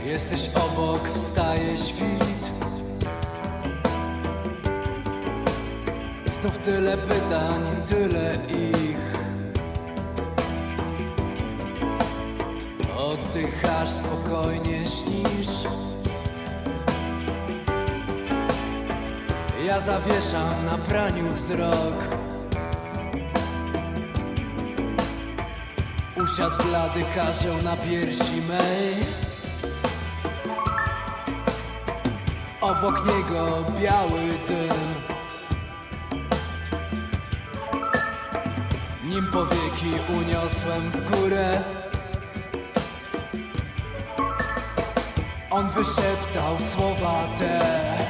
Jesteś obok, wstaje świt. Znów tyle pytań, tyle ich. Oddychasz, spokojnie śnisz. Ja zawieszam na praniu wzrok. Usiadł blady karzeł na piersi mej. Obok niego biały dym. Nim powieki uniosłem w górę, on wyszeptał słowa te.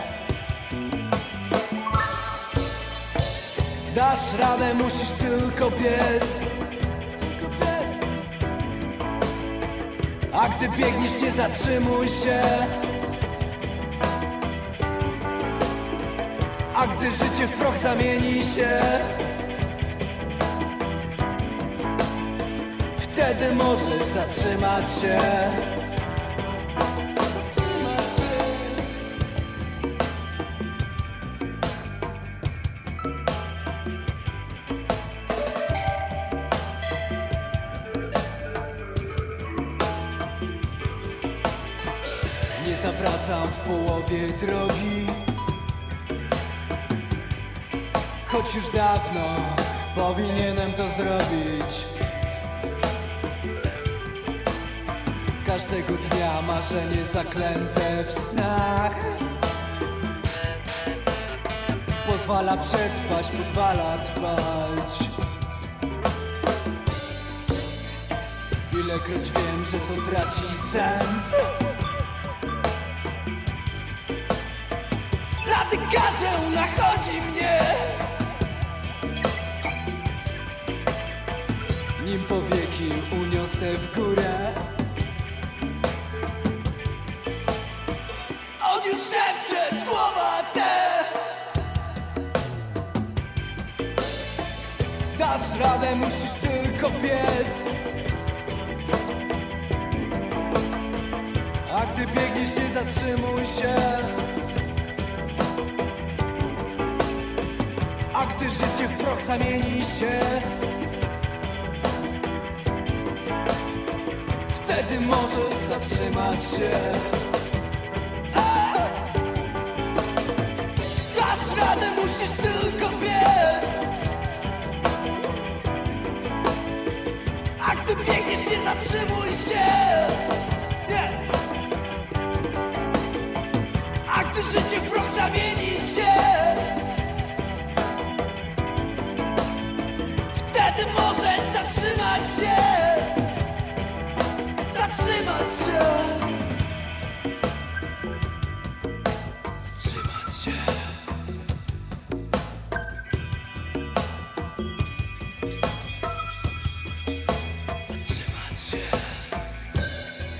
Dasz radę, musisz tylko biec. A gdy biegniesz, nie zatrzymuj się. A gdy życie w proch zamieni się, wtedy możesz zatrzymać się. Nie zawracam w połowie drogi, choć już dawno powinienem to zrobić. Każdego dnia marzenie zaklęte w snach pozwala przetrwać, pozwala trwać. Ilekroć wiem, że to traci sens, blady karzeł nachodzi mnie. Nim powieki uniosę w górę, on już szepcze słowa te. Dasz radę, musisz tylko biec. A gdy biegniesz, nie zatrzymuj się. A gdy życie w proch zamieni się, wtedy możesz zatrzymać się. Dasz radę, musisz tylko biec. A gdy biegniesz, nie zatrzymuj się. Nie. A gdy życie w proch zamieni się, wtedy możesz zatrzymać się. Zatrzymać się. Zatrzymać się. Zatrzymać się.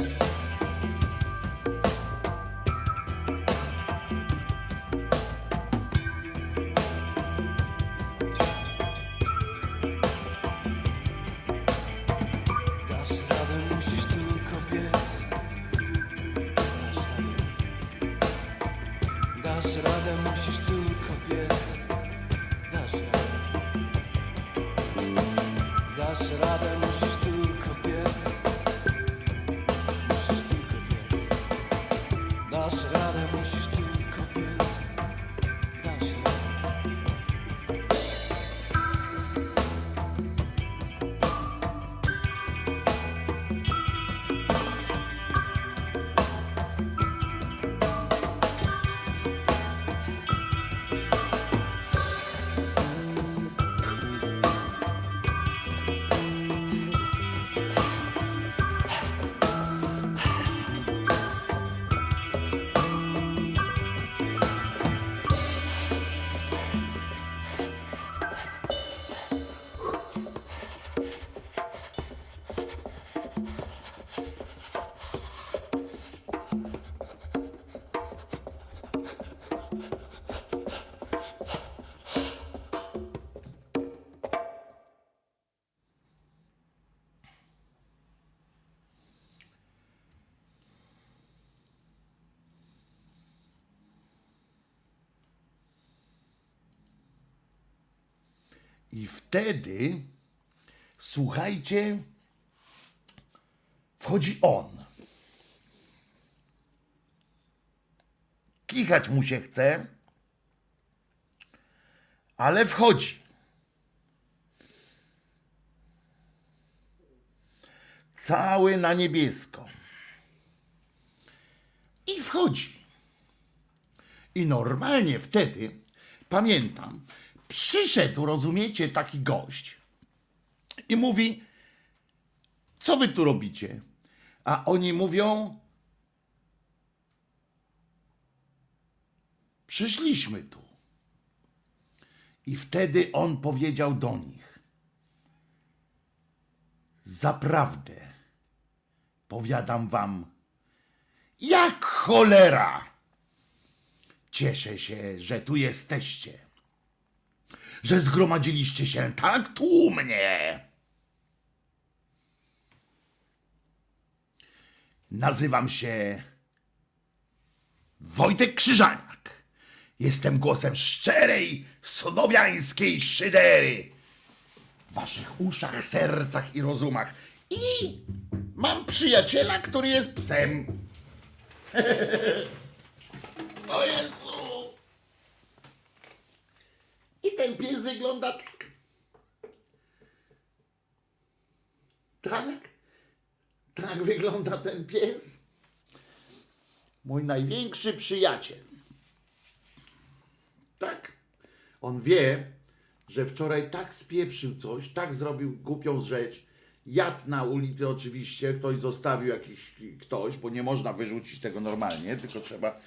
I wtedy, słuchajcie, wchodzi on. Kichać mu się chce, ale wchodzi. Cały na niebiesko. I wchodzi. I normalnie wtedy, pamiętam, przyszedł, rozumiecie, taki gość i mówi, co wy tu robicie? A oni mówią, przyszliśmy tu. I wtedy on powiedział do nich, zaprawdę, powiadam wam, jak cholera, cieszę się, że tu jesteście, że zgromadziliście się tak tłumnie. Nazywam się Wojtek Krzyżaniak. Jestem głosem szczerej, słowiańskiej szydery w waszych uszach, sercach i rozumach. I mam przyjaciela, który jest psem. O Jezu! I ten pies wygląda tak. Tak? Tak wygląda ten pies. Mój największy przyjaciel. Tak. On wie, że wczoraj tak spieprzył coś, tak zrobił głupią rzecz. Jadł na ulicy oczywiście, ktoś zostawił jakiś ktoś, bo nie można wyrzucić tego normalnie, tylko trzeba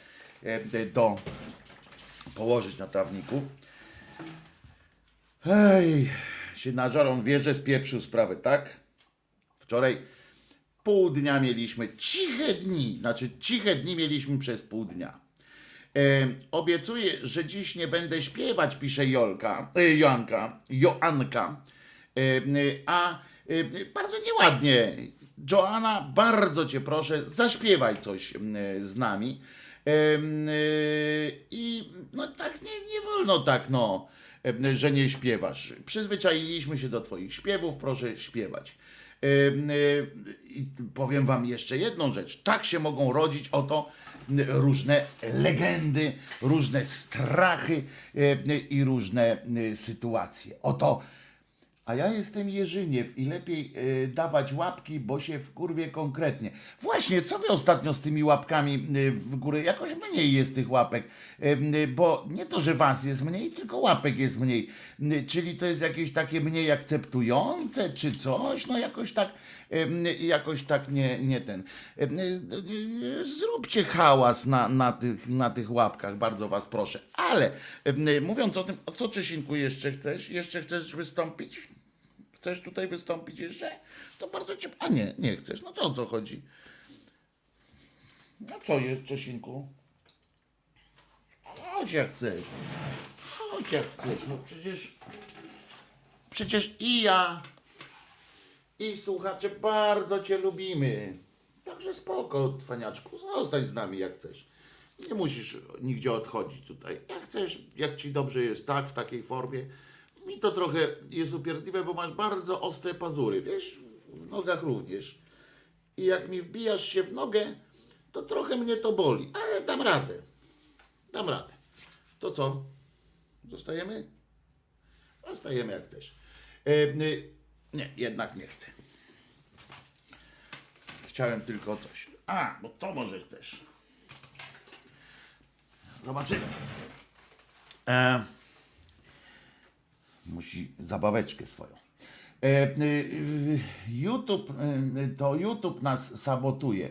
położyć na trawniku. Hej, się nażar, on wie, że spieprzył sprawę, tak? Wczoraj pół dnia mieliśmy, ciche dni mieliśmy przez pół dnia. Obiecuję, że dziś nie będę śpiewać, pisze Joanka. Bardzo nieładnie. Joanna, bardzo cię proszę, zaśpiewaj coś z nami. I no tak nie wolno tak, no, że nie śpiewasz. Przyzwyczailiśmy się do twoich śpiewów, proszę śpiewać. I powiem wam jeszcze jedną rzecz. Tak się mogą rodzić oto różne legendy, różne strachy i różne sytuacje. Oto, a ja jestem Jerzyniew i lepiej dawać łapki, bo się wkurwię konkretnie. Właśnie, co wy ostatnio z tymi łapkami w górę? Jakoś mniej jest tych łapek, bo nie to, że was jest mniej, tylko łapek jest mniej. Czyli to jest jakieś takie mniej akceptujące, czy coś? No jakoś tak nie ten. Zróbcie hałas na tych łapkach, bardzo was proszę. Ale mówiąc o tym, co Czesinku jeszcze chcesz? Jeszcze chcesz wystąpić? Chcesz tutaj wystąpić jeszcze? To bardzo cię... A nie chcesz. No to o co chodzi? No co jest, Czesinku? Chodź jak chcesz. Chodź jak chcesz. No przecież i ja, i słuchacze bardzo cię lubimy. Także spoko, Twaniaczku. Zostań z nami jak chcesz. Nie musisz nigdzie odchodzić tutaj. Jak chcesz, jak ci dobrze jest, tak, w takiej formie. Mi to trochę jest upierdliwe, bo masz bardzo ostre pazury, wiesz, w nogach również. I jak mi wbijasz się w nogę, to trochę mnie to boli, ale dam radę. Dam radę. To co? Zostajemy? Zostajemy jak chcesz. Nie, jednak nie chcę. Chciałem tylko coś. A, bo to może chcesz. Zobaczymy. Musi zabaweczkę swoją. YouTube nas sabotuje.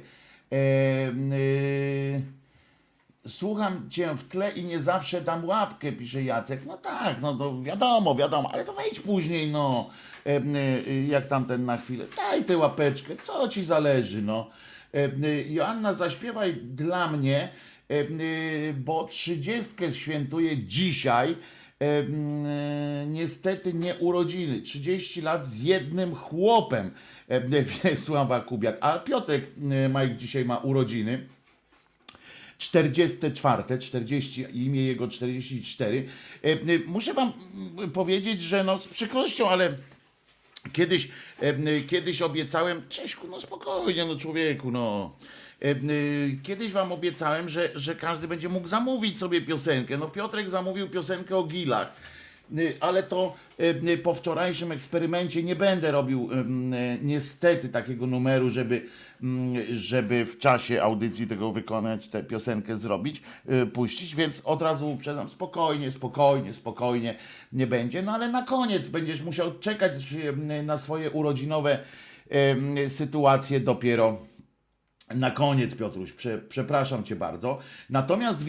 Słucham cię w tle i nie zawsze dam łapkę, pisze Jacek. No tak, no to wiadomo, ale to wejdź później, no. Jak tamten na chwilę. Daj tę łapeczkę, co ci zależy, no. Joanna, zaśpiewaj dla mnie, bo 30 świętuję dzisiaj. Niestety nie urodziny. 30 lat z jednym chłopem. Wiesława Kubiak. A Piotrek Majk dzisiaj ma urodziny. 44, 40, imię jego 44. Muszę wam powiedzieć, że no z przykrością, ale kiedyś obiecałem, Cześćku, no spokojnie, no człowieku, no. Kiedyś wam obiecałem, że każdy będzie mógł zamówić sobie piosenkę. No Piotrek zamówił piosenkę o Gilach, ale to po wczorajszym eksperymencie nie będę robił niestety takiego numeru, żeby w czasie audycji tego wykonać, tę piosenkę zrobić, puścić, więc od razu uprzedzam, spokojnie, nie będzie, no ale na koniec będziesz musiał czekać na swoje urodzinowe sytuacje dopiero na koniec, Piotruś, przepraszam cię bardzo. Natomiast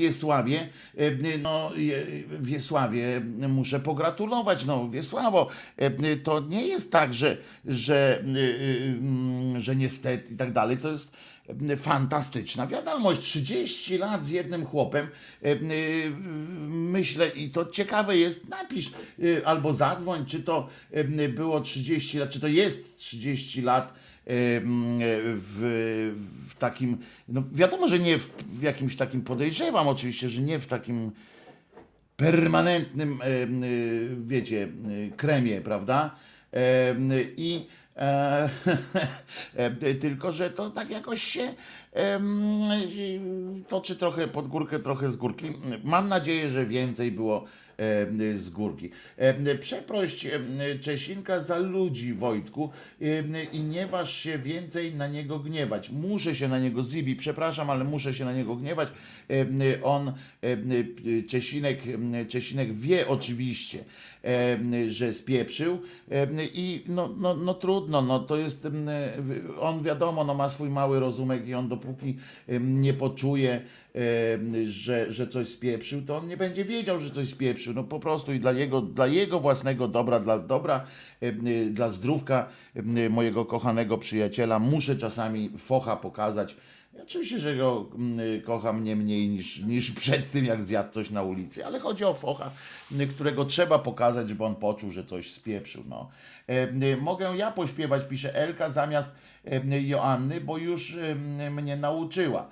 Wiesławie muszę pogratulować. No, Wiesławo, to nie jest tak, że niestety i tak dalej. To jest fantastyczna wiadomość. 30 lat z jednym chłopem. Myślę, i to ciekawe jest, napisz albo zadzwoń, czy to było 30 lat, czy to jest 30 lat w takim, no wiadomo, że nie w jakimś takim, podejrzewam oczywiście, że nie w takim permanentnym, wiecie, kremie, prawda? I tylko, że to tak jakoś się toczy trochę pod górkę, trochę z górki. Mam nadzieję, że więcej było z górki. Przeproś Czesinka za ludzi, Wojtku, i nie waż się więcej na niego gniewać. Muszę się na niego, Zibi, przepraszam, ale muszę się na niego gniewać. On, Czesinek wie oczywiście, że spieprzył i no trudno, no to jest, on wiadomo, no ma swój mały rozumek i on dopóki nie poczuje, że coś spieprzył, to on nie będzie wiedział, że coś spieprzył, no po prostu i dla jego własnego dobra, dla zdrówka mojego kochanego przyjaciela muszę czasami focha pokazać. Oczywiście, że go kocham nie mniej niż przed tym, jak zjadł coś na ulicy, ale chodzi o focha, którego trzeba pokazać, żeby on poczuł, że coś spieprzył. No. Mogę ja pośpiewać, pisze Elka, zamiast Joanny, bo już mnie nauczyła.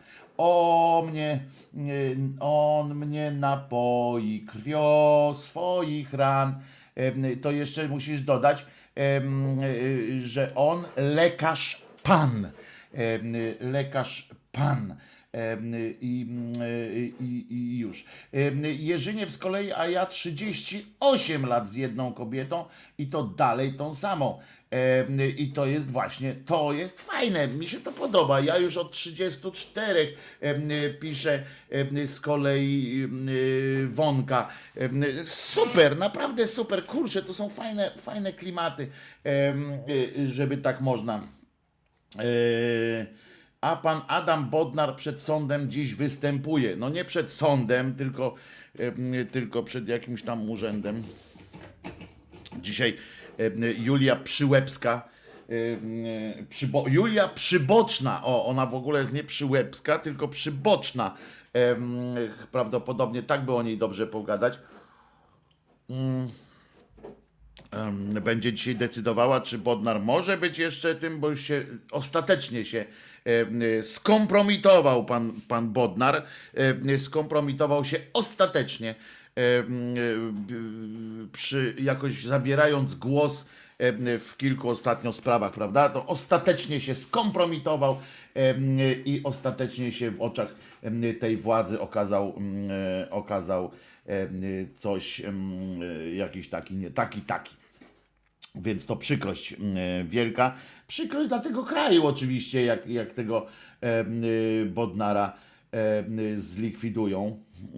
On mnie napoi krwią swoich ran. To jeszcze musisz dodać, że on lekarz pan. Lekarz pan. I już. Jerzyniew z kolei, a ja 38 lat z jedną kobietą i to dalej tą samą. I to jest właśnie, to jest fajne, mi się to podoba. Ja już od 34 piszę z kolei Wonka. Super, naprawdę super. Kurczę, to są fajne klimaty, żeby tak można. A pan Adam Bodnar przed sądem dziś występuje. No nie przed sądem, tylko przed jakimś tam urzędem. Dzisiaj Julia Przyłębska, Julia Przyboczna, ona w ogóle jest nie Przyłębska, tylko Przyboczna. Prawdopodobnie tak by o niej dobrze pogadać. Będzie dzisiaj decydowała, czy Bodnar może być jeszcze tym, bo już się ostatecznie się skompromitował pan Bodnar, skompromitował się ostatecznie, jakoś zabierając głos w kilku ostatnio sprawach, prawda? To ostatecznie się skompromitował i ostatecznie się w oczach tej władzy okazał coś, jakiś taki, nie taki. Więc to przykrość wielka. Przykrość dla tego kraju oczywiście, jak tego Bodnara zlikwidują.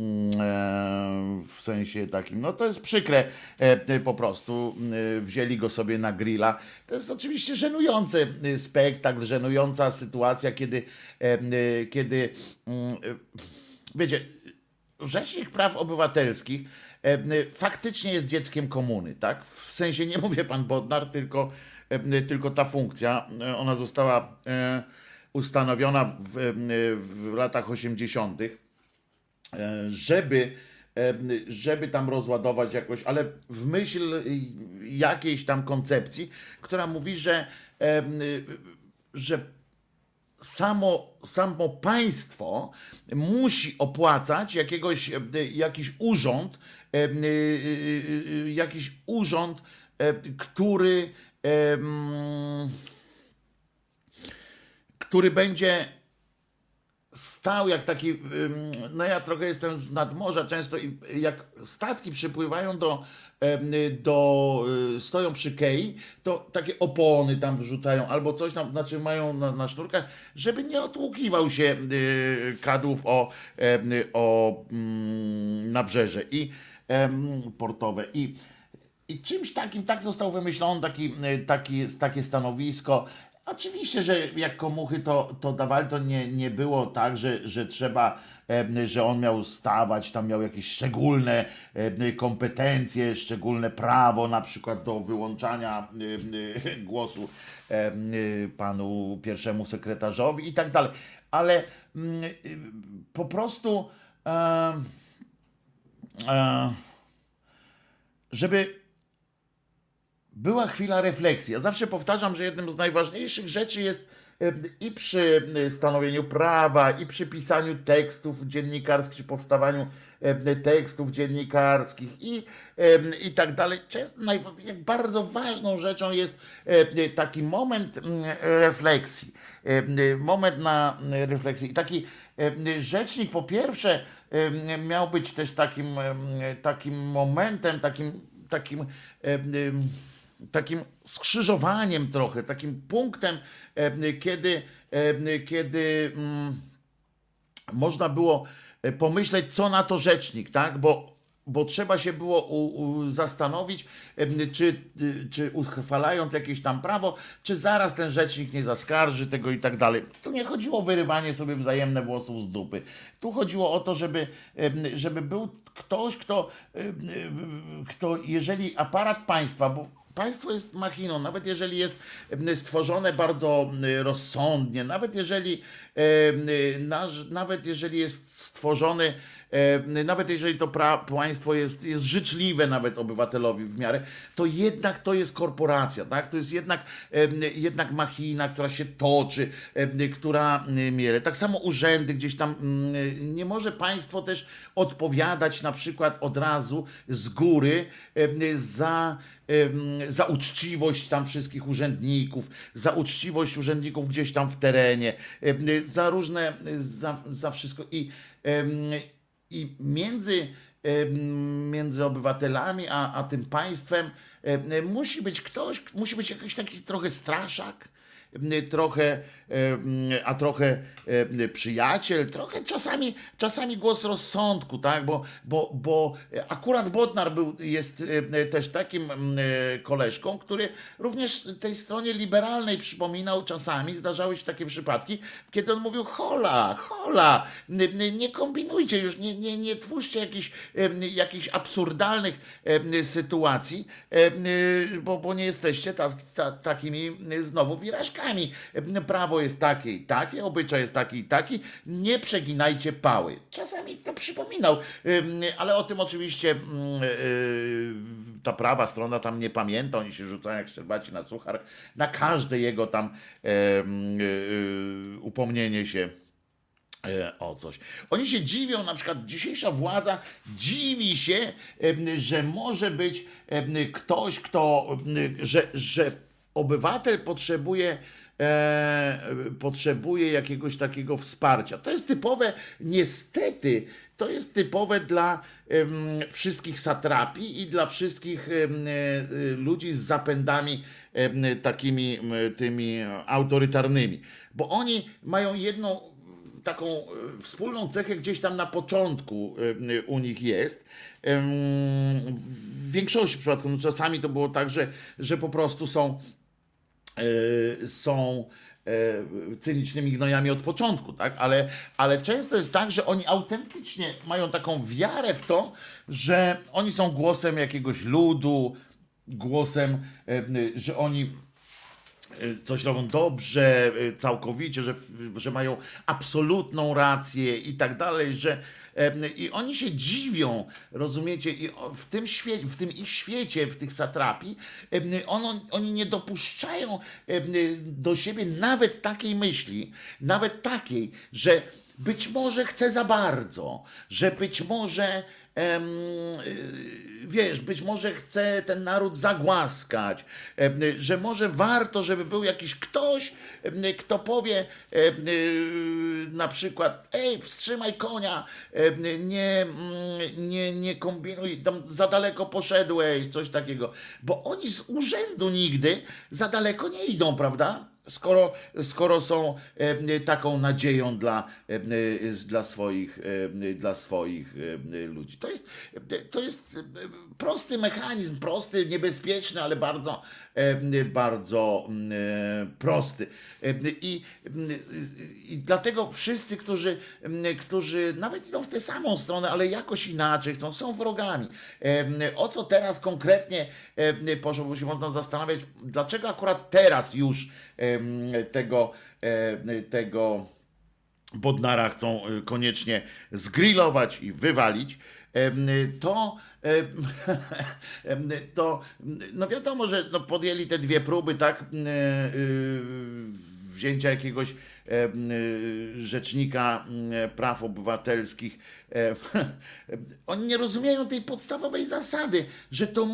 W sensie takim, no to jest przykre po prostu. Wzięli go sobie na grilla. To jest oczywiście żenujący spektakl, żenująca sytuacja, kiedy wiecie, Rzecznik Praw Obywatelskich faktycznie jest dzieckiem komuny, tak? W sensie nie mówię pan Bodnar, tylko ta funkcja, ona została ustanowiona w latach 80., żeby tam rozładować jakoś, ale w myśl jakiejś tam koncepcji, która mówi, że samo państwo musi opłacać jakiś urząd, który, który będzie stał jak taki, no ja trochę jestem z nadmorza często i jak statki przypływają stoją przy kei, to takie opony tam wrzucają albo coś tam, znaczy mają na sznurkach, żeby nie otłukiwał się kadłub o nabrzeże i portowe. I czymś takim, tak został wymyślony takie stanowisko. Oczywiście, że jak komuchy to dawali, to nie było tak, że trzeba, że on miał stawać, tam miał jakieś szczególne kompetencje, szczególne prawo, na przykład do wyłączania głosu panu pierwszemu sekretarzowi i tak dalej. Ale po prostu żeby była chwila refleksji. Ja zawsze powtarzam, że jednym z najważniejszych rzeczy jest i przy stanowieniu prawa, i przy pisaniu tekstów dziennikarskich, czy powstawaniu tekstów dziennikarskich i tak dalej. Bardzo ważną rzeczą jest taki moment refleksji. Moment na refleksję. I taki rzecznik po pierwsze miał być też takim momentem, takim skrzyżowaniem trochę, takim punktem, kiedy można było pomyśleć, co na to rzecznik, tak? Bo trzeba się było zastanowić, czy uchwalając jakieś tam prawo, czy zaraz ten rzecznik nie zaskarży tego i tak dalej. Tu nie chodziło o wyrywanie sobie wzajemne włosów z dupy. Tu chodziło o to, żeby był ktoś, kto jeżeli aparat państwa, bo państwo jest machiną, nawet jeżeli jest stworzone bardzo rozsądnie, nawet jeżeli jest stworzony, nawet jeżeli to państwo jest życzliwe nawet obywatelowi w miarę, to jednak to jest korporacja, tak? To jest jednak machina, która się toczy, która miele. Tak samo urzędy gdzieś tam, nie może państwo też odpowiadać na przykład od razu z góry za uczciwość tam wszystkich urzędników, za uczciwość urzędników gdzieś tam w terenie, za różne, za wszystko. I między obywatelami a tym państwem musi być ktoś, musi być jakiś taki trochę straszak, trochę przyjaciel, trochę czasami głos rozsądku, tak? Bo akurat Bodnar jest też takim koleżką, który również tej stronie liberalnej przypominał czasami, zdarzały się takie przypadki, kiedy on mówił: hola, nie kombinujcie już, nie twórzcie jakichś absurdalnych sytuacji, bo nie jesteście takimi znowu wirażkami. Prawo jest takie i takie, obyczaj jest taki i taki, nie przeginajcie pały. Czasami to przypominał, ale o tym oczywiście ta prawa strona tam nie pamięta, oni się rzucają jak szczerbaci na suchar, na każde jego tam upomnienie się o coś. Oni się dziwią, na przykład dzisiejsza władza dziwi się, że może być ktoś, że obywatel potrzebuje jakiegoś takiego wsparcia. To jest typowe, niestety, to jest typowe dla wszystkich satrapii i dla wszystkich ludzi z zapędami takimi tymi autorytarnymi. Bo oni mają jedną taką wspólną cechę gdzieś tam na początku u nich jest. W większości przypadków, no czasami to było tak, że po prostu są cynicznymi gnojami od początku, tak? Ale często jest tak, że oni autentycznie mają taką wiarę w to, że oni są głosem jakiegoś ludu, głosem, że oni coś robią dobrze, całkowicie, że mają absolutną rację i tak dalej, że i oni się dziwią, rozumiecie, i w tym świecie, w tym ich świecie, w tych satrapii, oni nie dopuszczają do siebie nawet takiej myśli, nawet takiej, że być może chce za bardzo, że być może wiesz, być może chce ten naród zagłaskać, że może warto, żeby był jakiś ktoś, kto powie na przykład, ej, wstrzymaj konia, nie kombinuj, tam za daleko poszedłeś, coś takiego, bo oni z urzędu nigdy za daleko nie idą, prawda? Skoro są taką nadzieją dla swoich ludzi. To jest prosty mechanizm, prosty, niebezpieczny, ale bardzo prosty. I dlatego wszyscy, którzy nawet idą w tę samą stronę, ale jakoś inaczej chcą, są wrogami. O co teraz konkretnie poszło, bo się można zastanawiać, dlaczego akurat teraz już tego Bodnara chcą koniecznie zgrillować i wywalić, to no wiadomo, że no podjęli te dwie próby, tak, wzięcia jakiegoś rzecznika praw obywatelskich. Oni nie rozumieją tej podstawowej zasady, że to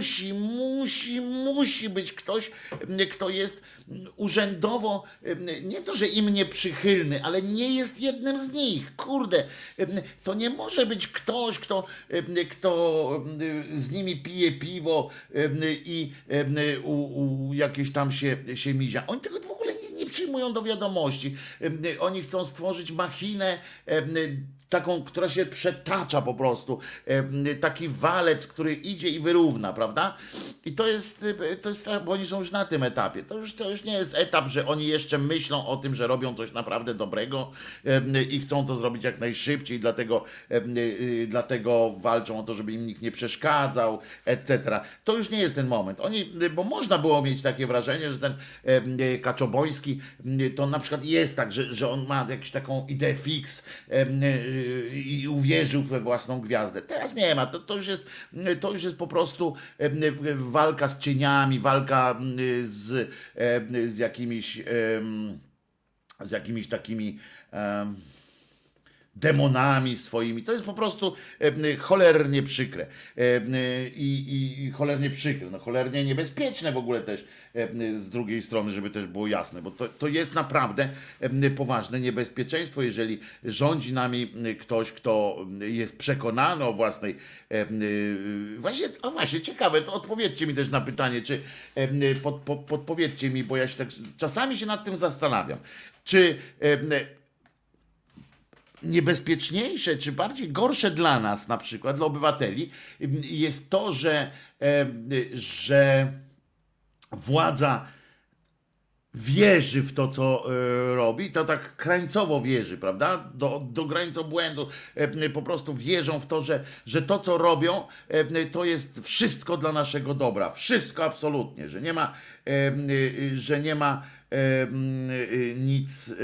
musi być ktoś, kto jest urzędowo, nie to, że im nieprzychylny, ale nie jest jednym z nich. Kurde, to nie może być ktoś, kto z nimi pije piwo i jakieś tam się mizia. Oni tego w ogóle nie przyjmują do wiadomości. Oni chcą stworzyć machinę taką, która się przetacza po prostu. Taki walec, który idzie i wyrówna, prawda? I to jest bo oni są już na tym etapie. To już nie jest etap, że oni jeszcze myślą o tym, że robią coś naprawdę dobrego i chcą to zrobić jak najszybciej, dlatego walczą o to, żeby im nikt nie przeszkadzał, etc. To już nie jest ten moment. Bo można było mieć takie wrażenie, że ten Kaczoboński to na przykład jest tak, że on ma jakąś taką ideę fix i uwierzył we własną gwiazdę. Teraz nie ma. To już jest po prostu walka z cieniami, walka z jakimiś takimi demonami swoimi. To jest po prostu cholernie przykre. I cholernie przykre. No, cholernie niebezpieczne w ogóle też z drugiej strony, żeby też było jasne, bo to jest naprawdę poważne niebezpieczeństwo, jeżeli rządzi nami ktoś, kto jest przekonany o własnej właśnie ciekawe, to odpowiedzcie mi też na pytanie, czy podpowiedzcie mi, bo ja się tak czasami się nad tym zastanawiam, czy niebezpieczniejsze, czy bardziej gorsze dla nas, na przykład dla obywateli, jest to, że władza wierzy w to, co robi, to tak krańcowo wierzy, prawda? Do granic obłędu. Po prostu wierzą w to, że to, co robią, to jest wszystko dla naszego dobra. Wszystko absolutnie, że nie ma nic,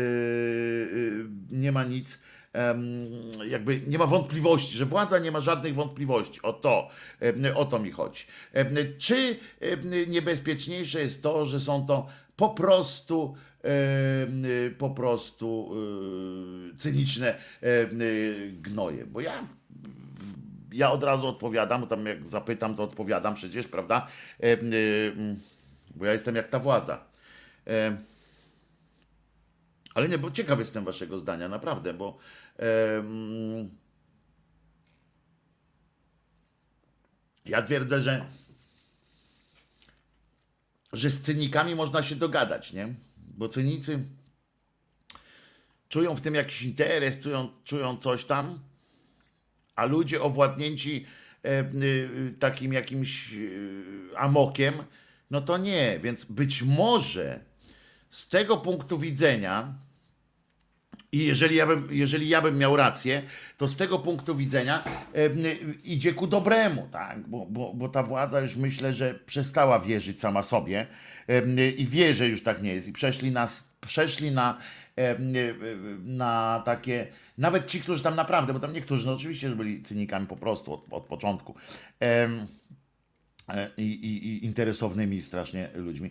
jakby nie ma wątpliwości, że władza nie ma żadnych wątpliwości. O to mi chodzi. Czy niebezpieczniejsze jest to, że są to po prostu cyniczne gnoje? Bo ja od razu odpowiadam, tam jak zapytam, to odpowiadam przecież, prawda? Bo ja jestem jak ta władza. Ale nie, bo ciekaw jestem waszego zdania, naprawdę, bo ja twierdzę, że z cynikami można się dogadać, nie? Bo cynicy czują w tym jakiś interes, czują coś tam, a ludzie owładnięci takim jakimś amokiem, no to nie. Więc być może z tego punktu widzenia I jeżeli ja bym miał rację, to z tego punktu widzenia idzie ku dobremu, tak? Bo ta władza już myślę, że przestała wierzyć sama sobie i wie, że już tak nie jest. I przeszli na takie, nawet ci, którzy tam naprawdę, bo tam niektórzy, no oczywiście, że byli cynikami po prostu od początku. I interesownymi strasznie ludźmi.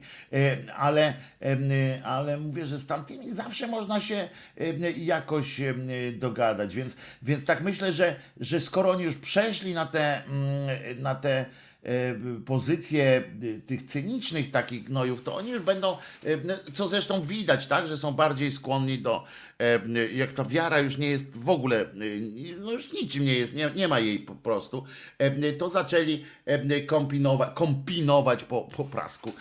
Ale mówię, że z tamtymi zawsze można się jakoś dogadać, więc tak myślę, że skoro oni już przeszli na te pozycje tych cynicznych takich gnojów, to oni już będą, co zresztą widać, tak, że są bardziej skłonni jak ta wiara już nie jest w ogóle, no już niczym nie jest, nie ma jej po prostu, to zaczęli kombinować po prasku,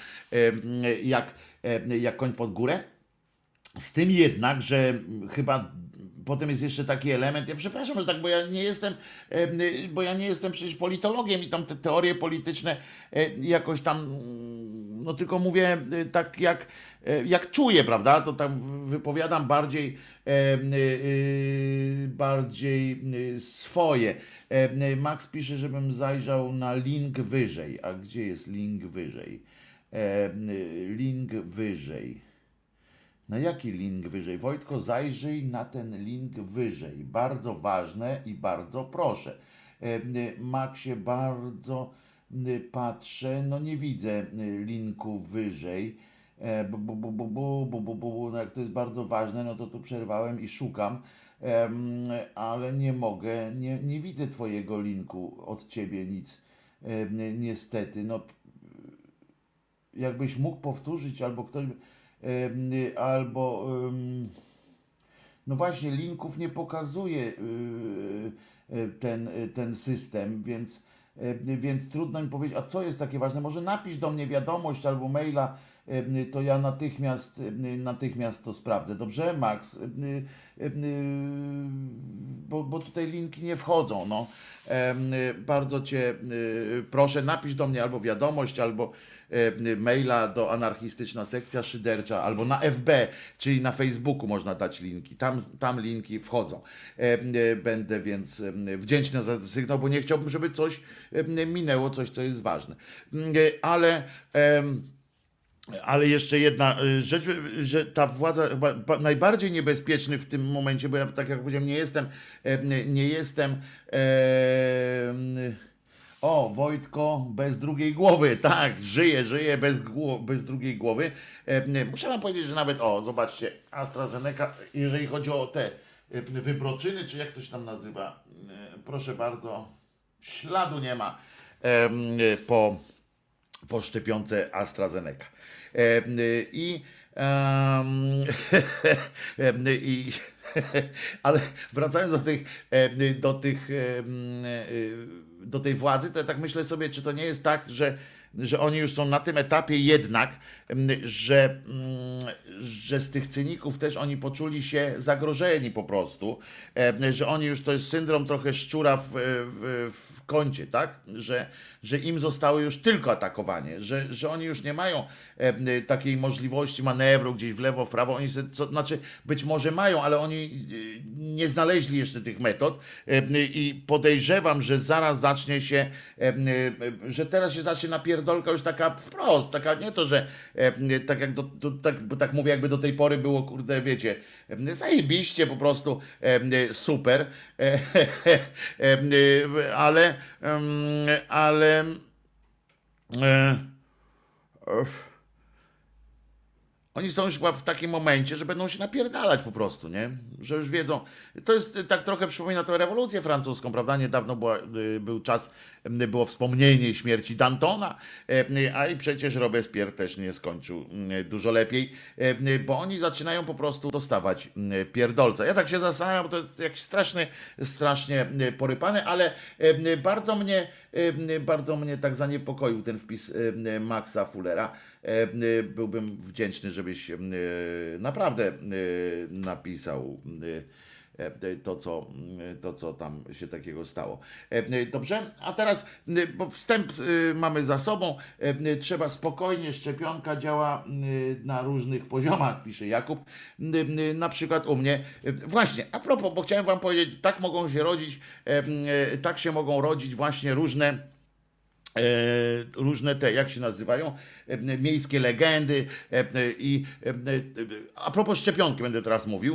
jak koń pod górę. Z tym jednak, że chyba potem jest jeszcze taki element, ja przepraszam, że tak, bo ja nie jestem przecież politologiem i tam te teorie polityczne jakoś tam, no tylko mówię tak jak czuję, prawda, to tam wypowiadam bardziej swoje. Max pisze, żebym zajrzał na link wyżej. A gdzie jest link wyżej? Link wyżej. Na jaki link wyżej? Wojtko, zajrzyj na ten link wyżej. Bardzo ważne i bardzo proszę. Maxie, bardzo patrzę. No nie widzę linku wyżej. No jak to jest bardzo ważne, no to tu przerwałem i szukam. Ale nie mogę. Nie widzę twojego linku od ciebie nic. Niestety. No, jakbyś mógł powtórzyć albo ktoś... no właśnie, linków nie pokazuje ten system, więc trudno mi powiedzieć, a co jest takie ważne, może napisz do mnie wiadomość albo maila, to ja natychmiast to sprawdzę. Dobrze, Max? Bo tutaj linki nie wchodzą. No. Bardzo cię proszę, napisz do mnie albo wiadomość, albo maila do anarchistyczna sekcja szydercza, albo na FB, czyli na Facebooku można dać linki. Tam linki wchodzą. Będę więc wdzięczny za sygnał, bo nie chciałbym, żeby coś minęło, coś, co jest ważne. Ale jeszcze jedna rzecz, że ta władza chyba najbardziej niebezpieczny w tym momencie, bo ja tak jak powiedziałem, nie jestem Wojtko, bez drugiej głowy, tak, żyję bez drugiej głowy. Muszę wam powiedzieć, że nawet, zobaczcie, AstraZeneca, jeżeli chodzi o te wybroczyny, czy jak to się tam nazywa, proszę bardzo, śladu nie ma po szczepionce AstraZeneca. Ale wracając do tej władzy, to ja tak myślę sobie, czy to nie jest tak, że oni już są na tym etapie jednak, że z tych cyników też oni poczuli się zagrożeni po prostu, że oni już, to jest syndrom trochę szczura w kącie, tak? Że im zostało już tylko atakowanie, że oni już nie mają takiej możliwości manewru gdzieś w lewo, w prawo, znaczy być może mają, ale oni nie znaleźli jeszcze tych metod i podejrzewam, że zaraz zacznie się, że teraz się zacznie napierdolka już taka wprost, taka nie to, że tak jak tak mówię, jakby do tej pory było, kurde, wiecie, zajebiście, po prostu super, ale oni są już chyba w takim momencie, że będą się napierdalać po prostu, nie? Że już wiedzą. To jest tak trochę przypomina tę rewolucję francuską, prawda? Niedawno był czas, było wspomnienie śmierci Dantona, a i przecież Robespierre też nie skończył dużo lepiej, bo oni zaczynają po prostu dostawać pierdolca. Ja tak się zastanawiam, bo to jest jakiś strasznie porypany, ale bardzo mnie tak zaniepokoił ten wpis Maxa Fullera. Byłbym wdzięczny, żebyś naprawdę napisał to, co tam się takiego stało. Dobrze, a teraz, bo wstęp mamy za sobą, trzeba spokojnie, szczepionka działa na różnych poziomach, pisze Jakub, na przykład u mnie. Właśnie, a propos, bo chciałem wam powiedzieć, tak się mogą rodzić właśnie różne te, jak się nazywają, miejskie legendy i a propos szczepionki będę teraz mówił,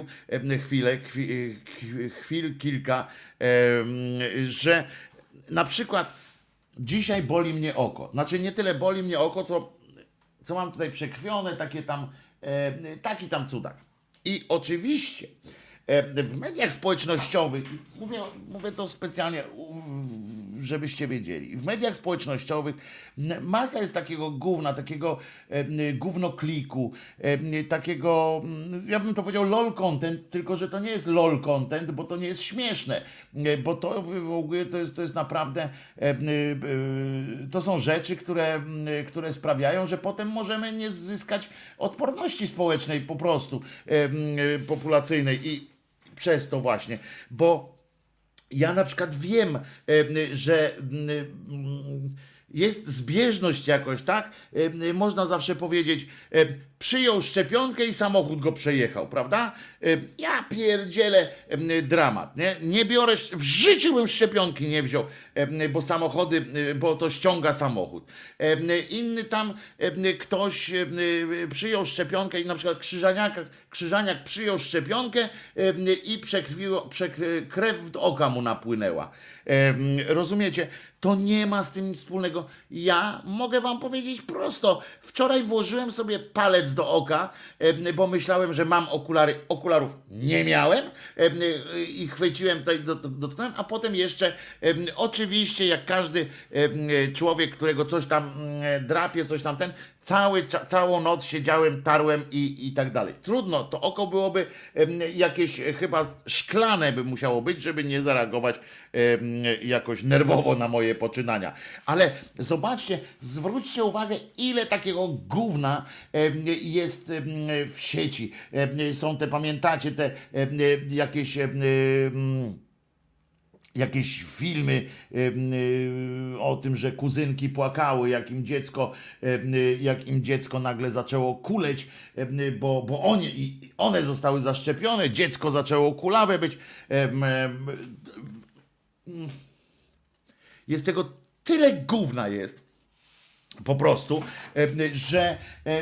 chwil kilka, że na przykład dzisiaj boli mnie oko. Znaczy nie tyle boli mnie oko, co mam tutaj przekrwione, taki tam cudak. I oczywiście w mediach społecznościowych, mówię to specjalnie, żebyście wiedzieli, w mediach społecznościowych masa jest takiego gówna, takiego gównokliku, takiego, ja bym to powiedział lol content, tylko że to nie jest lol content, bo to nie jest śmieszne, bo to w ogóle to jest naprawdę, to są rzeczy, które sprawiają, że potem możemy nie zyskać odporności społecznej po prostu, populacyjnej i przez to właśnie, bo ja na przykład wiem, że jest zbieżność jakoś, tak? Można zawsze powiedzieć, przyjął szczepionkę i samochód go przejechał, prawda? Ja pierdzielę dramat, nie? Nie biorę, w życiu bym szczepionki nie wziął, bo to ściąga samochód. Inny tam ktoś przyjął szczepionkę i na przykład Krzyżaniak przyjął szczepionkę i krew do oka mu napłynęła. Rozumiecie? To nie ma z tym nic wspólnego. Ja mogę wam powiedzieć prosto. Wczoraj włożyłem sobie palec do oka, bo myślałem, że mam okulary. Okularów nie miałem i chwyciłem tutaj, dotknąłem, a potem jeszcze oczywiście jak każdy człowiek, którego coś tam drapie, coś tam całą noc siedziałem, tarłem i tak dalej. Trudno, to oko byłoby jakieś chyba szklane by musiało być, żeby nie zareagować jakoś nerwowo na moje poczynania. Ale zobaczcie, zwróćcie uwagę, ile takiego gówna jest w sieci. Są pamiętacie jakieś filmy o tym, że kuzynki płakały, jak im dziecko nagle zaczęło kuleć, bo one zostały zaszczepione, dziecko zaczęło kulawe być. Jest tego tyle gówna jest po prostu, że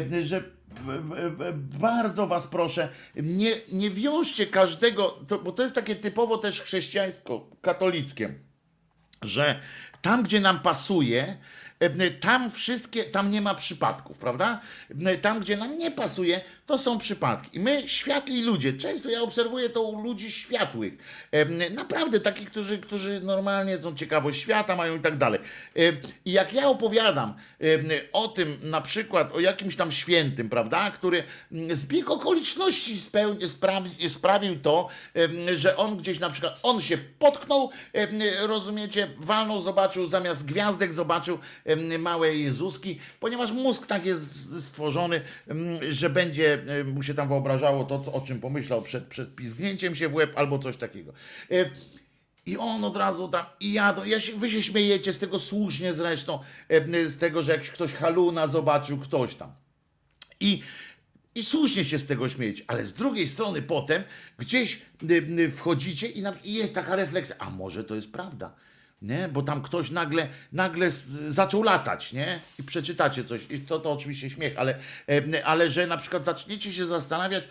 bardzo was proszę, nie wiążcie każdego, bo to jest takie typowo też chrześcijańsko-katolickie, że tam, gdzie nam pasuje, tam nie ma przypadków, prawda? Tam, gdzie nam nie pasuje, to są przypadki. I my, światli ludzie, często ja obserwuję to u ludzi światłych, naprawdę takich, którzy normalnie są ciekawość świata, mają i tak dalej. I jak ja opowiadam o tym, na przykład o jakimś tam świętym, prawda, który zbieg okoliczności sprawił to, że on gdzieś na przykład, on się potknął, rozumiecie, walnął, zobaczył, zamiast gwiazdek zobaczył małe Jezuski, ponieważ mózg tak jest stworzony, że będzie mu się tam wyobrażało to, o czym pomyślał przed pizgnięciem się w łeb albo coś takiego. I on od razu tam, wy się śmiejecie z tego słusznie zresztą, z tego, że jak ktoś haluna zobaczył, ktoś tam. I słusznie się z tego śmieć, ale z drugiej strony potem gdzieś wchodzicie i jest taka refleksja, a może to jest prawda. Nie? Bo tam ktoś nagle zaczął latać, nie? I przeczytacie coś, i to oczywiście śmiech, ale że na przykład zaczniecie się zastanawiać,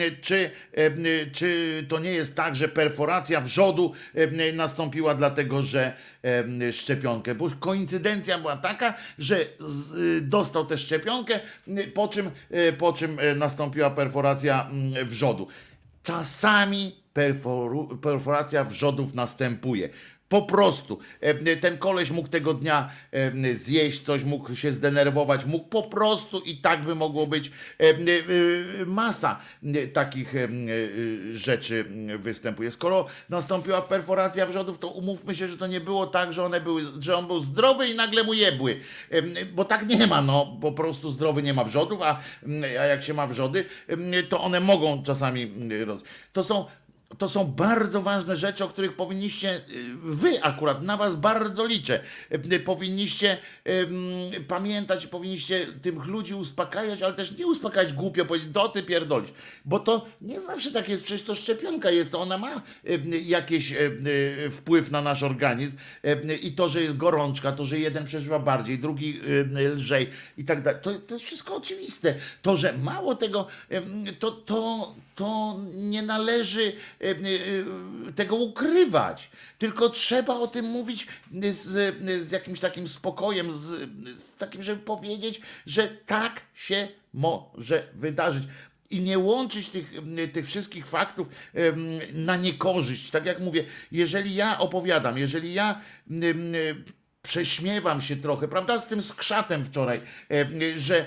czy to nie jest tak, że perforacja wrzodu nastąpiła dlatego, że szczepionkę, bo koincydencja była taka, że dostał tę szczepionkę, po czym nastąpiła perforacja wrzodu. Czasami perforacja wrzodów następuje. Po prostu. Ten koleś mógł tego dnia zjeść coś, mógł się zdenerwować, mógł po prostu i tak by mogło być. Masa takich rzeczy występuje. Skoro nastąpiła perforacja wrzodów, to umówmy się, że to nie było tak, że on był zdrowy i nagle mu jebły. Bo tak nie ma, no. Po prostu zdrowy nie ma wrzodów, a jak się ma wrzody, to one mogą czasami... To są To są bardzo ważne rzeczy, o których powinniście, wy akurat, na was bardzo liczę, powinniście pamiętać, powinniście tych ludzi uspokajać, ale też nie uspokajać głupio, powiedzieć, to ty pierdolisz, bo to nie zawsze tak jest, przecież to szczepionka jest, to ona ma jakiś wpływ na nasz organizm i to, że jest gorączka, to, że jeden przeżywa bardziej, drugi lżej i tak dalej, to jest wszystko oczywiste. To, że mało tego, to nie należy tego ukrywać, tylko trzeba o tym mówić z jakimś takim spokojem, z takim, żeby powiedzieć, że tak się może wydarzyć. I nie łączyć tych wszystkich faktów na niekorzyść. Tak jak mówię, jeżeli ja opowiadam, jeżeli ja prześmiewam się trochę, prawda, z tym skrzatem wczoraj, że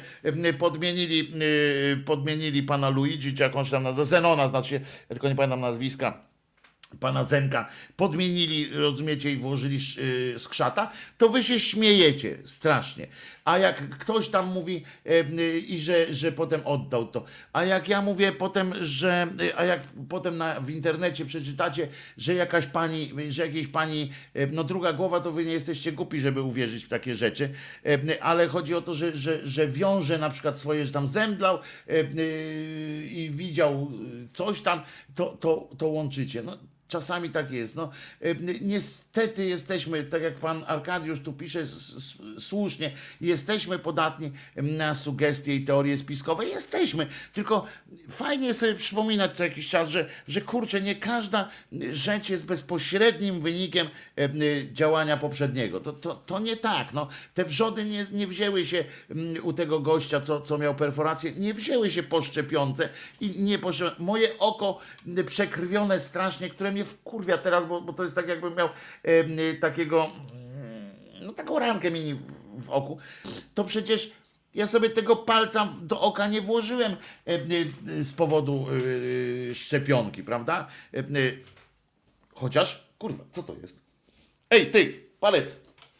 podmienili pana Luigi, czy jakąś tam, Zenona, znaczy, ja tylko nie pamiętam nazwiska, pana Zenka, podmienili, rozumiecie, i włożyli skrzata, to wy się śmiejecie strasznie. A jak ktoś tam mówi i że potem oddał to, a jak ja mówię potem, a jak potem w internecie przeczytacie, że jakaś pani, że jakiejś pani, no druga głowa, to wy nie jesteście głupi, żeby uwierzyć w takie rzeczy, ale chodzi o to, że wiąże na przykład swoje, że tam zemdlał i widział coś tam, to łączycie. No, czasami tak jest. No, niestety jesteśmy, tak jak pan Arkadiusz tu pisze słusznie, jesteśmy podatni na sugestie i teorie spiskowe. Jesteśmy. Tylko fajnie sobie przypominać co jakiś czas, że kurczę, nie każda rzecz jest bezpośrednim wynikiem działania poprzedniego. To nie tak. No, te wrzody nie wzięły się u tego gościa, co miał perforację, nie wzięły się po szczepionce i nie po szczepionce. Moje oko przekrwione strasznie, które mnie wkurwia teraz, bo to jest tak, jakbym miał takiego, no taką rankę mini w oku, to przecież ja sobie tego palca do oka nie włożyłem z powodu szczepionki, prawda? Chociaż, kurwa, co to jest? Ej, ty, palec!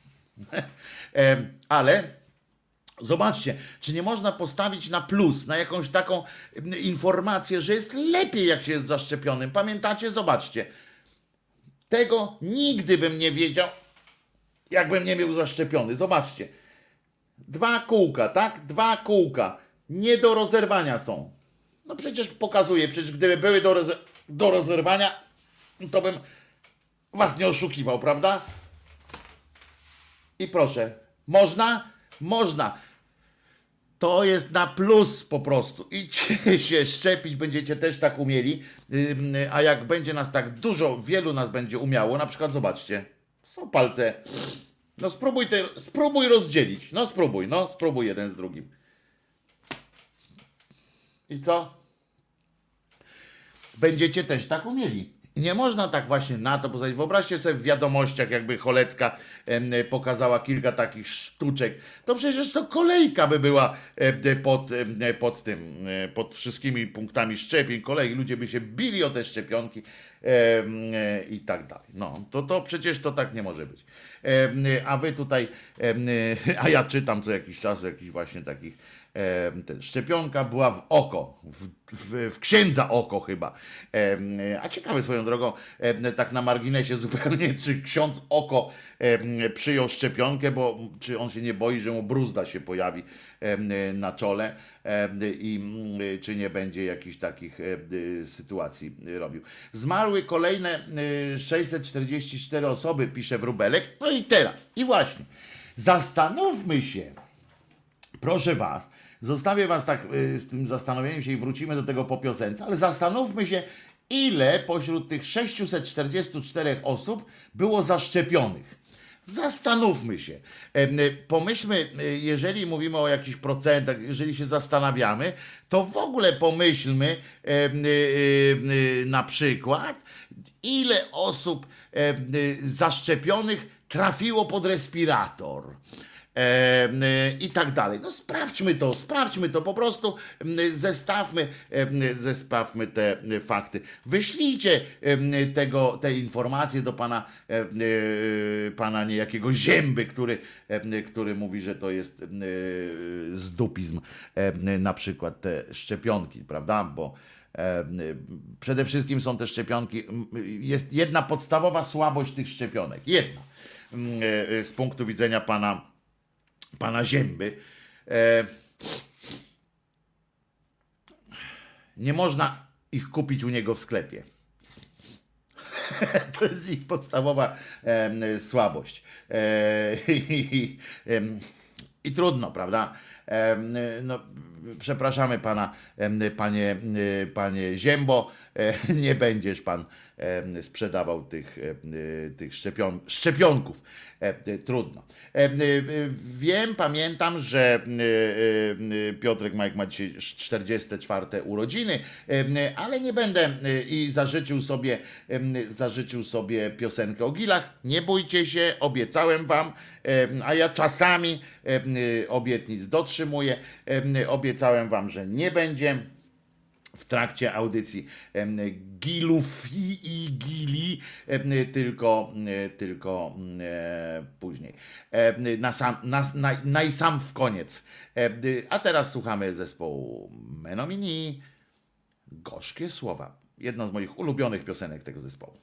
Ale zobaczcie, czy nie można postawić na plus, na jakąś taką informację, że jest lepiej, jak się jest zaszczepionym. Pamiętacie? Zobaczcie. Tego nigdy bym nie wiedział, jakbym nie był zaszczepiony. Zobaczcie. 2 kółka, tak? 2 kółka. Nie do rozerwania są. No przecież pokazuję, przecież gdyby były do rozerwania, to bym was nie oszukiwał, prawda? I proszę. Można? Można. To jest na plus po prostu. Idźcie się szczepić, będziecie też tak umieli. A jak będzie nas tak dużo, wielu nas będzie umiało, na przykład zobaczcie, są palce. No spróbuj rozdzielić. No spróbuj jeden z drugim. I co? Będziecie też tak umieli. Nie można tak właśnie na to postawić. Wyobraźcie sobie w wiadomościach, jakby Cholecka pokazała kilka takich sztuczek. To przecież to kolejka by była pod wszystkimi punktami szczepień. Ludzie by się bili o te szczepionki i tak dalej. No, to przecież to tak nie może być. A wy tutaj, a ja czytam co jakiś czas jakiś właśnie takich. Szczepionka była w oko, w księdza oko chyba. A ciekawe swoją drogą, tak na marginesie zupełnie, czy ksiądz oko przyjął szczepionkę, bo czy on się nie boi, że mu bruzda się pojawi na czole i czy nie będzie jakichś takich sytuacji robił. Zmarły kolejne 644 osoby, pisze Wróbelek. No i teraz, i właśnie, zastanówmy się, proszę was, zostawię was tak z tym zastanowieniem się i wrócimy do tego po piosence, ale zastanówmy się, ile pośród tych 644 osób było zaszczepionych. Zastanówmy się. Pomyślmy, jeżeli mówimy o jakichś procentach, jeżeli się zastanawiamy, to w ogóle pomyślmy na przykład, ile osób zaszczepionych trafiło pod respirator. I tak dalej. No sprawdźmy to, po prostu zestawmy te fakty. Wyślijcie te informacje do pana niejakiego Zięby, który mówi, że to jest zdupizm, na przykład te szczepionki, prawda? Bo Przede wszystkim są te szczepionki, jest jedna podstawowa słabość tych szczepionek, jedna, z punktu widzenia pana Zięby. Nie można ich kupić u niego w sklepie. To jest ich podstawowa słabość. I trudno, prawda? No, przepraszamy pana, panie Ziębo, nie będziesz pan sprzedawał tych szczepionków. Trudno. Wiem, pamiętam, że Piotrek Majk ma dzisiaj 44. urodziny, ale nie będę i zażyczył sobie piosenkę o gilach. Nie bójcie się, obiecałem wam, a ja czasami obietnic dotrzymuję. Obiecałem wam, że nie będzie w trakcie audycji gilów i gili, tylko później. Na sam w koniec. A teraz słuchamy zespołu Menomini. Gorzkie słowa. Jedna z moich ulubionych piosenek tego zespołu.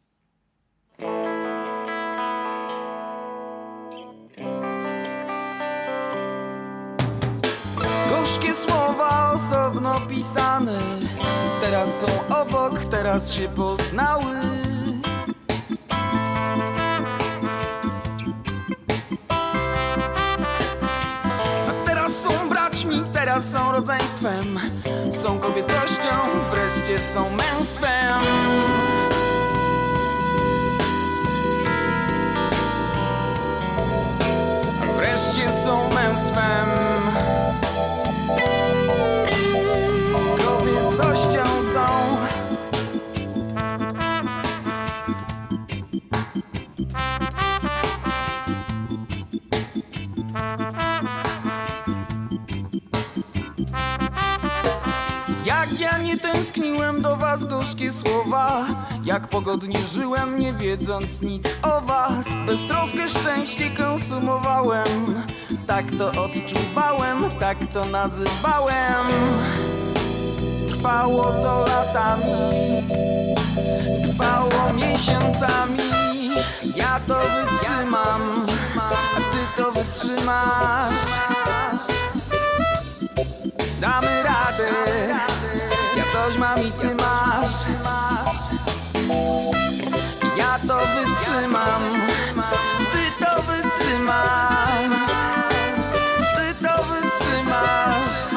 Gorzkie słowa osobno pisane, teraz są obok, teraz się poznały. A teraz są braćmi, teraz są rodzeństwem, są kobietością, wreszcie są męstwem. A wreszcie są męstwem. Kobiecością są. Jak ja nie tęskniłem do was, gorzkie słowa, jak pogodnie żyłem, nie wiedząc nic o was. Beztroskę szczęście konsumowałem, tak to odczuwałem, tak to nazywałem. Trwało to latami, trwało miesiącami. Ja to wytrzymam, a ty to wytrzymasz. Damy radę, ja coś mam i ty masz. Ja to wytrzymam, ty to wytrzymasz. Ty to wytrzymasz.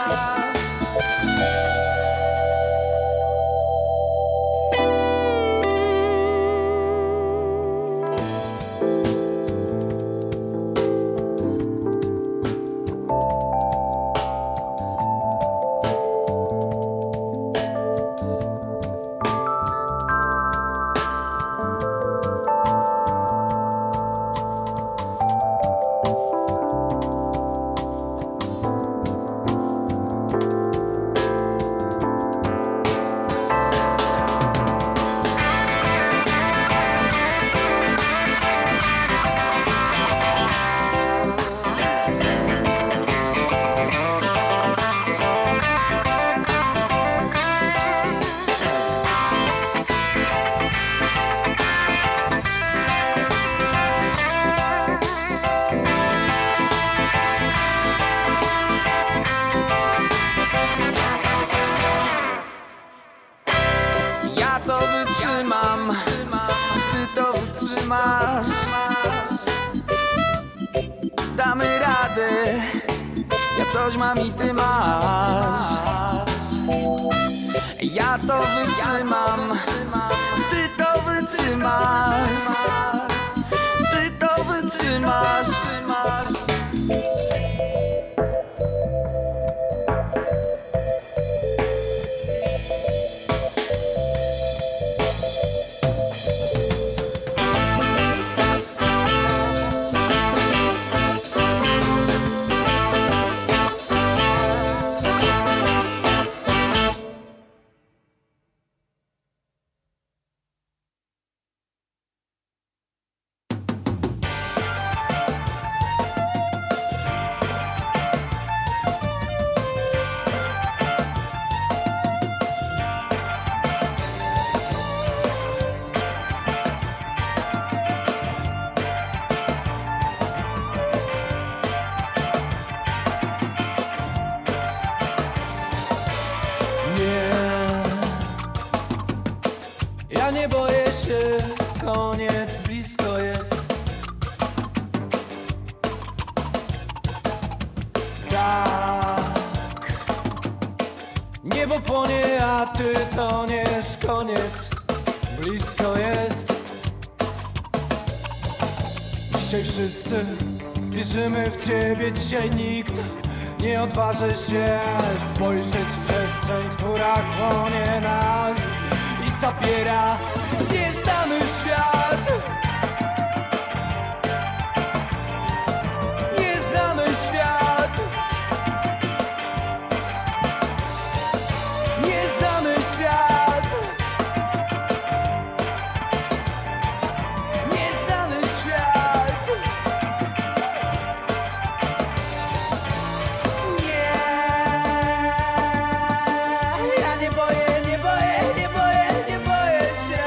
Damy radę, ja coś mam i ty masz. Ja to wytrzymam, ty to wytrzymasz. Ty to wytrzymasz. się, koniec blisko jest. Tak, niebo płonie, a ty toniesz, koniec blisko jest. Dzisiaj wszyscy wierzymy w ciebie, dzisiaj nikt nie odważy się spojrzeć w przestrzeń, która chłonie nas i zabiera nieznany świat. Nieznany świat. Nieznany świat. Nieznany świat. Nie, ja nie boję, nie boję, nie boję, nie boję się.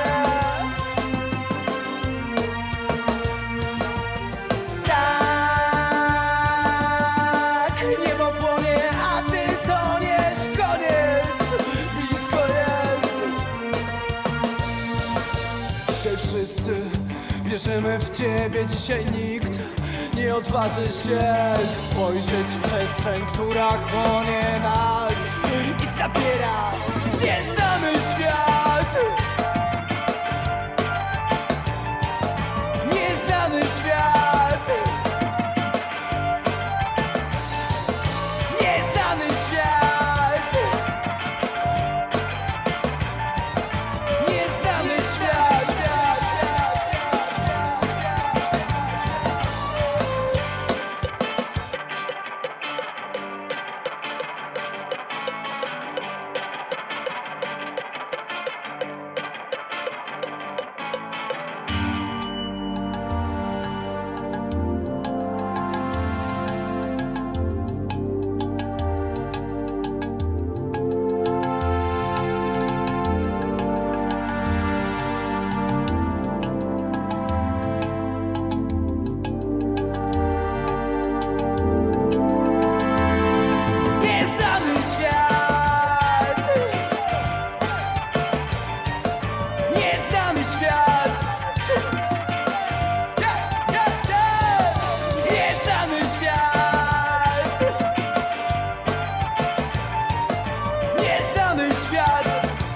Tak, niebo płonie, a ty toniesz, koniec blisko jest. Dzisiaj wszyscy wierzymy w ciebie, dzisiaj nikt nie odważy się spojrzeć w przestrzeń, która chłonie nas i zabiera nieznany świat. Nieznany świat. Nieznany świat. Nieznany świat. Nieznany świat. Nieznany świat. Nieznany świat. Nieznany świat.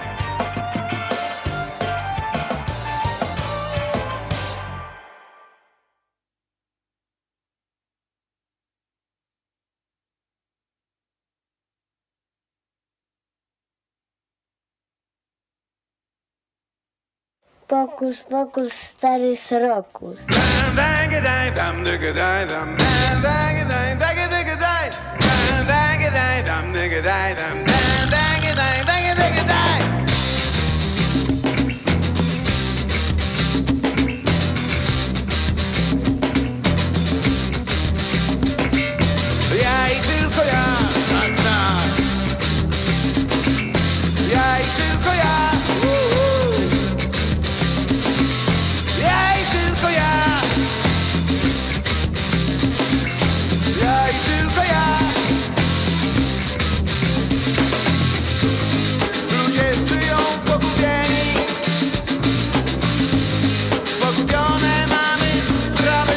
Pokus, pokus, stary srokus. Ja i tylko ja, tak, tak. Ja i tylko ja. Ja i tylko ja. Ja i tylko ja. Ludzie żyją pogubieni. Pogubione mamy sprawy.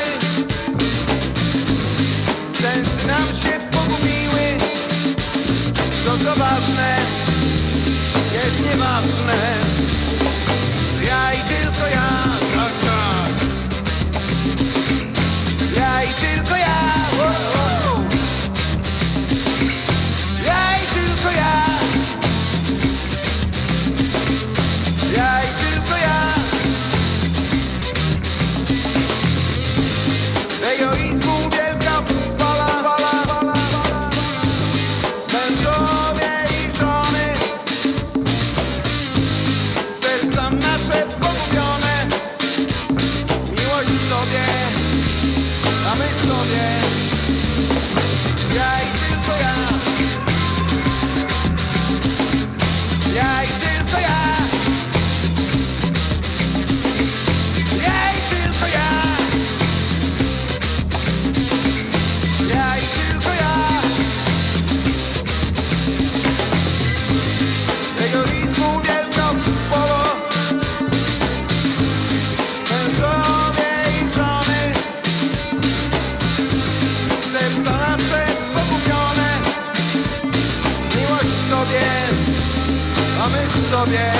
Sensy nam się pogubiły. To co ważne jest nieważne. Ja i tylko ja, tak, tak. Ja i tylko ja, oh, oh. Ja i tylko ja. Ja i tylko ja. Egoizmu wielka fala. Mężowie i żony sobie.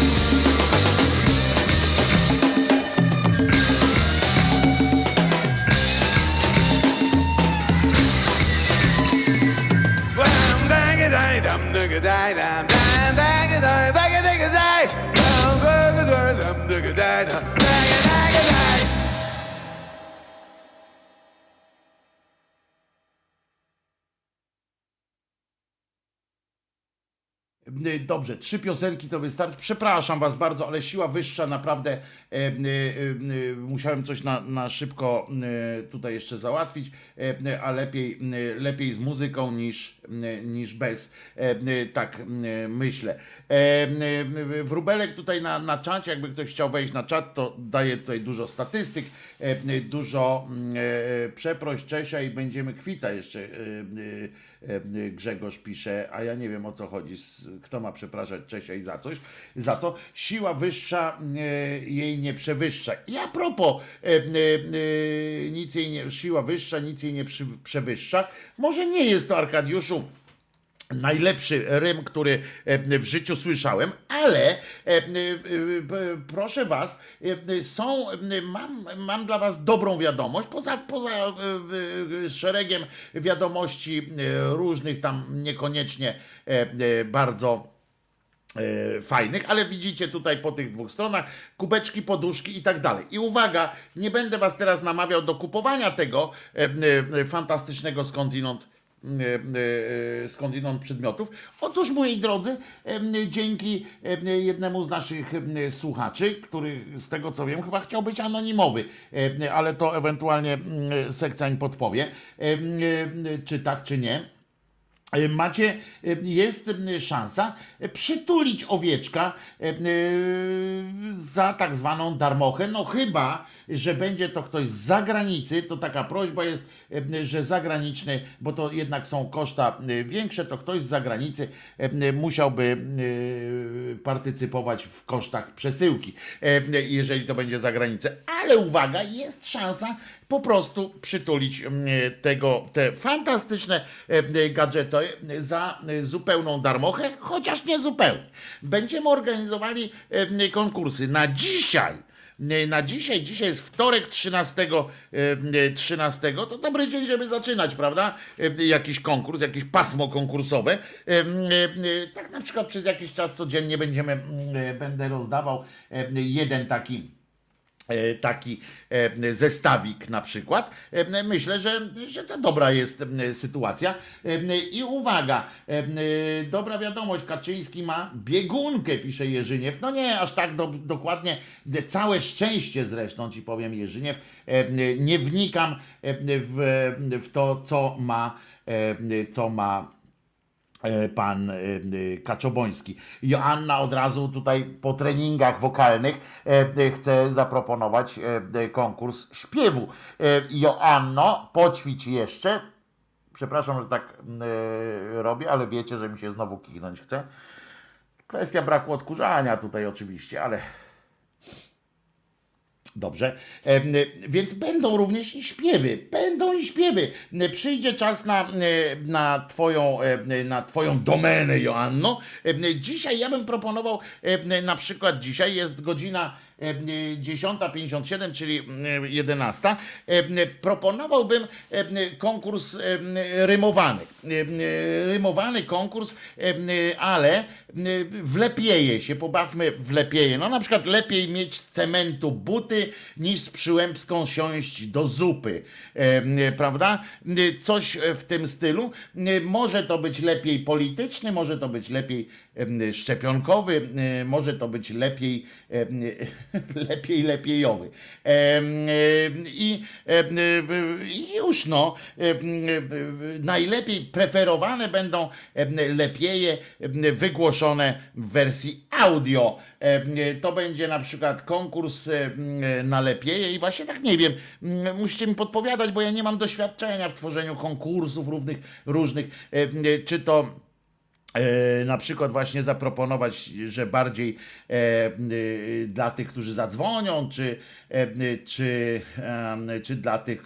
Dobrze, 3 piosenki to wystarczy. Przepraszam was bardzo, ale siła wyższa naprawdę musiałem coś na szybko tutaj jeszcze załatwić, a lepiej z muzyką niż bez. Tak myślę. Wróbelek tutaj na czacie, jakby ktoś chciał wejść na czat, to daje tutaj dużo statystyk, dużo przeproś Czesia i będziemy kwita jeszcze. Grzegorz pisze, a ja nie wiem o co chodzi, kto ma przepraszać Czesia i za co. Siła wyższa jej nie przewyższa. I a propos, nic jej nie, siła wyższa nic jej nie przewyższa. Może nie jest to, Arkadiuszu, najlepszy rym, który w życiu słyszałem, ale proszę was, mam dla was dobrą wiadomość, poza szeregiem wiadomości różnych tam niekoniecznie bardzo fajnych, ale widzicie tutaj po tych 2 stronach kubeczki, poduszki i tak dalej. I uwaga, nie będę was teraz namawiał do kupowania tego fantastycznego skądinąd przedmiotów. Otóż, moi drodzy, dzięki jednemu z naszych słuchaczy, który z tego co wiem chyba chciał być anonimowy, ale to ewentualnie sekcja im podpowie, czy tak, czy nie. Jest szansa przytulić owieczka za tak zwaną darmochę, no chyba, że będzie to ktoś z zagranicy, to taka prośba jest, że zagraniczny, bo to jednak są koszta większe, to ktoś z zagranicy musiałby partycypować w kosztach przesyłki, jeżeli to będzie za granicę. Ale uwaga, jest szansa po prostu przytulić te fantastyczne gadżety za zupełną darmochę, chociaż nie zupełnie. Będziemy organizowali konkursy dzisiaj jest wtorek 13, to dobry dzień, żeby zaczynać, prawda? Jakiś konkurs, jakieś pasmo konkursowe. Tak na przykład przez jakiś czas codziennie będę rozdawał jeden taki zestawik na przykład. Myślę, że to dobra jest sytuacja. I uwaga, dobra wiadomość, Kaczyński ma biegunkę, pisze Jerzyniew. No nie, aż tak dokładnie, całe szczęście zresztą ci powiem, Jerzyniew. Nie wnikam w to, co ma pan Kaczoboński. Joanna od razu tutaj po treningach wokalnych chce zaproponować konkurs śpiewu. Joanno, poćwicz jeszcze. Przepraszam, że tak robię, ale wiecie, że mi się znowu kichnąć chce. Kwestia braku odkurzania tutaj oczywiście, ale dobrze, więc będą również i śpiewy, Przyjdzie czas na twoją domenę, Joanno. Dzisiaj ja bym proponował, na przykład dzisiaj jest godzina 10:57, czyli 11. Proponowałbym konkurs rymowany. Rymowany konkurs, ale wlepieje się, pobawmy wlepieje. No na przykład lepiej mieć z cementu buty, niż z Przyłębską siąść do zupy. Prawda? Coś w tym stylu. Może to być lepiej polityczny, może to być lepiej szczepionkowy, może to być lepiej-lepiejowy. I już no, najlepiej preferowane będą lepieje wygłoszone w wersji audio. To będzie na przykład konkurs na lepieje i właśnie tak nie wiem, musicie mi podpowiadać, bo ja nie mam doświadczenia w tworzeniu konkursów różnych, czy to na przykład właśnie zaproponować, że bardziej dla tych, którzy zadzwonią, czy dla tych,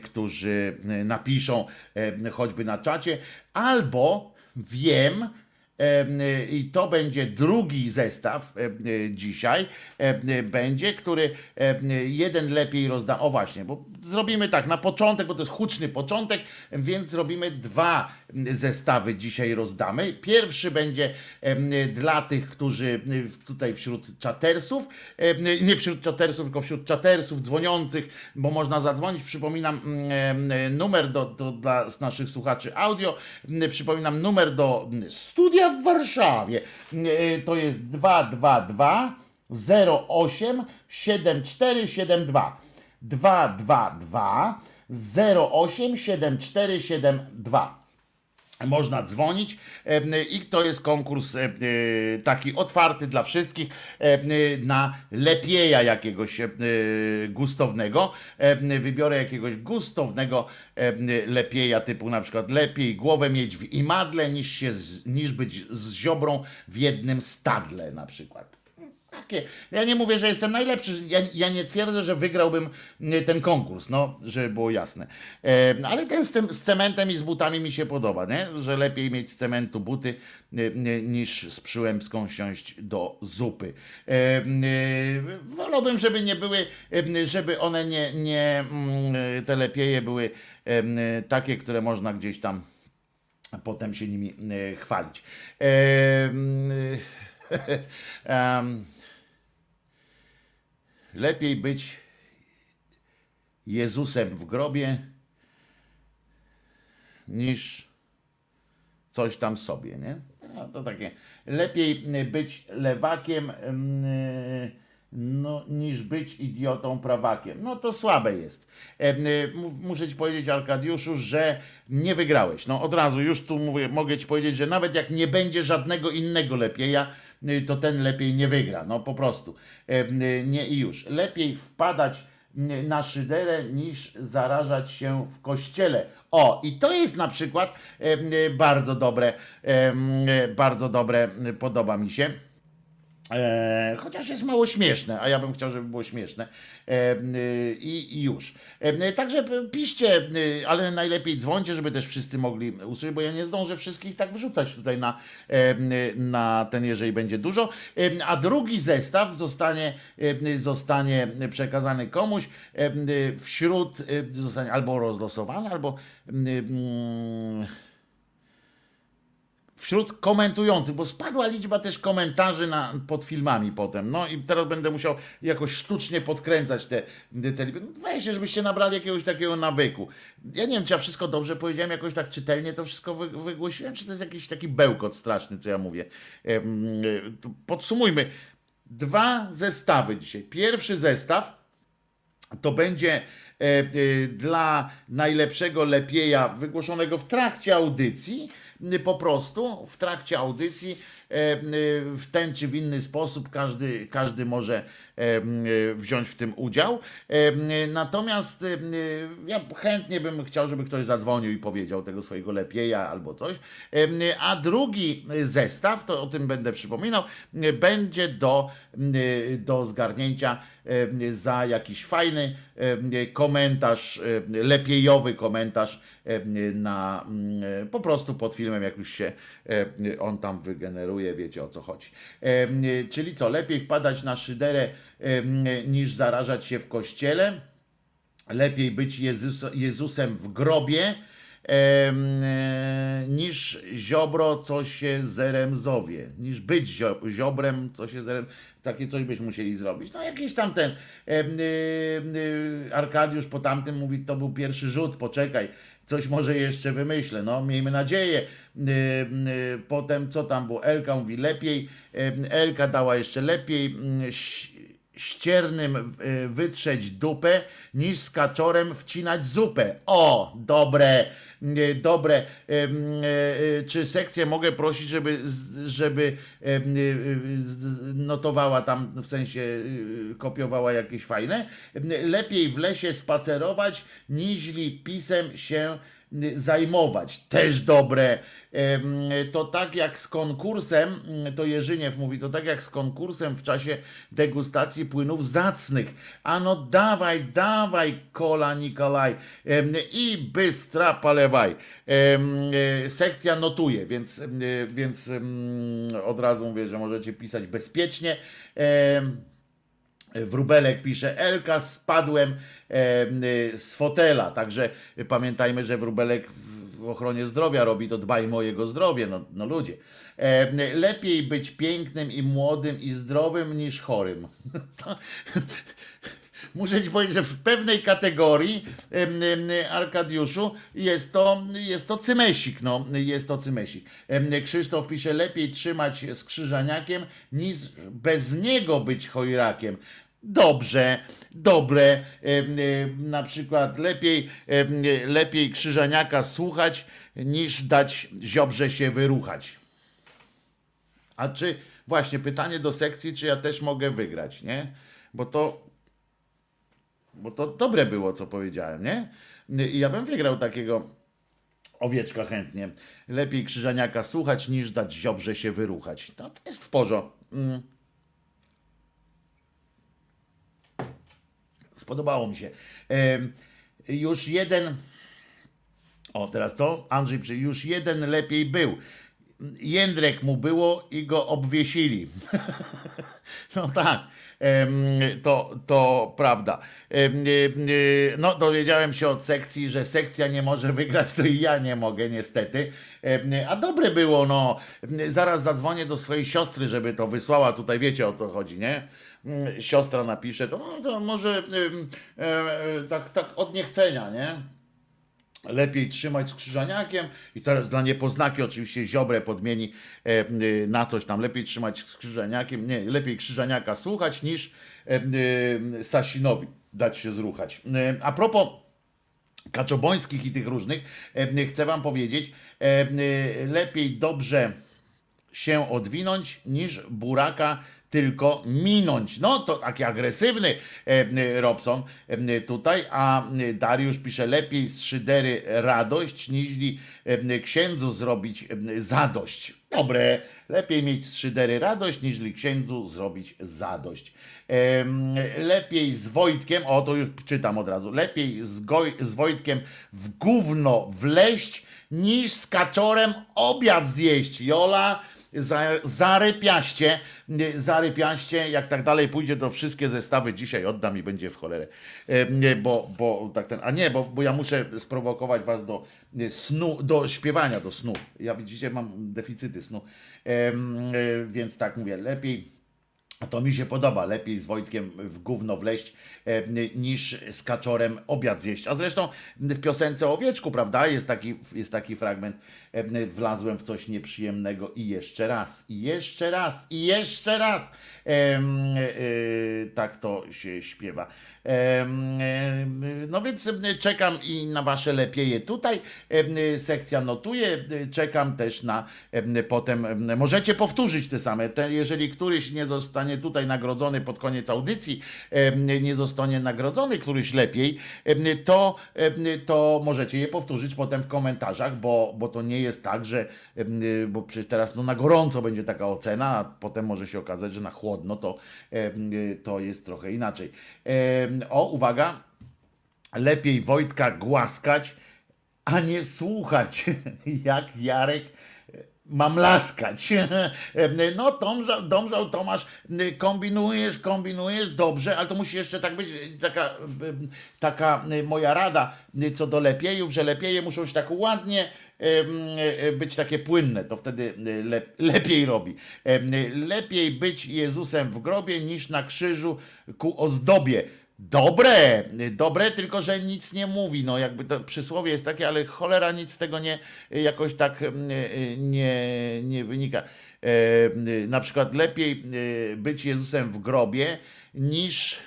którzy napiszą choćby na czacie, albo wiem, I to będzie drugi zestaw dzisiaj, będzie, który jeden lepiej rozda. O właśnie, bo zrobimy tak na początek, bo to jest huczny początek, więc zrobimy dwa zestawy dzisiaj rozdamy. Pierwszy będzie dla tych, którzy tutaj wśród czatersów, nie wśród czatersów, tylko wśród czatersów dzwoniących, bo można zadzwonić. Przypominam numer dla naszych słuchaczy audio. Przypominam numer do studia w Warszawie. To jest 222 08 7472. 222 08 7472. Można dzwonić i to jest konkurs taki otwarty dla wszystkich na lepieja jakiegoś gustownego. Wybiorę jakiegoś gustownego lepieja typu na przykład lepiej głowę mieć w imadle niż być z ziobrą w jednym stadle na przykład. Ja nie mówię, że jestem najlepszy. Ja nie twierdzę, że wygrałbym ten konkurs, no, żeby było jasne. Ale ten z cementem i z butami mi się podoba, nie? Że lepiej mieć z cementu buty niż z przyłębską siąść do zupy. Wolałbym, żeby nie były, żeby one te lepieje były takie, które można gdzieś tam potem się nimi chwalić. Lepiej być Jezusem w grobie niż coś tam sobie, nie? No, to takie. Lepiej być lewakiem niż być idiotą prawakiem. No to słabe jest. Muszę ci powiedzieć, Arkadiuszu, że nie wygrałeś. No od razu już tu mówię, mogę ci powiedzieć, że nawet jak nie będzie żadnego innego lepieja, to ten lepiej nie wygra. No po prostu. Nie i już. Lepiej wpadać na szyderę niż zarażać się w kościele. O, i to jest na przykład bardzo dobre, podoba mi się. Chociaż jest mało śmieszne, a ja bym chciał, żeby było śmieszne. I już. Także piszcie, ale najlepiej dzwońcie, żeby też wszyscy mogli usłyszeć, bo ja nie zdążę wszystkich tak wrzucać tutaj na ten, jeżeli będzie dużo. A drugi zestaw zostanie przekazany komuś zostanie albo rozlosowany, albo wśród komentujących, bo spadła liczba też komentarzy pod filmami potem. No i teraz będę musiał jakoś sztucznie podkręcać te weźcie, żebyście nabrali jakiegoś takiego nawyku. Ja nie wiem, czy ja wszystko dobrze powiedziałem, jakoś tak czytelnie to wszystko wygłosiłem, czy to jest jakiś taki bełkot straszny, co ja mówię. Podsumujmy. Dwa zestawy dzisiaj. Pierwszy zestaw to będzie dla najlepszego lepieja wygłoszonego w trakcie audycji, po prostu w trakcie audycji w ten czy w inny sposób każdy może wziąć w tym udział. Natomiast ja chętnie bym chciał, żeby ktoś zadzwonił i powiedział tego swojego lepieja albo coś. A drugi zestaw, to o tym będę przypominał, będzie do zgarnięcia za jakiś fajny komentarz, lepiejowy komentarz po prostu pod filmem, jak już się on tam wygeneruje, wiecie o co chodzi. Czyli co, lepiej wpadać na szyderę niż zarażać się w kościele, lepiej być Jezusem w grobie niż ziobro, co się zerem zowie, niż być ziobrem, co się zerem, takie coś byśmy musieli zrobić. No jakiś tam ten Arkadiusz po tamtym mówi, to był pierwszy rzut, poczekaj, coś może jeszcze wymyślę, no miejmy nadzieję. Potem co tam było, Elka mówi lepiej, Elka dała jeszcze lepiej, ściernym wytrzeć dupę niż z kaczorem wcinać zupę. O, dobre. Czy sekcję mogę prosić, żeby notowała tam, w sensie kopiowała jakieś fajne? Lepiej w lesie spacerować, niźli pisem się zajmować. Też dobre. To tak jak z konkursem, to Jerzyniew mówi, to tak jak z konkursem w czasie degustacji płynów zacnych. Ano dawaj, dawaj, kola Nikolaj i bystra palewaj. Sekcja notuje, więc od razu mówię, że możecie pisać bezpiecznie. Wróbelek pisze, Elka, spadłem z fotela, także pamiętajmy, że Wróbelek w ochronie zdrowia robi, to dbajmy o jego zdrowie, no ludzie. Lepiej być pięknym i młodym i zdrowym niż chorym. Muszę ci powiedzieć, że w pewnej kategorii, Arkadiuszu, jest to cymesik, no, jest to cymesik. Krzysztof pisze, lepiej trzymać z krzyżaniakiem, niż bez niego być chojrakiem. Dobrze, dobre, na przykład lepiej krzyżaniaka słuchać, niż dać Ziobrze się wyruchać. A czy, właśnie pytanie do sekcji, czy ja też mogę wygrać, nie? Bo to dobre było, co powiedziałem, nie? I ja bym wygrał takiego owieczka chętnie. Lepiej krzyżaniaka słuchać, niż dać Ziobrze się wyruchać. No, to jest w porządku. Spodobało mi się. Już jeden... O, teraz co? Andrzej pisze, już jeden lepiej był. Jędrek mu było i go obwiesili. No tak, to prawda. No, dowiedziałem się od sekcji, że sekcja nie może wygrać, to i ja nie mogę niestety. A dobre było, no. Zaraz zadzwonię do swojej siostry, żeby to wysłała. Tutaj wiecie, o co chodzi, nie? Siostra napisze, to może tak od niechcenia, nie? Lepiej trzymać z krzyżaniakiem i teraz dla niepoznaki oczywiście Ziobrę podmieni na coś tam. Lepiej trzymać z krzyżaniakiem, nie, lepiej krzyżaniaka słuchać, niż Sasinowi dać się zruchać. A propos Kaczobońskich i tych różnych, chcę wam powiedzieć, lepiej dobrze się odwinąć, niż buraka tylko minąć. No to taki agresywny Robson tutaj, a Dariusz pisze, lepiej z szydery radość, niż księdzu zrobić zadość. Dobre, lepiej mieć z szydery radość, niż księdzu zrobić zadość. Lepiej z Wojtkiem, o to już czytam od razu, lepiej z Wojtkiem w gówno wleść, niż z Kaczorem obiad zjeść. Jola, zarypiaście, jak tak dalej pójdzie, to wszystkie zestawy dzisiaj oddam i będzie w cholerę. Bo tak bo ja muszę sprowokować was do snu, do śpiewania, do snu. Ja widzicie, mam deficyty snu. Więc tak mówię, lepiej. A to mi się podoba, lepiej z Wojtkiem w gówno wleść, niż z Kaczorem obiad zjeść. A zresztą w piosence o owieczku, prawda, jest taki fragment, wlazłem w coś nieprzyjemnego i jeszcze raz, i jeszcze raz, i jeszcze raz. Tak to się śpiewa. No więc czekam i na wasze lepieje tutaj. Sekcja notuje, czekam też na potem. Możecie powtórzyć te same. Jeżeli któryś nie zostanie tutaj nagrodzony pod koniec audycji, nie zostanie nagrodzony któryś lepiej, to możecie je powtórzyć potem w komentarzach, bo to nie jest tak, że bo przecież teraz na gorąco będzie taka ocena, a potem może się okazać, że na chłodno to jest trochę inaczej. O, uwaga, lepiej Wojtka głaskać, a nie słuchać, jak Jarek mam laskać. No, Domżał Tomasz, kombinujesz, dobrze, ale to musi jeszcze tak być, taka moja rada co do lepiejów, że lepieje muszą się tak ładnie być takie płynne, to wtedy lepiej robi. Lepiej być Jezusem w grobie, niż na krzyżu ku ozdobie. Dobre, tylko że nic nie mówi. No jakby to przysłowie jest takie, ale cholera nic z tego nie jakoś tak nie wynika. Na przykład lepiej być Jezusem w grobie, niż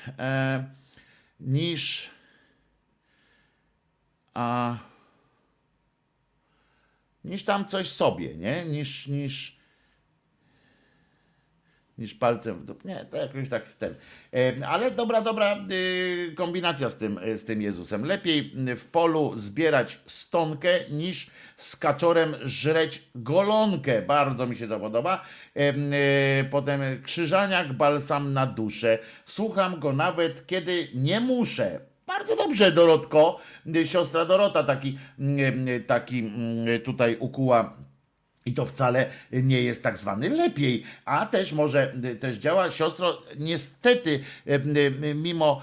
tam coś sobie, nie? niż palcem w dół. Nie, to jakoś tak ten. Ale dobra kombinacja z tym Jezusem. Lepiej w polu zbierać stonkę niż z kaczorem żreć golonkę. Bardzo mi się to podoba. Potem Krzyżaniak, balsam na duszę. Słucham go nawet kiedy nie muszę. Bardzo dobrze, Dorotko. Siostra Dorota taki tutaj ukuła. I to wcale nie jest tak zwany lepiej, a też może też działa. Siostro, niestety, mimo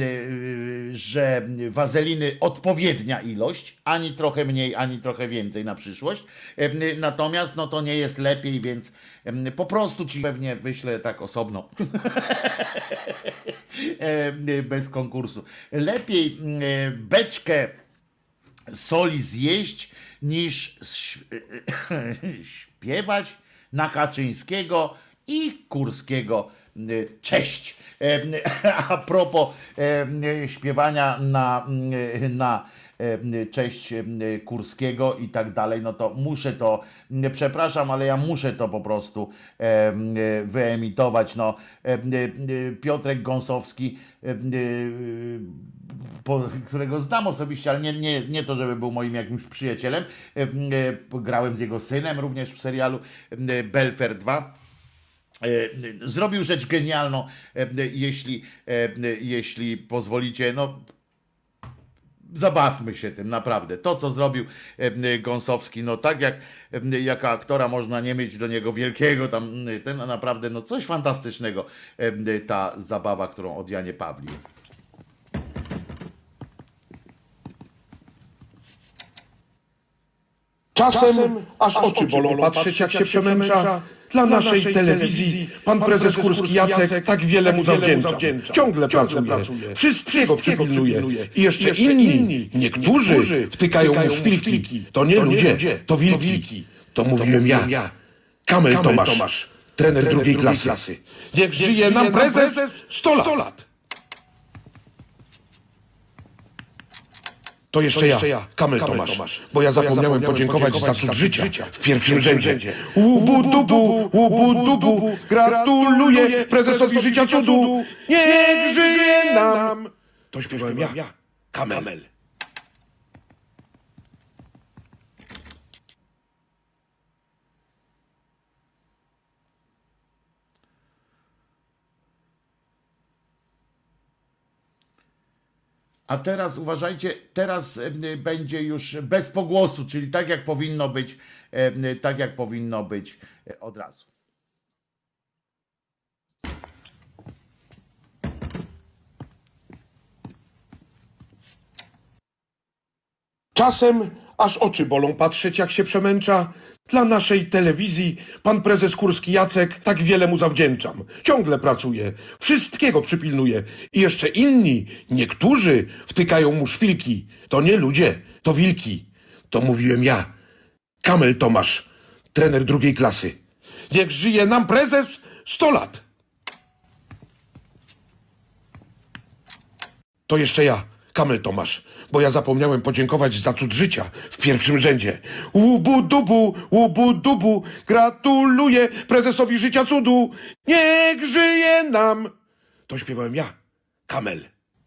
że wazeliny odpowiednia ilość, ani trochę mniej, ani trochę więcej na przyszłość, natomiast no to nie jest lepiej, więc po prostu ci pewnie wyślę tak osobno, bez konkursu. Lepiej beczkę soli zjeść niż śpiewać na Kaczyńskiego i Kurskiego cześć. A propos śpiewania na cześć Kurskiego i tak dalej, no to muszę to, przepraszam, ale ja muszę to po prostu wyemitować. No, Piotrek Gąsowski, którego znam osobiście, ale nie to, żeby był moim jakimś przyjacielem. Grałem z jego synem również w serialu Belfer 2. Zrobił rzecz genialną, jeśli pozwolicie, no zabawmy się tym, naprawdę. To, co zrobił Gąsowski, no tak jak jako aktora można nie mieć do niego wielkiego a naprawdę no coś fantastycznego, ta zabawa, którą od Janie Pawli. Czasem aż oczy bolą patrzeć, jak się przemęcza. Dla naszej telewizji pan prezes Kurski Jacek tak wiele mu zawdzięcza. Ciągle pracuje, wszystkiego przypilnuje. I jeszcze inni, niektórzy wtykają mu szpilki. To nie ludzie, to wilki. To mówiłem ja, Kamel Tomasz, trener drugiej klasy. Niech żyje nam prezes 100 lat. To jeszcze ja, Kamel Tomasz, bo ja zapomniałem podziękować za cud życia w pierwszym rzędzie. Łubu, gratuluję prezesowi życia cudu, niech żyje nam. To śpiewałem ja, Kamel. A teraz uważajcie, teraz będzie już bez pogłosu, czyli tak jak powinno być od razu. Czasem aż oczy bolą patrzeć, jak się przemęcza. Dla naszej telewizji pan prezes Kurski Jacek tak wiele mu zawdzięczam. Ciągle pracuje, wszystkiego przypilnuje. I jeszcze inni, niektórzy wtykają mu szpilki. To nie ludzie, to wilki. To mówiłem ja, Kamel Tomasz, trener drugiej klasy. Niech żyje nam prezes 100 lat. To jeszcze ja, Kamel Tomasz, bo ja zapomniałem podziękować za cud życia w pierwszym rzędzie. Łubu, gratuluję prezesowi życia cudu, niech żyje nam. To śpiewałem ja, Kamel.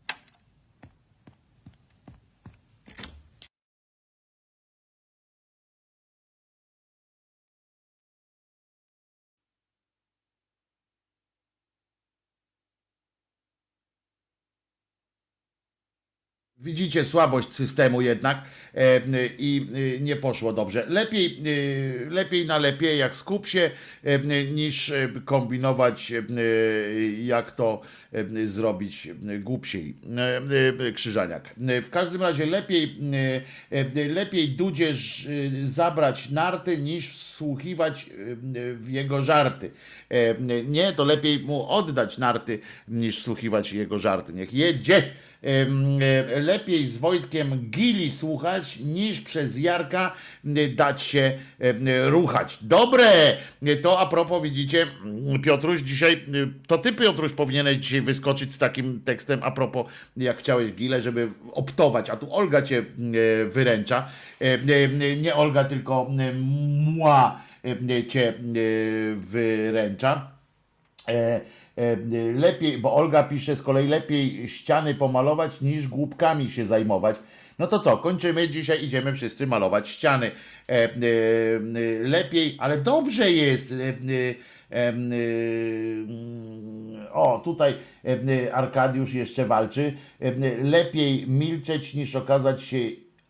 Widzicie słabość systemu jednak i nie poszło dobrze. Lepiej na lepiej jak skup się, niż kombinować jak to zrobić głupsiej. Krzyżaniak. W każdym razie lepiej Dudzie zabrać narty niż wsłuchiwać w jego żarty. Nie, to lepiej mu oddać narty niż wsłuchiwać jego żarty. Niech jedzie. Lepiej z Wojtkiem Gili słuchać niż przez Jarka dać się ruchać. Dobre! To a propos, widzicie, Piotruś dzisiaj, to ty, Piotruś, powinieneś dzisiaj wyskoczyć z takim tekstem a propos, jak chciałeś Gilę, żeby optować, a tu Olga cię wyręcza. Nie Olga, tylko cię wyręcza. Lepiej, bo Olga pisze z kolei, lepiej ściany pomalować niż głupkami się zajmować. No to co, kończymy dzisiaj, idziemy wszyscy malować ściany. Lepiej, ale dobrze jest. O, tutaj Arkadiusz jeszcze walczy. Lepiej milczeć niż okazać się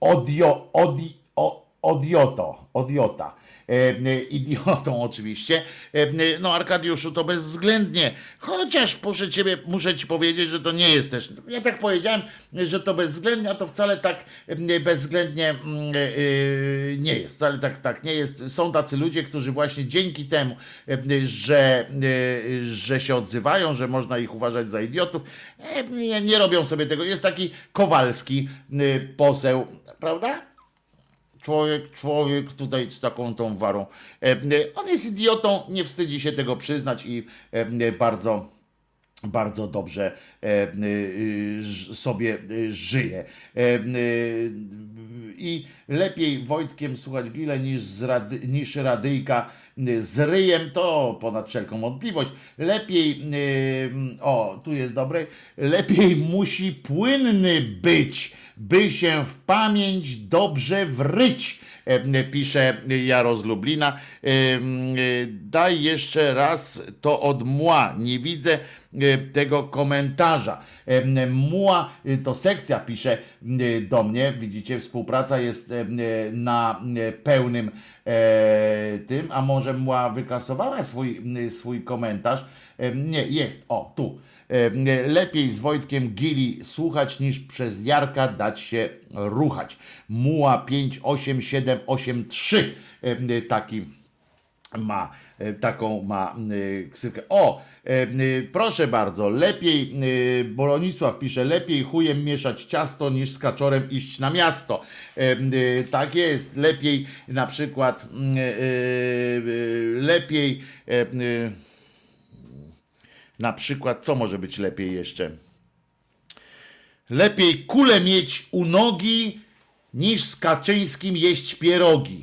idiota. Idiotą oczywiście. No Arkadiuszu, to bezwzględnie, chociaż muszę ci powiedzieć, że to nie jest też, ja tak powiedziałem, że to bezwzględnie, a to wcale tak bezwzględnie nie jest, wcale tak nie jest. Są tacy ludzie, którzy właśnie dzięki temu, że się odzywają, że można ich uważać za idiotów, nie robią sobie tego. Jest taki Kowalski, poseł, prawda? Człowiek tutaj z taką tą warą. On jest idiotą, nie wstydzi się tego przyznać i bardzo, bardzo dobrze sobie żyje. I lepiej Wojtkiem słuchać Gile niż Radyjka z ryjem, to ponad wszelką wątpliwość. Lepiej, o, tu jest dobre, lepiej musi płynny być, by się w pamięć dobrze wryć, pisze Jaro z Lublina. Daj jeszcze raz to od mła, nie widzę tego komentarza. Mła to sekcja pisze do mnie, widzicie, współpraca jest na pełnym tym, a może mła wykasowała swój komentarz. Nie, jest, o, tu. Lepiej z Wojtkiem Gili słuchać niż przez Jarka dać się ruchać. Muła 58783 taką ma ksywkę. O, proszę bardzo, lepiej, Bolonisław pisze, lepiej chujem mieszać ciasto niż z kaczorem iść na miasto. Tak jest, lepiej na przykład, lepiej na przykład, co może być lepiej jeszcze? Lepiej kulę mieć u nogi, niż z Kaczyńskim jeść pierogi.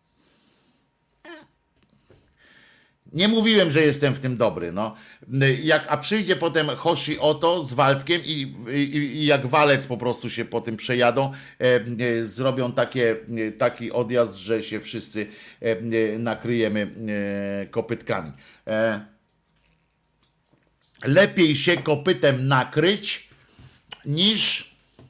Nie mówiłem, że jestem w tym dobry. No. A przyjdzie potem Hoshi Oto z Waldkiem i jak walec po prostu się po tym przejadą, zrobią taki odjazd, że się wszyscy nakryjemy kopytkami. Lepiej się kopytem nakryć niż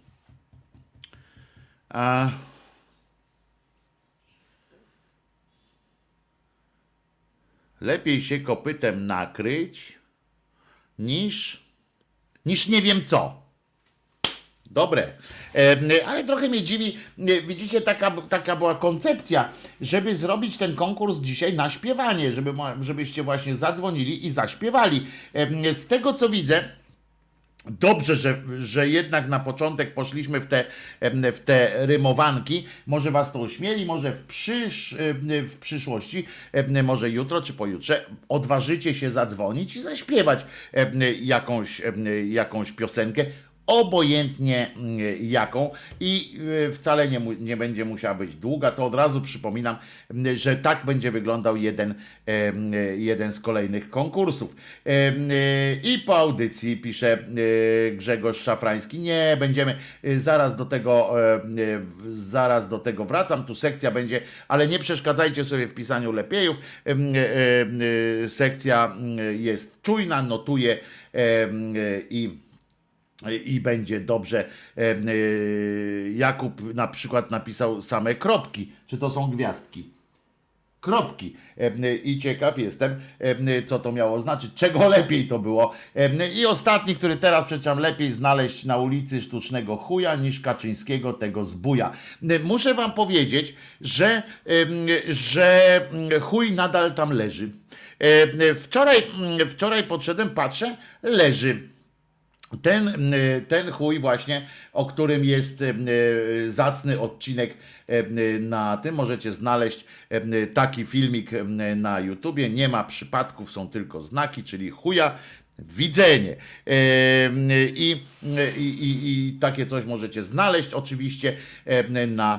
lepiej się kopytem nakryć niż nie wiem co. Dobre. Ale trochę mnie dziwi, widzicie, taka była koncepcja, żeby zrobić ten konkurs dzisiaj na śpiewanie, żebyście właśnie zadzwonili i zaśpiewali. Z tego co widzę, dobrze, że jednak na początek poszliśmy w te rymowanki. Może was to ośmieli, może w przyszłości, może jutro czy pojutrze odważycie się zadzwonić i zaśpiewać jakąś piosenkę. Obojętnie jaką i wcale nie będzie musiała być długa, to od razu przypominam, że tak będzie wyglądał jeden z kolejnych konkursów. I po audycji pisze Grzegorz Szafrański, nie będziemy, zaraz do tego wracam, tu sekcja będzie, ale nie przeszkadzajcie sobie w pisaniu lepiejów, sekcja jest czujna, notuje i będzie dobrze. Jakub na przykład napisał same kropki. Czy to są gwiazdki? Kropki. I ciekaw jestem, co to miało znaczyć, czego lepiej to było. I ostatni, który teraz przeczytam, lepiej znaleźć na ulicy sztucznego chuja niż Kaczyńskiego tego zbuja. Muszę wam powiedzieć, że chuj nadal tam leży. Wczoraj podszedłem, patrzę, leży. Ten chuj właśnie, o którym jest zacny odcinek na tym, możecie znaleźć taki filmik na YouTubie, nie ma przypadków, są tylko znaki, czyli chuja widzenie. I takie coś możecie znaleźć oczywiście na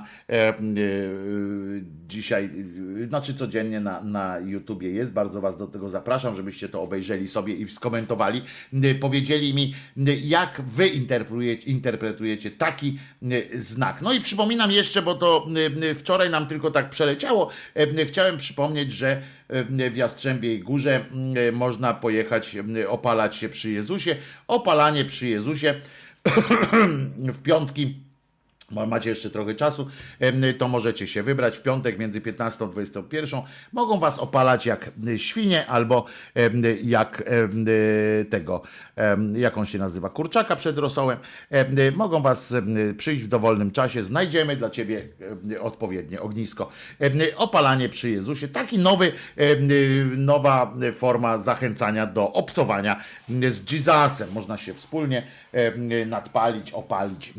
dzisiaj, znaczy codziennie na YouTubie jest. Bardzo was do tego zapraszam, żebyście to obejrzeli sobie i skomentowali. Powiedzieli mi, jak wy interpretujecie taki znak. No i przypominam jeszcze, bo to wczoraj nam tylko tak przeleciało, chciałem przypomnieć, że w Jastrzębiej Górze można pojechać, opalać się przy Jezusie. Opalanie przy Jezusie w piątki, bo macie jeszcze trochę czasu, to możecie się wybrać w piątek między 15 a 21. Mogą was opalać jak świnie albo jak tego, jak on się nazywa, kurczaka przed rosołem. Mogą was przyjść w dowolnym czasie, znajdziemy dla ciebie odpowiednie ognisko. Opalanie przy Jezusie, taki nowa forma zachęcania do obcowania z Jezusem. Można się wspólnie nadpalić, opalić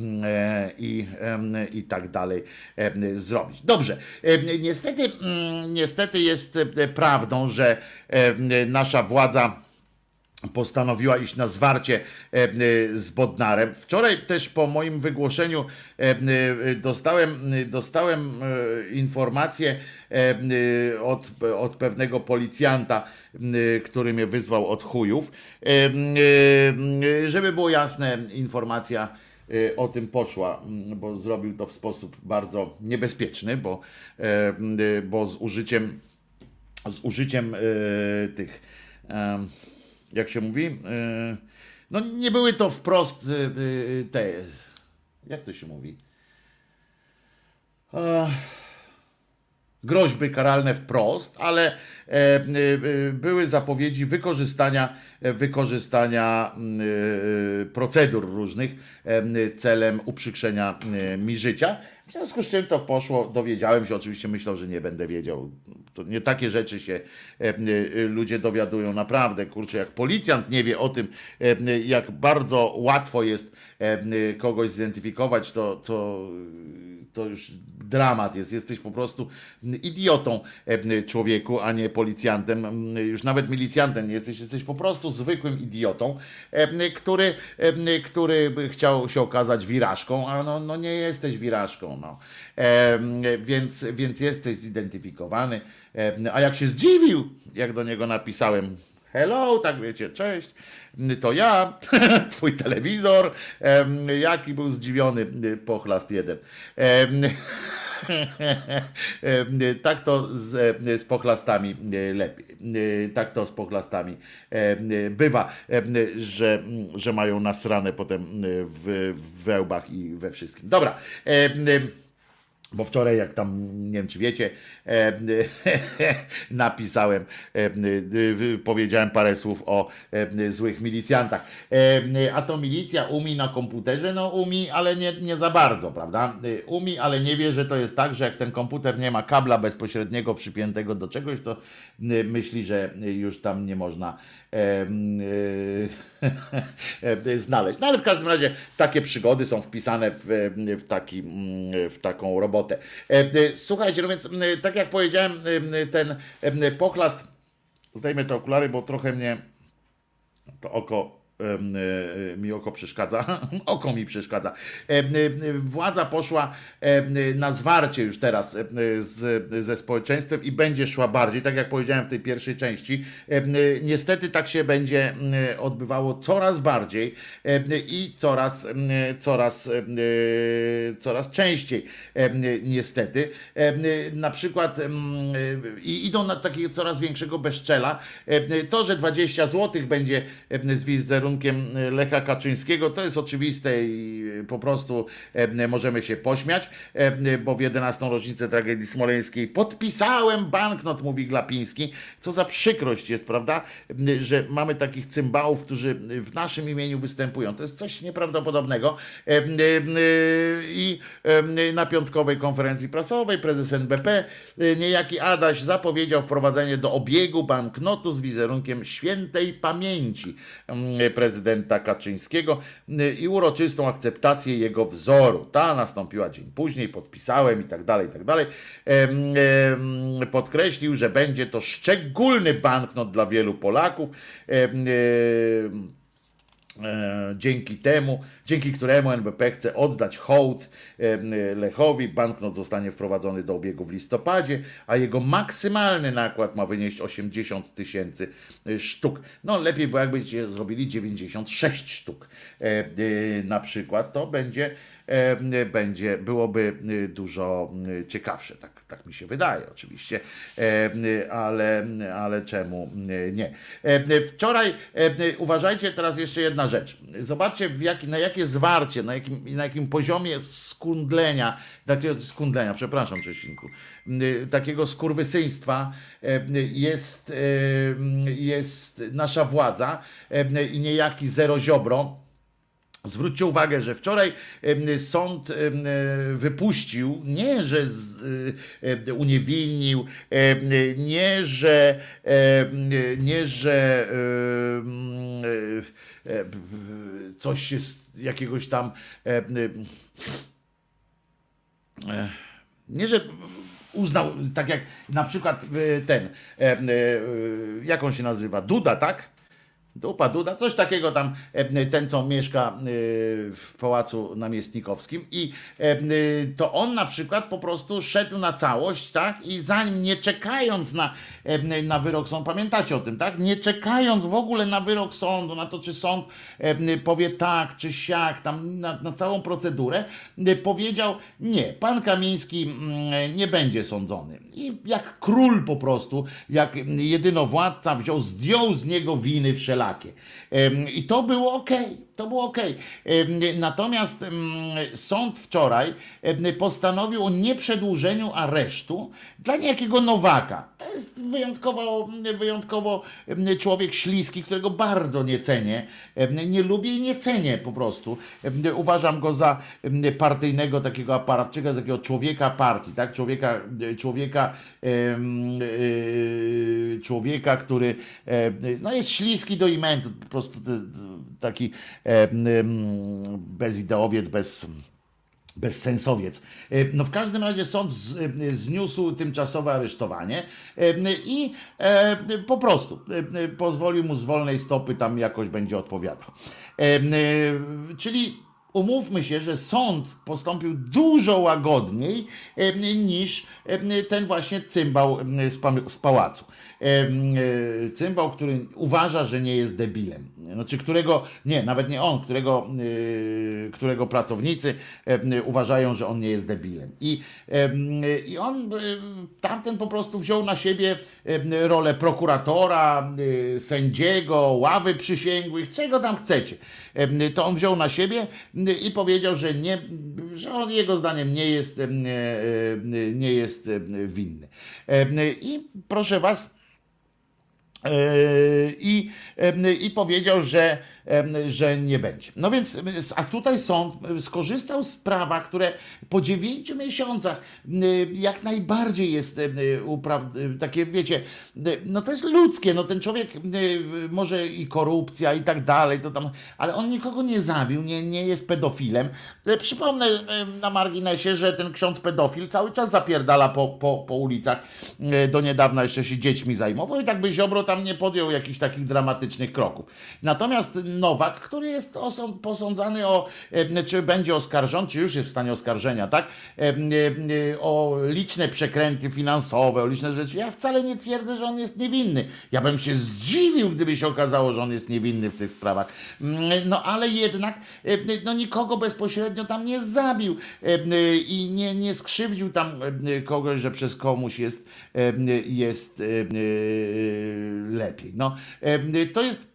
i tak dalej zrobić. Dobrze, niestety jest prawdą, że nasza władza postanowiła iść na zwarcie z Bodnarem. Wczoraj też po moim wygłoszeniu dostałem informację od pewnego policjanta, który mnie wyzwał od chujów. Żeby było jasne, informacja o tym poszła, bo zrobił to w sposób bardzo niebezpieczny, bo z użyciem tych, jak się mówi, no nie były to wprost te, jak to się mówi, groźby karalne wprost, ale były zapowiedzi wykorzystania procedur różnych celem uprzykrzenia mi życia. W związku z czym to poszło, dowiedziałem się, oczywiście myślał, że nie będę wiedział. To nie takie rzeczy się ludzie dowiadują naprawdę, kurczę, jak policjant nie wie o tym, jak bardzo łatwo jest kogoś zidentyfikować, to już dramat jest. Jesteś po prostu idiotą, człowieku, a nie policjantem. Już nawet milicjantem nie jesteś. Jesteś po prostu zwykłym idiotą, który by chciał się okazać wirażką, a no nie jesteś wirażką. No. Więc jesteś zidentyfikowany. A jak się zdziwił, jak do niego napisałem hello, tak wiecie, cześć, to ja, twój telewizor, jaki był zdziwiony pochlast jeden. Tak to z pochlastami lepiej. Tak to z pochlastami bywa, że mają nasrane potem w wełbach i we wszystkim. Dobra. Bo wczoraj, jak tam, nie wiem czy wiecie, napisałem, powiedziałem parę słów o złych milicjantach. A to milicja umie na komputerze? No umie, ale nie za bardzo, prawda? Umie, ale nie wie, że to jest tak, że jak ten komputer nie ma kabla bezpośredniego przypiętego do czegoś, to myśli, że już tam nie można znaleźć. No ale w każdym razie takie przygody są wpisane w taką robotę. Słuchajcie, no więc tak jak powiedziałem, ten pochlast, zdejmę te okulary, bo trochę mnie to oko przeszkadza, oko mi przeszkadza. Władza poszła na zwarcie już teraz ze społeczeństwem i będzie szła bardziej, tak jak powiedziałem w tej pierwszej części. Niestety tak się będzie odbywało coraz bardziej i coraz częściej niestety. Na przykład i idą na takiego coraz większego bezczela. To, że 20 zł będzie z wizerunkiem Lecha Kaczyńskiego, to jest oczywiste i po prostu możemy się pośmiać, bo w 11. rocznicę tragedii smoleńskiej podpisałem banknot, mówi Glapiński. Co za przykrość jest, prawda, że mamy takich cymbałów, którzy w naszym imieniu występują. To jest coś nieprawdopodobnego. I na piątkowej konferencji prasowej prezes NBP, niejaki Adaś, zapowiedział wprowadzenie do obiegu banknotu z wizerunkiem świętej pamięci prezydenta Kaczyńskiego i uroczystą akceptację jego wzoru. Ta nastąpiła dzień później, podpisałem i tak dalej, i tak dalej. Podkreślił, że będzie to szczególny banknot dla wielu Polaków. Dzięki któremu NBP chce oddać hołd Lechowi. Banknot zostanie wprowadzony do obiegu w listopadzie, a jego maksymalny nakład ma wynieść 80 000 sztuk. No lepiej było, jakbyście zrobili 96 sztuk na przykład, to byłoby dużo ciekawsze, tak mi się wydaje oczywiście, ale czemu nie. Wczoraj, uważajcie teraz jeszcze jedna rzecz, zobaczcie na jakie zwarcie, na jakim poziomie skundlenia, przepraszam Czesinku, takiego skurwysyństwa jest nasza władza i niejaki Zero Ziobro. Zwróćcie uwagę, że wczoraj sąd wypuścił, nie że uniewinnił, nie że coś jest jakiegoś tam, nie że uznał, tak jak na przykład jak on się nazywa, Duda, tak? Duda, coś takiego tam, ten co mieszka w Pałacu Namiestnikowskim i to on na przykład po prostu szedł na całość, tak, i zanim, nie czekając na wyrok sądu, pamiętacie o tym, tak, nie czekając w ogóle na wyrok sądu, na to czy sąd powie tak czy siak, tam na całą procedurę, powiedział nie, pan Kamiński nie będzie sądzony i jak król po prostu, jak jedynowładca zdjął z niego winy wszelakie. I to było okej. To było okej. Natomiast sąd wczoraj postanowił o nieprzedłużeniu aresztu dla niejakiego Nowaka. To jest wyjątkowo człowiek śliski, którego bardzo nie cenię. Nie lubię i nie cenię po prostu. Uważam go za partyjnego takiego aparatczyka, za takiego człowieka partii, tak? Człowieka, który no jest śliski do imentu, po prostu taki bezideowiec, bezsensowiec. No w każdym razie sąd zniósł tymczasowe aresztowanie i po prostu pozwolił mu z wolnej stopy tam jakoś będzie odpowiadał. Czyli umówmy się, że sąd postąpił dużo łagodniej niż ten właśnie cymbał z pałacu. Cymbał, który uważa, że nie jest debilem. Znaczy, nawet nie on, którego pracownicy uważają, że on nie jest debilem. I on, tamten po prostu wziął na siebie rolę prokuratora, sędziego, ławy przysięgłych, czego tam chcecie. To on wziął na siebie i powiedział, że on jego zdaniem nie jest winny. I proszę was, i powiedział, że nie będzie. No więc, a tutaj sąd skorzystał z prawa, które po 9 miesiącach jak najbardziej jest takie, wiecie, no to jest ludzkie, no ten człowiek może i korupcja i tak dalej, to tam, ale on nikogo nie zabił, nie jest pedofilem. Przypomnę na marginesie, że ten ksiądz pedofil cały czas zapierdala po ulicach, do niedawna jeszcze się dziećmi zajmował i tak by Ziobro tam nie podjął jakichś takich dramatycznych kroków. Natomiast Nowak, który jest posądzany czy będzie oskarżony, czy już jest w stanie oskarżenia, tak? O liczne przekręty finansowe, o liczne rzeczy. Ja wcale nie twierdzę, że on jest niewinny. Ja bym się zdziwił, gdyby się okazało, że on jest niewinny w tych sprawach. No ale jednak no, nikogo bezpośrednio tam nie zabił i nie skrzywdził tam kogoś, że przez komuś jest lepiej. No, to jest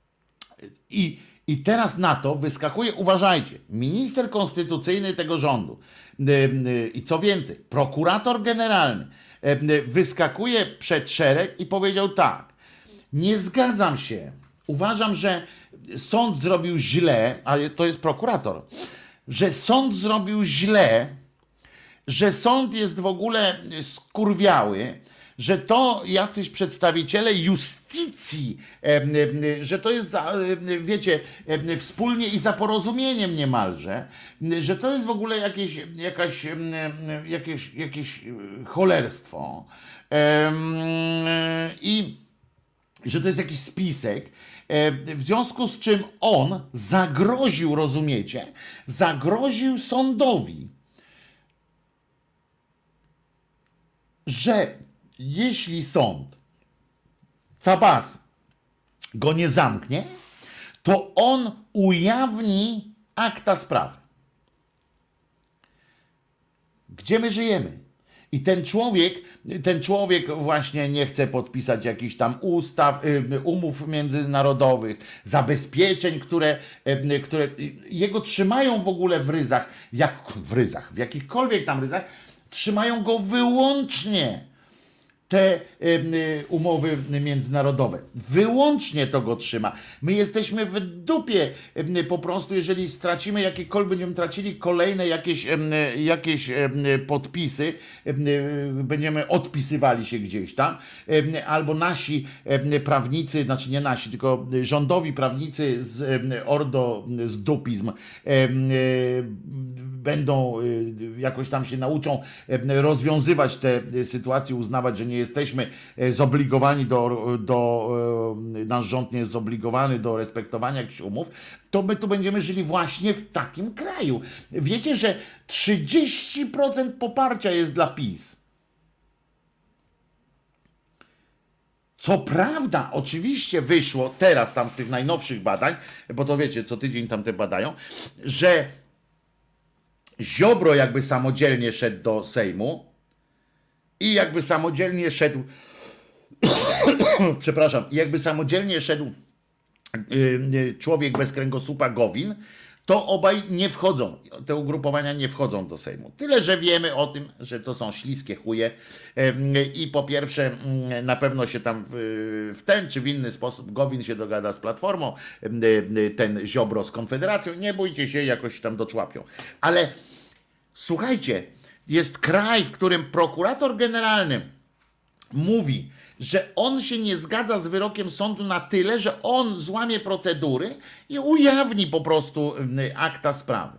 i teraz na to wyskakuje, uważajcie, minister konstytucyjny tego rządu i co więcej, prokurator generalny wyskakuje przed szereg i powiedział tak, nie zgadzam się, uważam, że sąd zrobił źle, ale to jest prokurator, że sąd zrobił źle, że sąd jest w ogóle skurwiały, że to jacyś przedstawiciele justycji, że to jest, wiecie, wspólnie i za porozumieniem niemalże, że to jest w ogóle jakieś cholerstwo i że to jest jakiś spisek, w związku z czym on zagroził, rozumiecie, zagroził sądowi, że jeśli sąd Cabas go nie zamknie, to on ujawni akta sprawy. Gdzie my żyjemy? I ten człowiek właśnie nie chce podpisać jakichś tam umów międzynarodowych, zabezpieczeń, które jego trzymają w ogóle w ryzach, w jakichkolwiek tam ryzach, trzymają go wyłącznie te umowy międzynarodowe. Wyłącznie to go trzyma. My jesteśmy w dupie po prostu, jeżeli stracimy jakiekolwiek, będziemy tracili kolejne jakieś podpisy, będziemy odpisywali się gdzieś tam, albo nasi prawnicy, znaczy nie nasi, tylko rządowi prawnicy z Ordo, z dupizm, będą jakoś tam się nauczą rozwiązywać te sytuacje, uznawać, że nie jesteśmy zobligowani nasz rząd nie jest zobligowany do respektowania jakichś umów, to my tu będziemy żyli właśnie w takim kraju. Wiecie, że 30% poparcia jest dla PiS. Co prawda, oczywiście wyszło teraz tam z tych najnowszych badań, bo to wiecie, co tydzień tam te badają, że Ziobro jakby samodzielnie szedł do Sejmu i jakby samodzielnie szedł przepraszam, jakby samodzielnie szedł człowiek bez kręgosłupa Gowin, to obaj nie wchodzą, te ugrupowania nie wchodzą do Sejmu. Tyle, że wiemy o tym, że to są śliskie chuje i po pierwsze na pewno się tam w ten czy w inny sposób Gowin się dogada z Platformą, ten Ziobro z Konfederacją, nie bójcie się, jakoś tam doczłapią. Ale słuchajcie, jest kraj, w którym prokurator generalny mówi, że on się nie zgadza z wyrokiem sądu na tyle, że on złamie procedury i ujawni po prostu akta sprawy.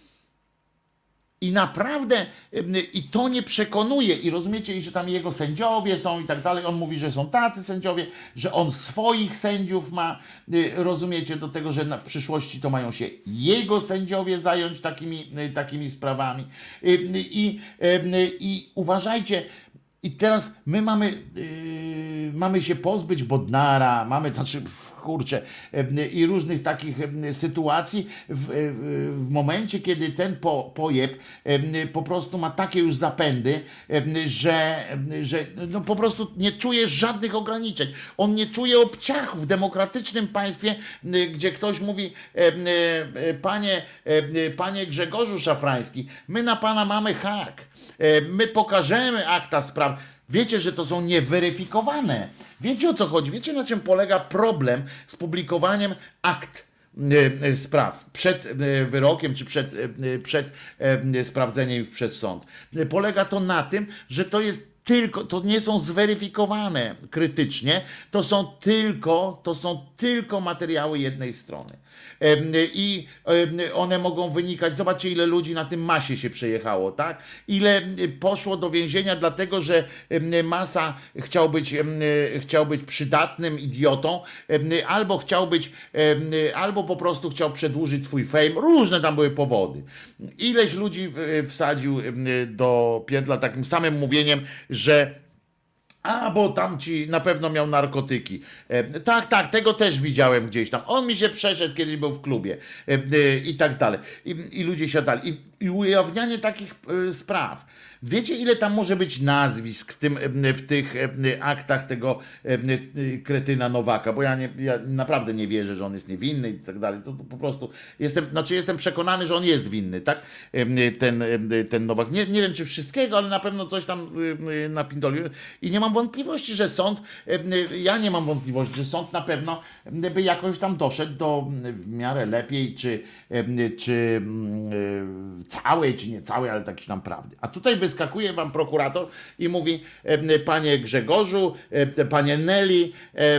I naprawdę, i to nie przekonuje, i rozumiecie, i że tam jego sędziowie są i tak dalej, on mówi, że są tacy sędziowie, że on swoich sędziów ma, rozumiecie, do tego, że w przyszłości to mają się jego sędziowie zająć takimi sprawami. I uważajcie, i teraz my mamy się pozbyć Bodnara, kurczę, i różnych takich sytuacji w momencie, kiedy ten pojeb po prostu ma takie już zapędy, że no po prostu nie czuje żadnych ograniczeń. On nie czuje obciachu w demokratycznym państwie, gdzie ktoś mówi, panie Grzegorzu Szafrański, my na pana mamy hak, my pokażemy akta spraw. Wiecie, że to są nieweryfikowane. Wiecie, o co chodzi? Wiecie, na czym polega problem z publikowaniem akt spraw przed wyrokiem, czy przed sprawdzeniem ich przez sąd? Polega to na tym, że to nie są zweryfikowane krytycznie, to są tylko materiały jednej strony. I one mogą wynikać, zobaczcie, ile ludzi na tym Masie się przejechało, tak? Ile poszło do więzienia dlatego, że Masa chciał być przydatnym idiotą, albo po prostu chciał przedłużyć swój fame. Różne tam były powody. Ileś ludzi wsadził do pierdla takim samym mówieniem, że bo tamci na pewno miał narkotyki. Tak, tego też widziałem gdzieś tam. On mi się przeszedł, kiedyś był w klubie i tak dalej. I ludzie siadali. I ujawnianie takich spraw. Wiecie, ile tam może być nazwisk w tych aktach tego kretyna Nowaka, bo ja naprawdę nie wierzę, że on jest niewinny i tak dalej. To po prostu jestem przekonany, że on jest winny, tak? Ten Nowak. Nie wiem, czy wszystkiego, ale na pewno coś tam napindolił. I nie mam wątpliwości, że sąd, ja nie mam wątpliwości, że sąd na pewno by jakoś tam doszedł do w miarę lepiej, czy całej, czy nie całej, ale takiej tam prawdy. A tutaj wyskakuje wam prokurator i mówi: panie Grzegorzu, panie Nelly,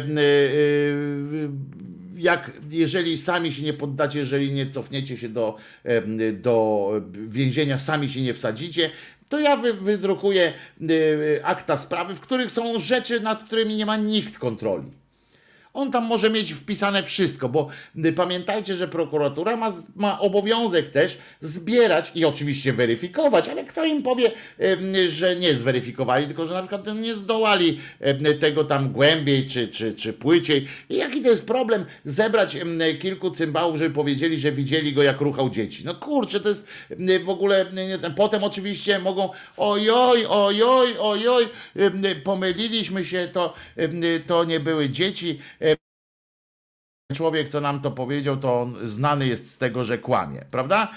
jeżeli sami się nie poddacie, jeżeli nie cofniecie się do więzienia, sami się nie wsadzicie, to ja wydrukuję akta sprawy, w których są rzeczy, nad którymi nie ma nikt kontroli. On tam może mieć wpisane wszystko, bo pamiętajcie, że prokuratura ma obowiązek też zbierać i oczywiście weryfikować, ale kto im powie, że nie zweryfikowali, tylko że na przykład nie zdołali tego tam głębiej czy płyciej. I jaki to jest problem zebrać kilku cymbałów, żeby powiedzieli, że widzieli go, jak ruchał dzieci. No kurczę, to jest w ogóle... Potem oczywiście mogą ojoj, pomyliliśmy się, to nie były dzieci. Człowiek, co nam to powiedział, to on znany jest z tego, że kłamie, prawda?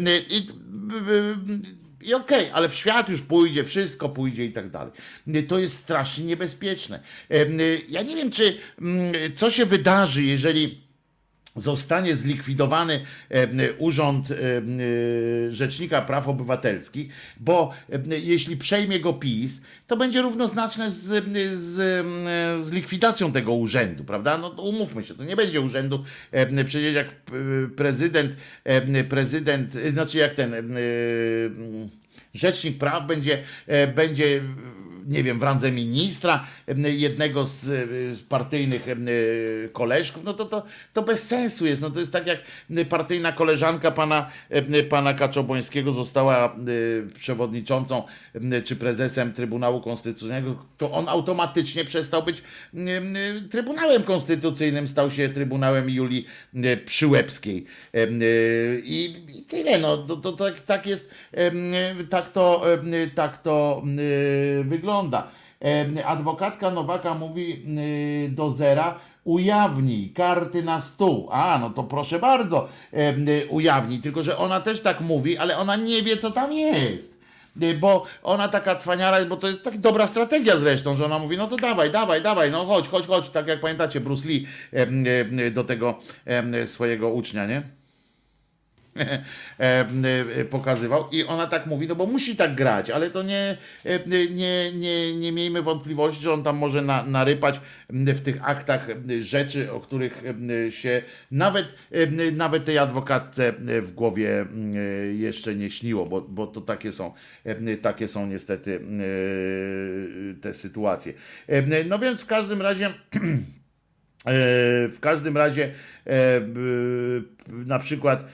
I okej, ale w świat już pójdzie, wszystko pójdzie i tak dalej. To jest strasznie niebezpieczne. Ja nie wiem, co się wydarzy, jeżeli zostanie zlikwidowany Urząd Rzecznika Praw Obywatelskich, bo jeśli przejmie go PiS, to będzie równoznaczne z likwidacją tego urzędu, prawda? No to umówmy się, to nie będzie urzędu, przecież jak prezydent, znaczy jak ten Rzecznik Praw będzie nie wiem, w randze ministra, jednego z partyjnych koleżków, no to bez sensu jest. No to jest tak, jak partyjna koleżanka pana Kaczobońskiego została przewodniczącą czy prezesem Trybunału Konstytucyjnego, to on automatycznie przestał być Trybunałem Konstytucyjnym, stał się Trybunałem Julii Przyłębskiej. I tyle, no to tak jest, tak to wygląda. Adwokatka Nowaka mówi do Zera: ujawnij karty na stół. A, no to proszę bardzo, ujawnij. Tylko że ona też tak mówi, ale ona nie wie, co tam jest. Bo ona taka cwaniara jest, bo to jest taka dobra strategia zresztą, że ona mówi: no to dawaj, no chodź, tak jak pamiętacie, Bruce Lee do tego swojego ucznia, nie? Pokazywał i ona tak mówi, no bo musi tak grać, ale to nie miejmy wątpliwości, że on tam może narypać w tych aktach rzeczy, o których się nawet tej adwokatce w głowie jeszcze nie śniło, bo to takie są niestety te sytuacje. No więc w każdym razie na przykład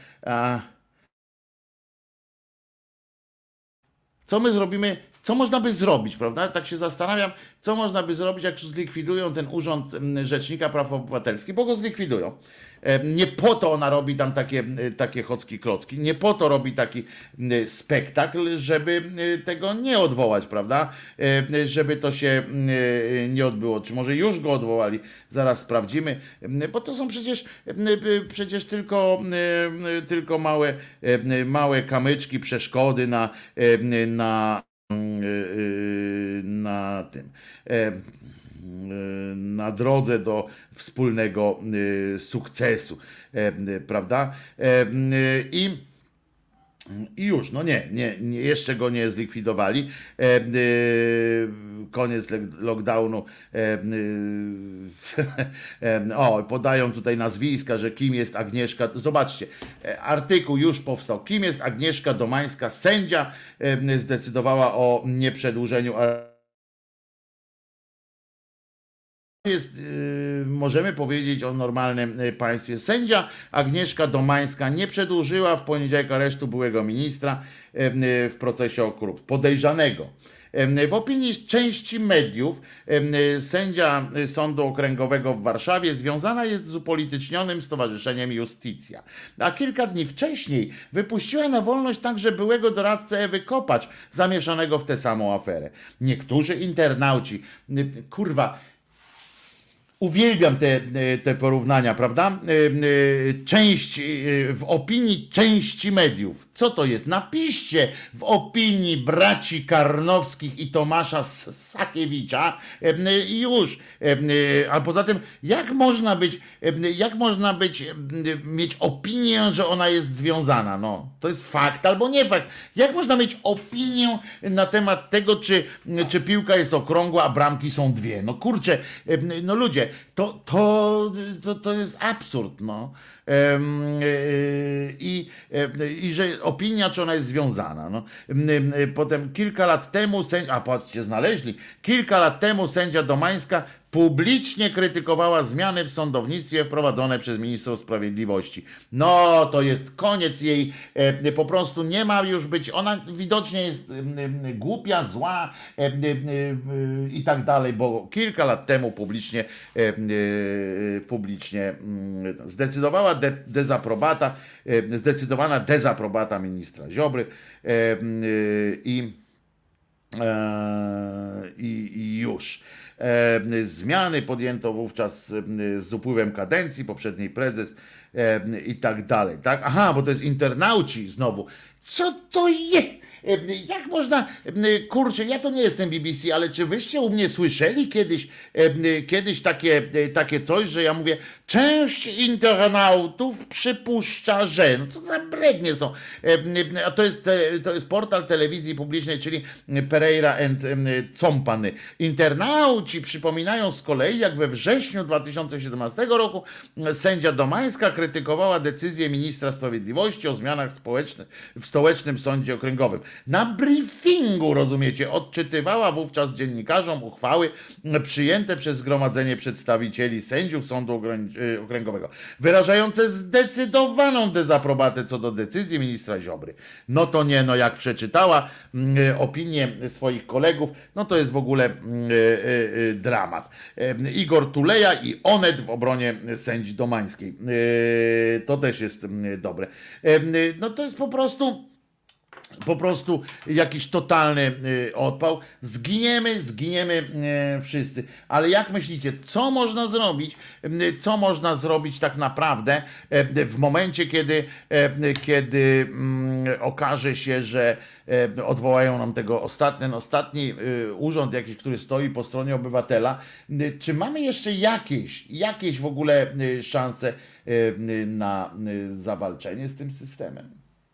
co my zrobimy, co można by zrobić, prawda? Tak się zastanawiam, co można by zrobić, jak zlikwidują ten Urząd Rzecznika Praw Obywatelskich, bo go zlikwidują. Nie po to ona robi tam takie chocki-klocki, nie po to robi taki spektakl, żeby tego nie odwołać, prawda? Żeby to się nie odbyło. Czy może już go odwołali? Zaraz sprawdzimy, bo to są przecież tylko małe kamyczki, przeszkody na drodze do wspólnego sukcesu, prawda? I już, no nie, jeszcze go nie zlikwidowali. Koniec lockdownu. Podają tutaj nazwiska, że kim jest Agnieszka. Zobaczcie, artykuł już powstał. Kim jest Agnieszka Domańska? Sędzia zdecydowała o nieprzedłużeniu. Możemy powiedzieć o normalnym państwie. Sędzia Agnieszka Domańska nie przedłużyła w poniedziałek aresztu byłego ministra w procesie o korupcję, podejrzanego. W opinii części mediów sędzia Sądu Okręgowego w Warszawie związana jest z upolitycznionym stowarzyszeniem Iustitia. A kilka dni wcześniej wypuściła na wolność także byłego doradcę Ewy Kopacz, zamieszanego w tę samą aferę. Niektórzy internauci, kurwa, Uwielbiam te porównania, prawda? Część w opinii części mediów. Co to jest? Napiszcie w opinii braci Karnowskich i Tomasza Sakiewicza i już. A poza tym, jak można mieć opinię, że ona jest związana? No, to jest fakt albo nie fakt. Jak można mieć opinię na temat tego, czy piłka jest okrągła, a bramki są dwie? No kurczę, no ludzie, to jest absurd, no. I że opinia, czy ona jest związana. No. Potem kilka lat temu, patrzcie, znaleźli, kilka lat temu sędzia Domańska publicznie krytykowała zmiany w sądownictwie wprowadzone przez ministra sprawiedliwości. No, to jest koniec jej, po prostu nie ma już być, ona widocznie jest głupia, zła i tak dalej, bo kilka lat temu publicznie zdecydowała zdecydowana dezaprobata ministra Ziobry i już. Zmiany podjęto wówczas z upływem kadencji poprzedniej prezes i tak dalej. Tak? Aha, bo to jest internauci znowu. Co to jest? Jak można, kurczę, ja to nie jestem BBC, ale czy wyście u mnie słyszeli kiedyś takie coś, że ja mówię, część internautów przypuszcza, że, no co za brednie są, a to jest portal telewizji publicznej, czyli Pereira and Company. Internauci przypominają z kolei, jak we wrześniu 2017 roku sędzia Domańska krytykowała decyzję ministra sprawiedliwości o zmianach w stołecznym sądzie okręgowym. Na briefingu, rozumiecie, odczytywała wówczas dziennikarzom uchwały przyjęte przez zgromadzenie przedstawicieli sędziów Sądu Okręgowego, wyrażające zdecydowaną dezaprobatę co do decyzji ministra Ziobry. No to nie, no jak przeczytała opinię swoich kolegów, no to jest w ogóle dramat. Igor Tuleja i Onet w obronie sędzi Domańskiej. To też jest dobre. No to jest po prostu jakiś totalny odpał. Zginiemy wszyscy. Ale jak myślicie, co można zrobić? Co można zrobić tak naprawdę w momencie, kiedy okaże się, że odwołają nam ten ostatni urząd jakiś, który stoi po stronie obywatela. Czy mamy jeszcze jakieś w ogóle szanse na zawalczenie z tym systemem?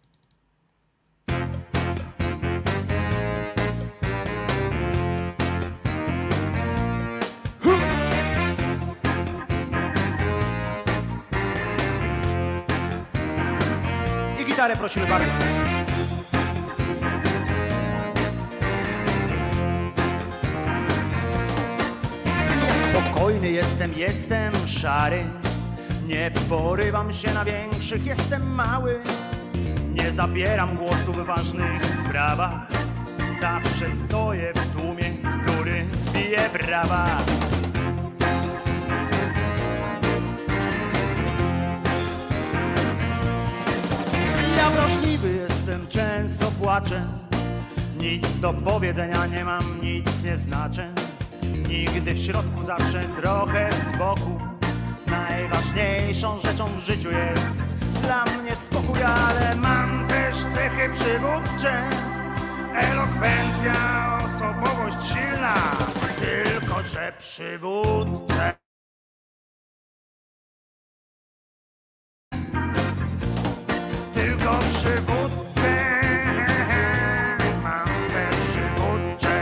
Gitarę prosimy bardzo. Ja spokojny jestem szary. Nie porywam się na większych, jestem mały. Nie zabieram głosu w ważnych sprawach. Zawsze stoję w tłumie, który bije brawa. Ja wrażliwy jestem, często płaczę. Nic do powiedzenia nie mam, nic nie znaczę. Nigdy w środku, zawsze trochę z boku. Najważniejszą rzeczą w życiu jest dla mnie spokój, ale mam też cechy przywódcze. Elokwencja, osobowość silna, tylko że przywódcę. Tylko przywódcę, mam te przywódcze.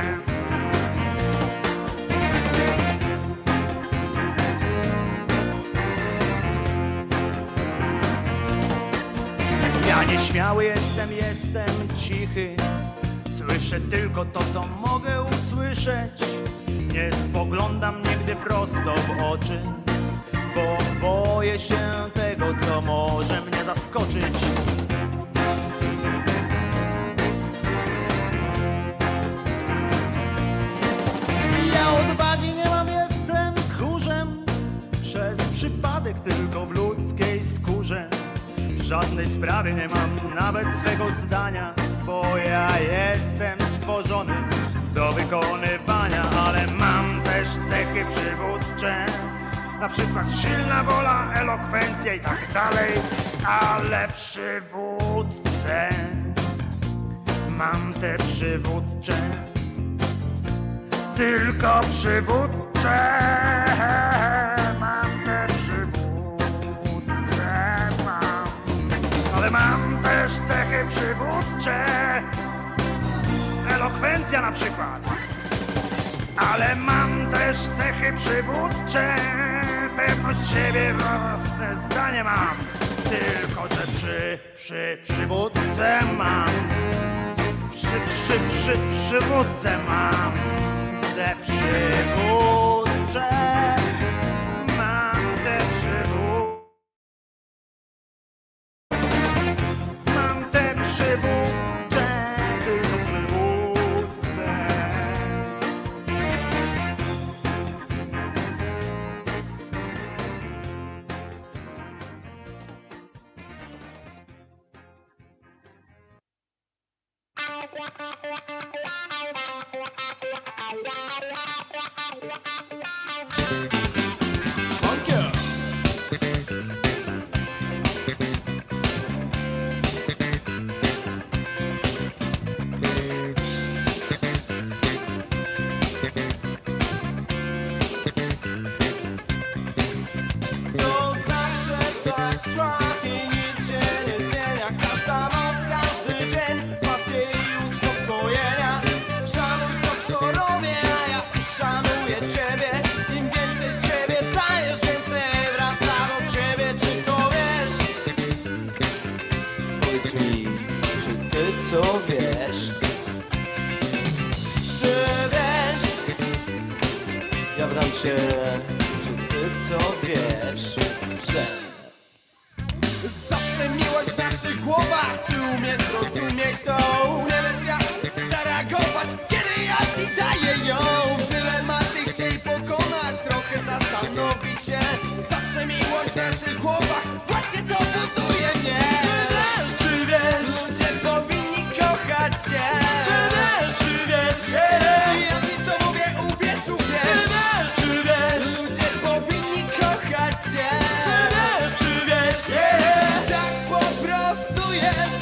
Ja nieśmiały jestem cichy. Słyszę tylko to, co mogę usłyszeć. Nie spoglądam nigdy prosto w oczy, bo boję się tego, co może mnie zaskoczyć. Ja odwagi nie mam, jestem tchórzem. Przez przypadek tylko w ludzkiej skórze. W żadnej sprawie nie mam nawet swego zdania, bo ja jestem stworzony do wykonywania, ale mam też cechy przywódcze. na przykład silna wola, elokwencja i tak dalej. Ale przywódcę mam te przywódcze, tylko przywódcze mam te przywódce mam. Ale mam też cechy przywódcze, elokwencja na przykład. Ale mam też cechy przywódcze, pewność siebie, własne zdanie mam. Tylko te przywódcę mam. Przywódcę mam. Te przywódcze mam, te przywódcze. Mam te przywódcze, tylko przywódce. To zawsze tak trwa i nic się nie zmienia. Każda noc, każdy dzień, pasje i uspokojenia. Szanuj to, co robię, a ja szanuję ciebie. Im więcej z siebie dajesz, więcej wraca do ciebie. Czy to wiesz? Powiedz mi, czy ty to wiesz? Czy wiesz? Ja pytam cię, czy ty to wiesz, że zawsze miłość w naszych głowach. Czy umiesz zrozumieć to? Nie wiesz jak zareagować, kiedy ja ci daję ją. Dylematy chciej pokonać, trochę zastanowić się. Zawsze miłość w naszych głowach, właśnie to buduje mnie. Czy wiesz, ludzie powinni kochać się? Czy wiesz, ja ci to mówię, uwierz, uwierz. Czy wiesz, ludzie powinni kochać się? Czy wiesz, tak po prostu jest.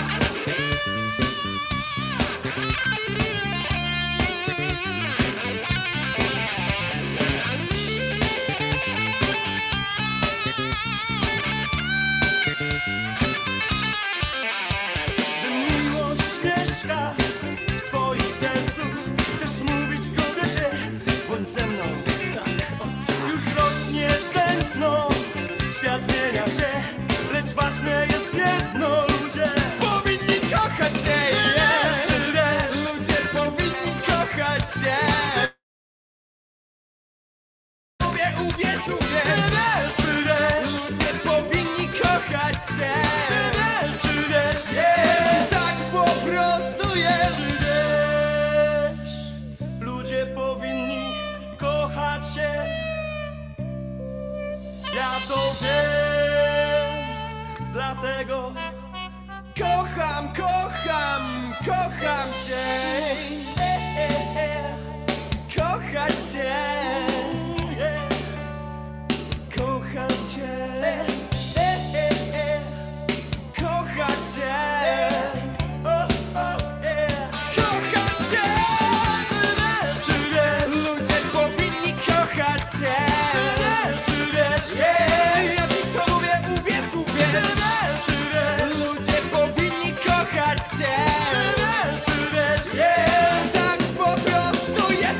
Gdy miłość mieszka w twoim sercu, chcesz mówić kobiecie, bądź ze mną, tak, o tak. Już rośnie tętno, świat zmienia się, lecz ważne jest jedno, ludzie powinni kochać się. Czy wiesz, ludzie powinni kochać się? Mówię, uwierz, uwierz. Czy wiesz, ludzie powinni kochać się? Czy wiesz, tak po prostu jest. Czy wiesz, ludzie powinni kochać się? Ja to wiem, dlatego kocham, kocham, kocham cię. Kochać cię. Kocham cię. Kocham cię. Kocham cię. Czy wiesz, ludzie powinni kochać się? Czy wiesz, ja ci to mówię, uwierz, uwierz. Czy wiesz, ludzie powinni kochać się? Czy wiesz, tak po prostu jest.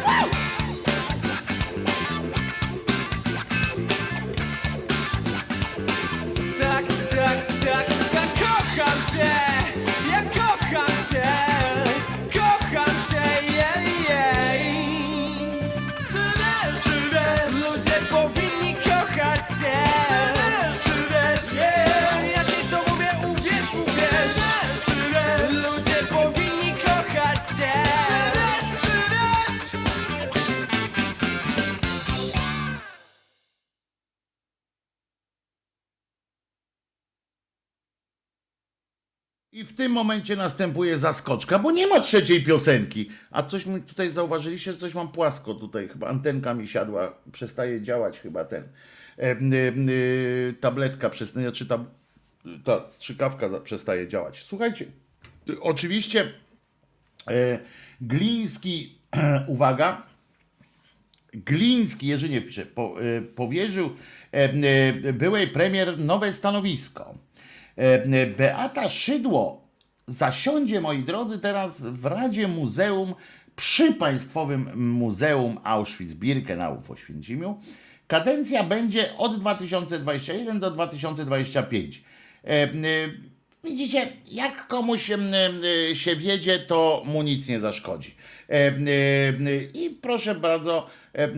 Tak, tak, tak, tak, kocham cię, ja kocham cię, kocham cię, jej. Czy wiesz, ludzie powinni kochać się? Czy wiesz, ja ci to mówię, uwierz, uwierz. Czy wiesz, ludzie powinni I w tym momencie następuje zaskoczka, bo nie ma trzeciej piosenki. A coś mi tutaj zauważyliście, że coś mam płasko tutaj. Chyba antenka mi siadła, przestaje działać chyba tabletka przestaje, znaczy ta strzykawka przestaje działać. Słuchajcie, oczywiście Gliński, uwaga, Gliński, Jerzyniew pisze, powierzył byłej premier nowe stanowisko. Beata Szydło zasiądzie, moi drodzy, teraz w Radzie Muzeum przy Państwowym Muzeum Auschwitz-Birkenau w Oświęcimiu. Kadencja będzie od 2021 do 2025. Widzicie, jak komuś się wiedzie, to mu nic nie zaszkodzi. I proszę bardzo,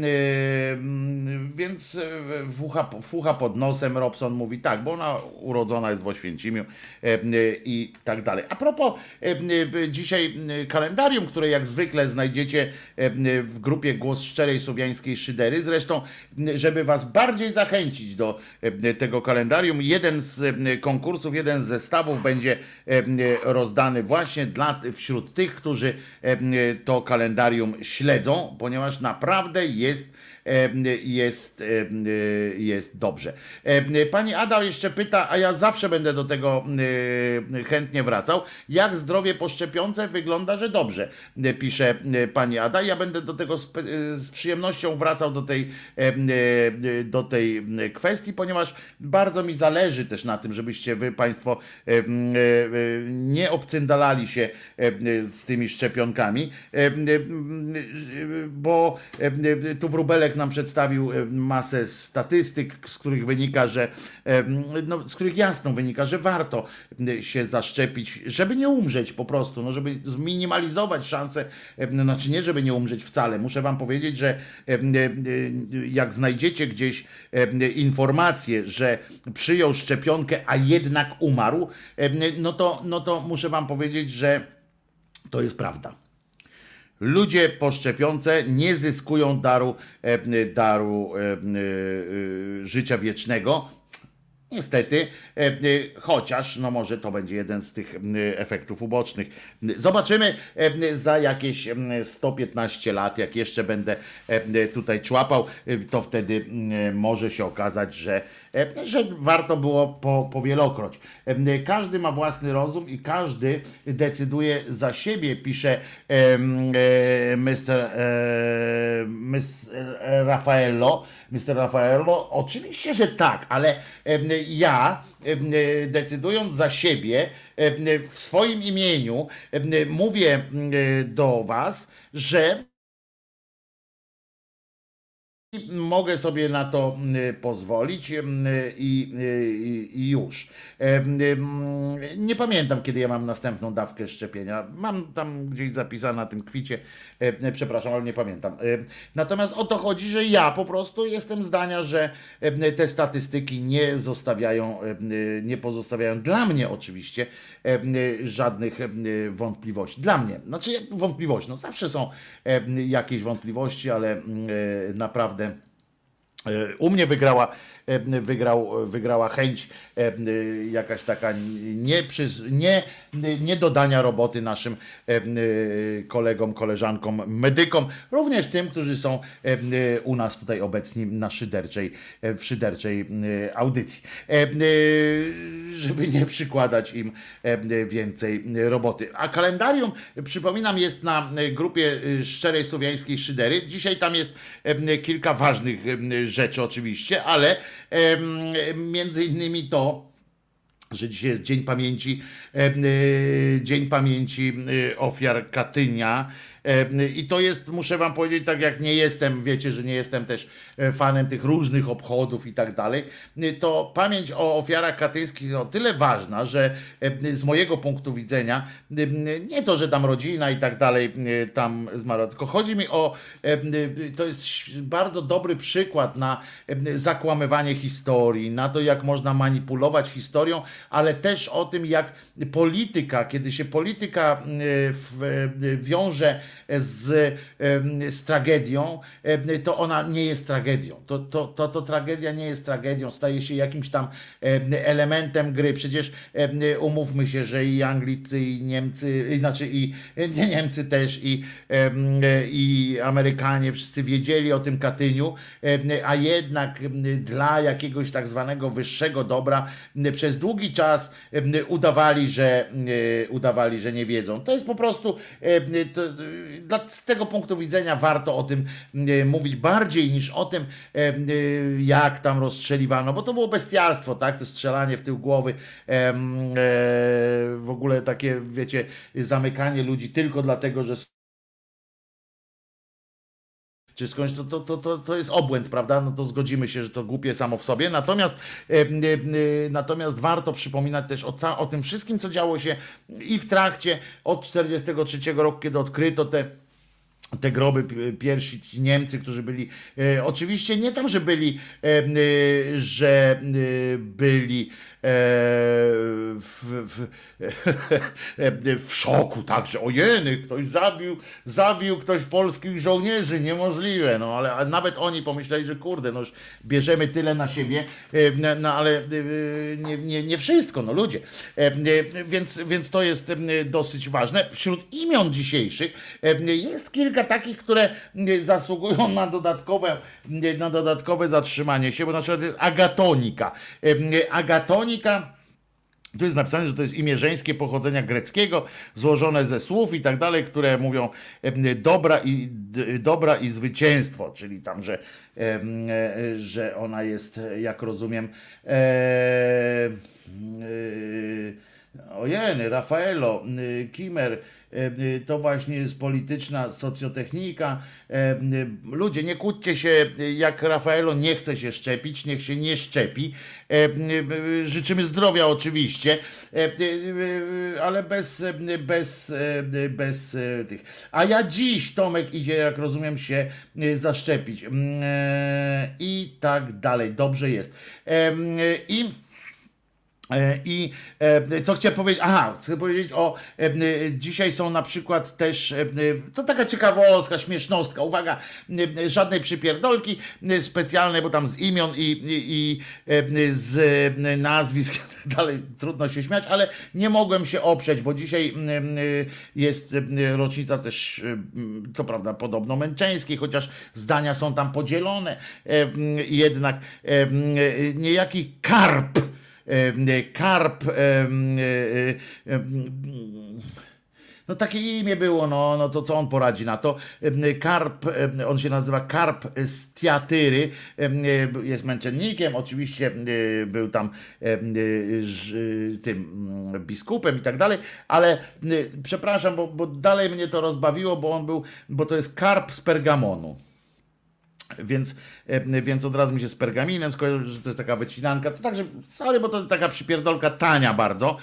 więc fucha pod nosem, Robson mówi tak, bo ona urodzona jest w Oświęcimiu i tak dalej. A propos dzisiaj kalendarium, które jak zwykle znajdziecie w grupie Głos Szczerej Słowiańskiej Szydery, zresztą żeby was bardziej zachęcić do tego kalendarium, jeden z konkursów, jeden z zestawów będzie rozdany właśnie wśród tych, którzy to kalendarium śledzą, ponieważ naprawdę jest dobrze. Pani Ada jeszcze pyta, a ja zawsze będę do tego chętnie wracał, jak zdrowie po szczepionce wygląda, że dobrze, pisze pani Ada. Ja będę do tego z przyjemnością wracał do tej kwestii, ponieważ bardzo mi zależy też na tym, żebyście wy państwo nie obcyndalali się z tymi szczepionkami, bo tu Wróbelek nam przedstawił masę statystyk, z których wynika, z których jasno wynika, że warto się zaszczepić, żeby nie umrzeć po prostu, żeby zminimalizować szanse, znaczy nie, żeby nie umrzeć wcale. Muszę wam powiedzieć, że jak znajdziecie gdzieś informację, że przyjął szczepionkę, a jednak umarł, no to muszę wam powiedzieć, że to jest prawda. Ludzie po szczepionce nie zyskują daru życia wiecznego. Niestety, chociaż no może to będzie jeden z tych efektów ubocznych. Zobaczymy za jakieś 115 lat, jak jeszcze będę tutaj człapał, to wtedy może się okazać, że warto było powielokroć. Każdy ma własny rozum i każdy decyduje za siebie, pisze Mr. Raffaello. Oczywiście, że tak, ale ja decydując za siebie w swoim imieniu mówię do was, że mogę sobie na to pozwolić i już. Nie pamiętam, kiedy ja mam następną dawkę szczepienia. Mam tam gdzieś zapisane na tym kwicie, przepraszam, ale nie pamiętam. Natomiast o to chodzi, że ja po prostu jestem zdania, że te statystyki nie pozostawiają dla mnie oczywiście żadnych wątpliwości. Dla mnie. Znaczy wątpliwości, no zawsze są jakieś wątpliwości, ale naprawdę u mnie wygrała chęć jakaś taka nie dodania roboty naszym kolegom, koleżankom, medykom, również tym, którzy są u nas tutaj obecni w szyderczej audycji, żeby nie przykładać im więcej roboty. A kalendarium, przypominam, jest na grupie Szczerej Słowiańskiej Szydery. Dzisiaj tam jest kilka ważnych rzeczy oczywiście, ale między innymi to, że dzisiaj jest Dzień Pamięci Ofiar Katynia. I to jest, muszę wam powiedzieć, tak jak nie jestem, wiecie, że nie jestem też fanem tych różnych obchodów i tak dalej, to pamięć o ofiarach katyńskich jest o tyle ważna, że z mojego punktu widzenia, nie to, że tam rodzina i tak dalej tam zmarła, tylko chodzi mi to jest bardzo dobry przykład na zakłamywanie historii, na to, jak można manipulować historią, ale też o tym, jak kiedy się polityka wiąże z tragedią, to ona nie jest tragedią. To tragedia nie jest tragedią, staje się jakimś tam elementem gry. Przecież umówmy się, że i Anglicy, i Niemcy, znaczy i nie Niemcy też, i Amerykanie wszyscy wiedzieli o tym Katyniu, a jednak dla jakiegoś tak zwanego wyższego dobra przez długi czas udawali, że nie wiedzą. To jest po prostu z tego punktu widzenia warto o tym mówić bardziej niż o tym, jak tam rozstrzeliwano, bo to było bestialstwo, tak? To strzelanie w tył głowy, w ogóle takie, wiecie, zamykanie ludzi tylko dlatego, że czy skądś, to jest obłęd, prawda? No to zgodzimy się, że to głupie samo w sobie. Natomiast warto przypominać też o tym wszystkim, co działo się i w trakcie od 1943 roku, kiedy odkryto te groby, pierwsi ci Niemcy, którzy byli, oczywiście nie tam, że byli w szoku, tak, że ojeny, ktoś zabił ktoś polskich żołnierzy, niemożliwe, no ale nawet oni pomyśleli, że kurde, no już bierzemy tyle na siebie, no ale nie wszystko, no ludzie, więc to jest dosyć ważne. Wśród imion dzisiejszych jest kilka takich, które zasługują na dodatkowe zatrzymanie się, bo na przykład jest Agatonika. Agatonika, tu jest napisane, że to jest imię żeńskie pochodzenia greckiego, złożone ze słów i tak dalej, które mówią dobra i zwycięstwo, czyli tam, że ona jest, jak rozumiem, ojeny, Raffaello, Kimmer, to właśnie jest polityczna socjotechnika. Ludzie, nie kłóćcie się, jak Raffaello nie chce się szczepić, niech się nie szczepi. Życzymy zdrowia oczywiście, ale bez tych. A ja dziś, Tomek idzie, jak rozumiem, się zaszczepić. I tak dalej. Dobrze jest. I co chciałem powiedzieć? Aha, chcę powiedzieć dzisiaj są na przykład też, to taka ciekawostka, śmiesznostka, uwaga, żadnej przypierdolki specjalnej, bo tam z imion i z nazwisk dalej trudno się śmiać, ale nie mogłem się oprzeć, bo dzisiaj jest rocznica też, co prawda, podobno męczeńskiej, chociaż zdania są tam podzielone, jednak niejaki Karp, no takie imię było, no to co on poradzi na to? Karp, on się nazywa Karp z Tiatyry, jest męczennikiem, oczywiście był tam tym biskupem i tak dalej, ale przepraszam, bo dalej mnie to rozbawiło, bo to jest Karp z Pergamonu. Więc od razu mi się z pergaminem skojarzy, że to jest taka wycinanka. To także, sorry, bo to taka przypierdolka tania bardzo,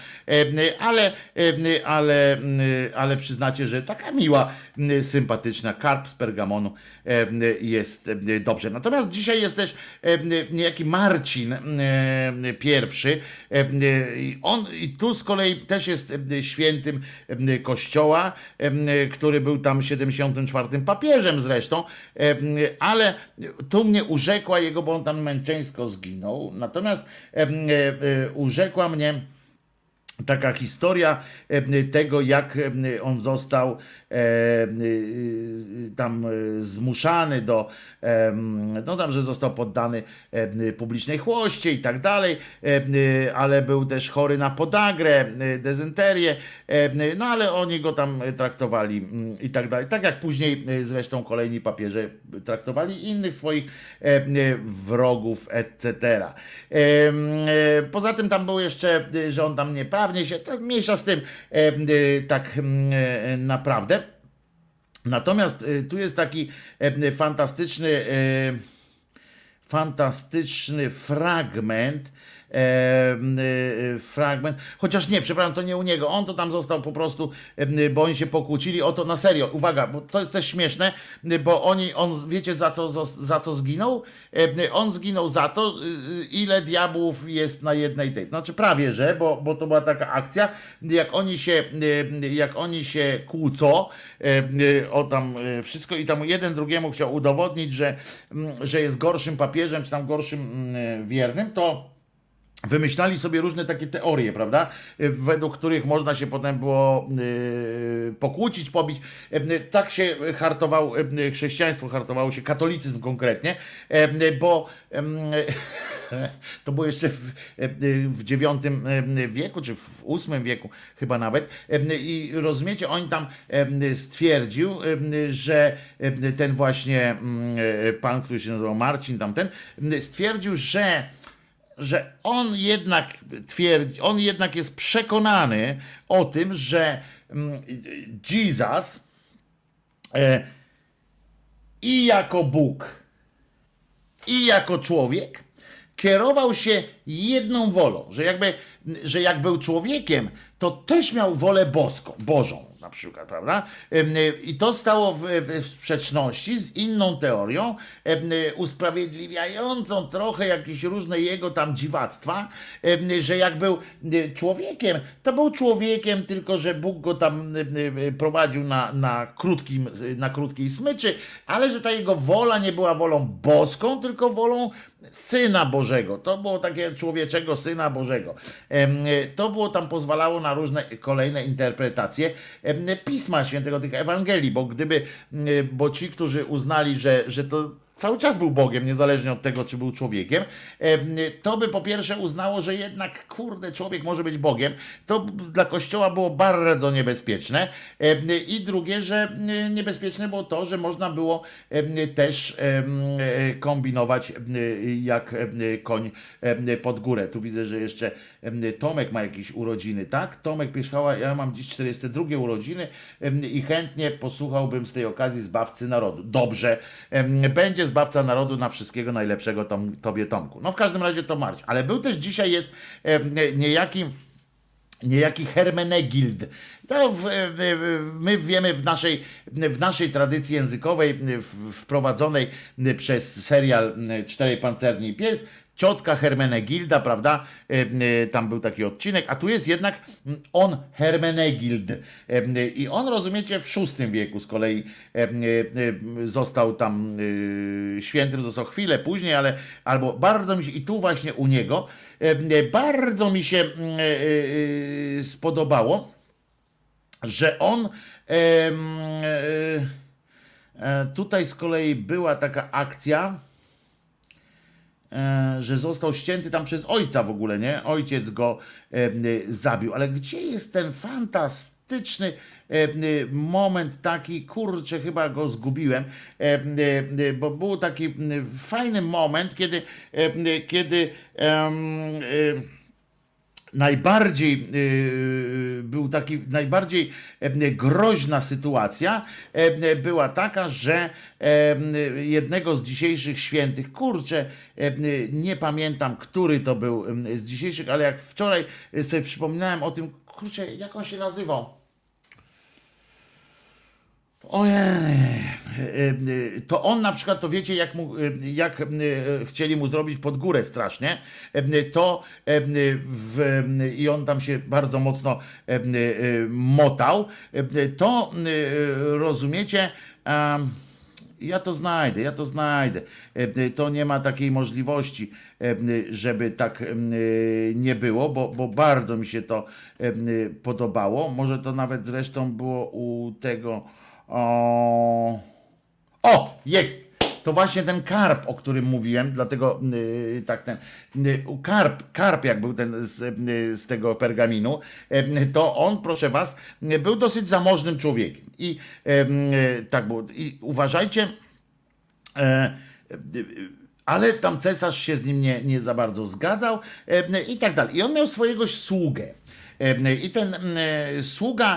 ale przyznacie, że taka miła, sympatyczna Karp z Pergamonu jest dobrze. Natomiast dzisiaj jest też niejaki Marcin pierwszy. On i tu z kolei też jest świętym Kościoła, który był tam 74. papieżem zresztą, ale tu mnie urzekła jego, bo on tam męczeńsko zginął. Natomiast urzekła mnie taka historia tego, jak on został tam zmuszany no tam, że został poddany publicznej chłoście i tak dalej, ale był też chory na podagrę, dezynterię, no ale oni go tam traktowali i tak dalej, tak jak później zresztą kolejni papieże traktowali innych swoich wrogów, etc. Poza tym tam było jeszcze, że on tam nieprawnie się, to mniejsza z tym, tak naprawdę. Natomiast tu jest taki fantastyczny fragment, fragment, chociaż nie, przepraszam, to nie u niego, on to tam został po prostu, bo oni się pokłócili o to, na serio, uwaga, bo to jest też śmieszne, bo on wiecie za co zginął? On zginął za to, ile diabłów jest na jednej tej, znaczy prawie, że, bo to była taka akcja, jak oni się kłócą o tam wszystko i tam jeden drugiemu chciał udowodnić, że jest gorszym papieżem, czy tam gorszym wiernym, to wymyślali sobie różne takie teorie, prawda? Według których można się potem było pokłócić, pobić. Tak się hartował chrześcijaństwo, hartowało się katolicyzm konkretnie, bo to było jeszcze w IX wieku, czy w VIII wieku chyba nawet. I rozumiecie, on tam stwierdził, że ten właśnie pan, który się nazywał Marcin, tamten, stwierdził, że on jednak jest przekonany o tym, że Jesus i jako Bóg, i jako człowiek kierował się jedną wolą, że jak był człowiekiem, to też miał wolę Bożą na przykład, prawda? I to stało w sprzeczności z inną teorią, usprawiedliwiającą trochę jakieś różne jego tam dziwactwa, że jak był człowiekiem, to był człowiekiem, tylko że Bóg go tam prowadził na krótkiej smyczy, ale że ta jego wola nie była wolą boską, tylko wolą Syna Bożego. To było takie człowieczego Syna Bożego. To było tam pozwalało na różne kolejne interpretacje Pisma Świętego, tych Ewangelii, bo ci, którzy uznali, że to cały czas był Bogiem, niezależnie od tego, czy był człowiekiem, to by po pierwsze uznało, że jednak, kurde, człowiek może być Bogiem. To dla Kościoła było bardzo niebezpieczne. I drugie, że niebezpieczne było to, że można było też kombinować jak koń pod górę. Tu widzę, że jeszcze Tomek ma jakieś urodziny, tak? Tomek Pierzchała, ja mam dziś 42 urodziny i chętnie posłuchałbym z tej okazji Zbawcy Narodu. Dobrze, będzie Zbawca Narodu, na wszystkiego najlepszego tobie, Tomku. No w każdym razie to marć. Ale był też dzisiaj jest niejaki Hermenegild. To my wiemy w naszej tradycji językowej wprowadzonej przez serial Czterej Pancerni i Pies, ciotka Hermenegilda, prawda? Tam był taki odcinek, a tu jest jednak on Hermenegild. I on, rozumiecie, w VI wieku z kolei został tam świętym, został chwilę później, albo bardzo mi się, i tu właśnie u niego, bardzo mi się spodobało, że on tutaj z kolei była taka akcja, że został ścięty tam przez ojca w ogóle, nie? Ojciec go zabił. Ale gdzie jest ten fantastyczny moment taki, kurczę, chyba go zgubiłem, bo był taki fajny moment, kiedy najbardziej groźna sytuacja była taka, że jednego z dzisiejszych świętych, kurczę, nie pamiętam, który to był z dzisiejszych, ale jak wczoraj sobie przypominałem o tym, kurczę, jak on się nazywał? Ojej, to on na przykład, to wiecie, jak chcieli mu zrobić pod górę strasznie, i on tam się bardzo mocno motał, to rozumiecie, ja to znajdę. To nie ma takiej możliwości, żeby tak nie było, bo bardzo mi się to podobało. Może to nawet zresztą było u tego... O, jest! To właśnie ten karp, o którym mówiłem, dlatego tak ten karp jak był ten z tego pergaminu, to on, proszę was, był dosyć zamożnym człowiekiem. I tak było. I uważajcie, ale tam cesarz się z nim nie za bardzo zgadzał i tak dalej. I on miał swojego sługę. I ten sługa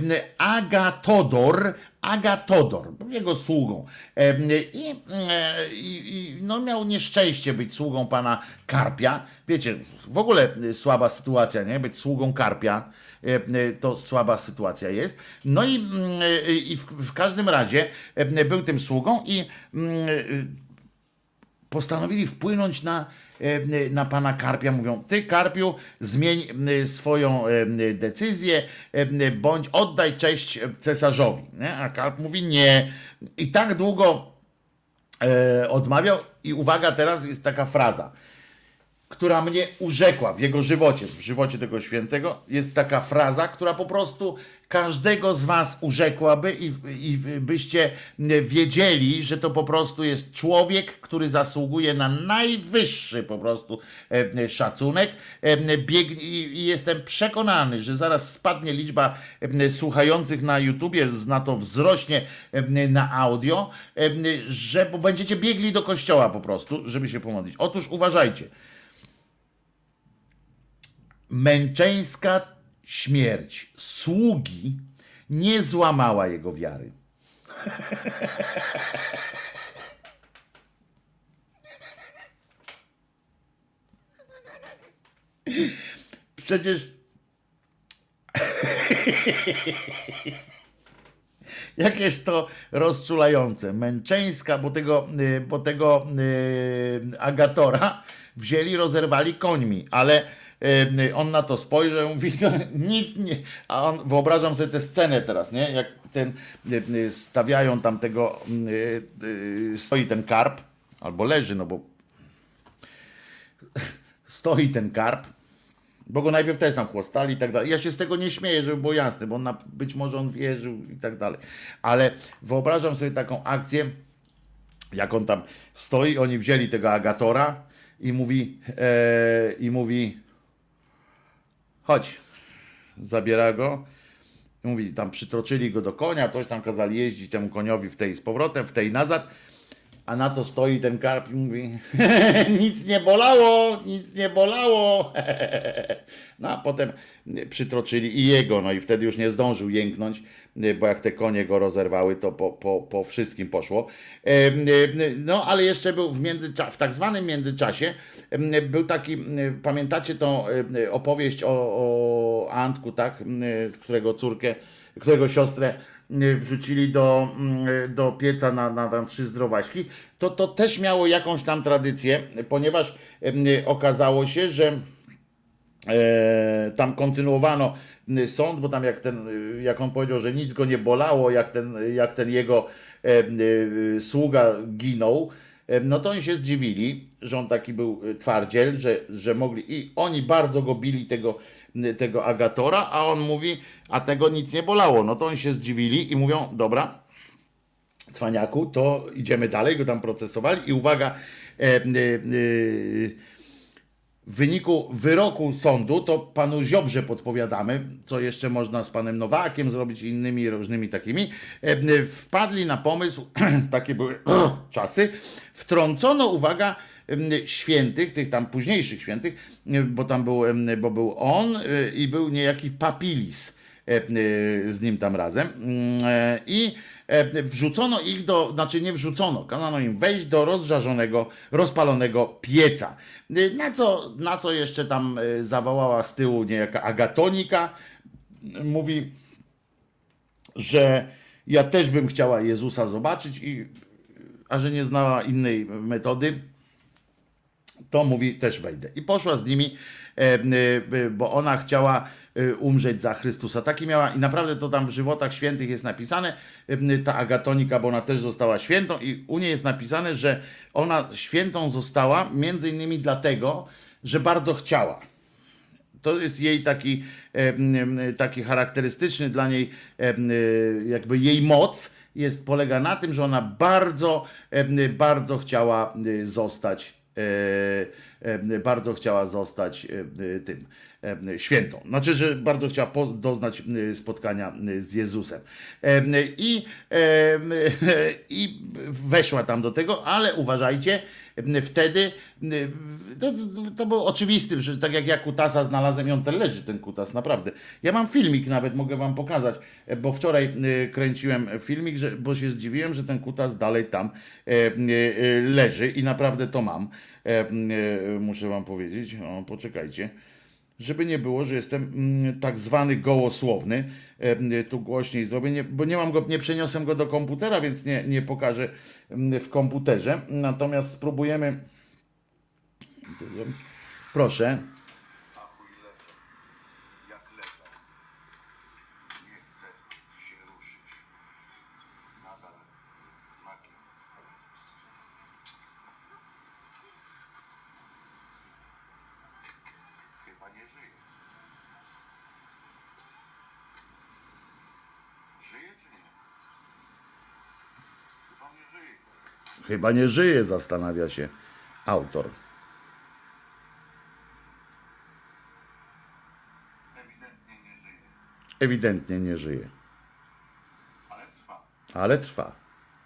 Agatodor, był jego sługą. No miał nieszczęście być sługą pana Karpia. Wiecie, w ogóle słaba sytuacja, nie? Być sługą Karpia to słaba sytuacja jest. No i w każdym razie był tym sługą i postanowili wpłynąć na pana Karpia. Mówią, ty Karpiu, zmień swoją decyzję, bądź oddaj cześć cesarzowi. Nie? A Karp mówi nie. I tak długo odmawiał i uwaga, teraz jest taka fraza, która mnie urzekła w jego żywocie, w żywocie tego świętego, jest taka fraza, która po prostu każdego z was urzekłaby i byście wiedzieli, że to po prostu jest człowiek, który zasługuje na najwyższy po prostu szacunek. I jestem przekonany, że zaraz spadnie liczba słuchających na YouTubie, na to wzrośnie na audio, bo będziecie biegli do kościoła po prostu, żeby się pomodlić. Otóż uważajcie. Męczeńska śmierć sługi nie złamała jego wiary. Przecież jakież to rozczulające. Męczeńska, bo tego Agatora wzięli, rozerwali końmi, ale on na to spojrzał, mówi, no, nic nie. A on, wyobrażam sobie tę scenę teraz, nie? Jak stawiają tam tego, stoi ten karp, albo leży, no bo stoi ten karp, bo go najpierw też tam chłostali i tak dalej. Ja się z tego nie śmieję, żeby było jasne, bo być może on wierzył i tak dalej. Ale wyobrażam sobie taką akcję, jak on tam stoi, oni wzięli tego Agatora i mówi chodź, zabiera go. Mówi, tam przytroczyli go do konia, coś tam kazali jeździć temu koniowi w tej z powrotem, w tej nazad. A na to stoi ten karp i mówi, nic nie bolało, nic nie bolało. No a potem przytroczyli i jego, no i wtedy już nie zdążył jęknąć, bo jak te konie go rozerwały, to po wszystkim poszło. No ale jeszcze był w tak zwanym międzyczasie, był taki, pamiętacie tą opowieść o Antku, tak, którego siostrę wrzucili do pieca na tam 3 zdrowaśki, to też miało jakąś tam tradycję, ponieważ okazało się, że tam kontynuowano sąd, bo tam jak on powiedział, że nic go nie bolało, jak ten jego sługa ginął, no to oni się zdziwili, że on taki był twardziel, że mogli, i oni bardzo go bili, tego Agatora, a on mówi, a tego nic nie bolało. No to oni się zdziwili i mówią, dobra, cwaniaku, to idziemy dalej, go tam procesowali i uwaga, w wyniku wyroku sądu to panu Ziobrze podpowiadamy, co jeszcze można z panem Nowakiem zrobić i innymi różnymi takimi. Wpadli na pomysł, takie były czasy, wtrącono, uwaga, świętych, tych tam późniejszych świętych, bo był on i był niejaki Papilis z nim tam razem i wrzucono ich nie wrzucono, kazano im wejść do rozpalonego pieca. Na co jeszcze tam zawołała z tyłu niejaka Agatonika, mówi, że ja też bym chciała Jezusa zobaczyć, a że nie znała innej metody, to mówi, też wejdę. I poszła z nimi, bo ona chciała umrzeć za Chrystusa. Taki miała, i naprawdę to tam w żywotach świętych jest napisane, ta Agatonika, bo ona też została świętą i u niej jest napisane, że ona świętą została między innymi dlatego, że bardzo chciała. To jest jej taki charakterystyczny dla niej, jakby jej moc polega na tym, że ona bardzo, bardzo chciała zostać bardzo chciała zostać tym świętą. Znaczy, że bardzo chciała doznać spotkania z Jezusem. I weszła tam do tego, ale uważajcie, wtedy to było oczywistym, że tak jak ja kutasa znalazłem i on ten leży, ten kutas, naprawdę. Ja mam filmik, nawet mogę wam pokazać, bo wczoraj kręciłem filmik, bo się zdziwiłem, że ten kutas dalej tam leży i naprawdę to mam. Muszę wam powiedzieć, poczekajcie. Żeby nie było, że jestem tak zwany gołosłowny, tu głośniej zrobię, bo nie przeniosłem go do komputera, więc nie pokażę w komputerze. Natomiast spróbujemy. Proszę. Chyba nie żyje, zastanawia się autor. Ewidentnie nie żyje. Ale trwa.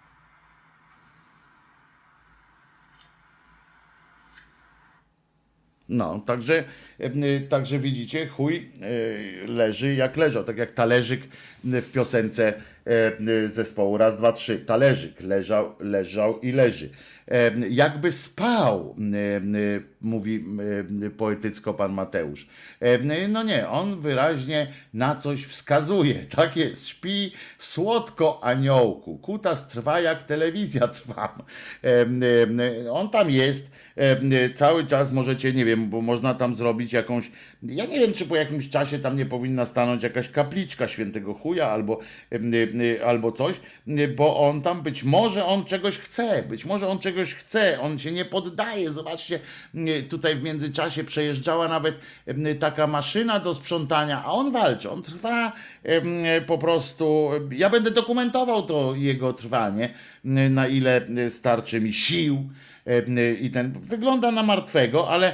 No, także widzicie, chuj leży jak leżał, tak jak talerzyk w piosence zespołu Raz, dwa, trzy. Talerzyk leżał i leży. Jakby spał, mówi poetycko pan Mateusz. No nie, on wyraźnie na coś wskazuje. Tak jest, śpi słodko aniołku. Kutas trwa jak telewizja trwa. On tam jest. Cały czas możecie, nie wiem, bo można tam zrobić jakąś, ja nie wiem, czy po jakimś czasie tam nie powinna stanąć jakaś kapliczka świętego chuja albo coś, bo on tam być może on czegoś chce, on się nie poddaje. Zobaczcie, tutaj w międzyczasie przejeżdżała nawet taka maszyna do sprzątania, a on walczy, on trwa po prostu, ja będę dokumentował to jego trwanie, na ile starczy mi sił. I ten wygląda na martwego, ale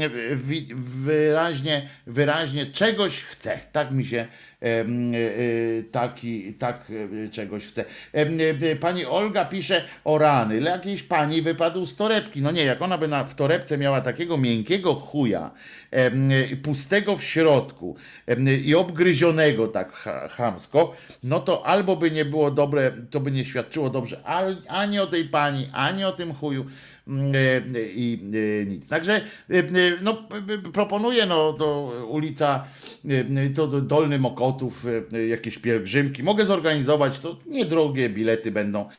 wyraźnie czegoś chce. Tak mi się czegoś chce. Pani Olga pisze o rany. Jakiejś pani wypadł z torebki. No nie, jak ona by w torebce miała takiego miękkiego chuja, pustego w środku i obgryzionego tak chamsko, no to albo by nie było dobre, to by nie świadczyło dobrze ani o tej pani, ani o tym chuju i nic. Także no, proponuję do ulica, do Dolny Mokotów jakieś pielgrzymki. Mogę zorganizować, to niedrogie bilety będą.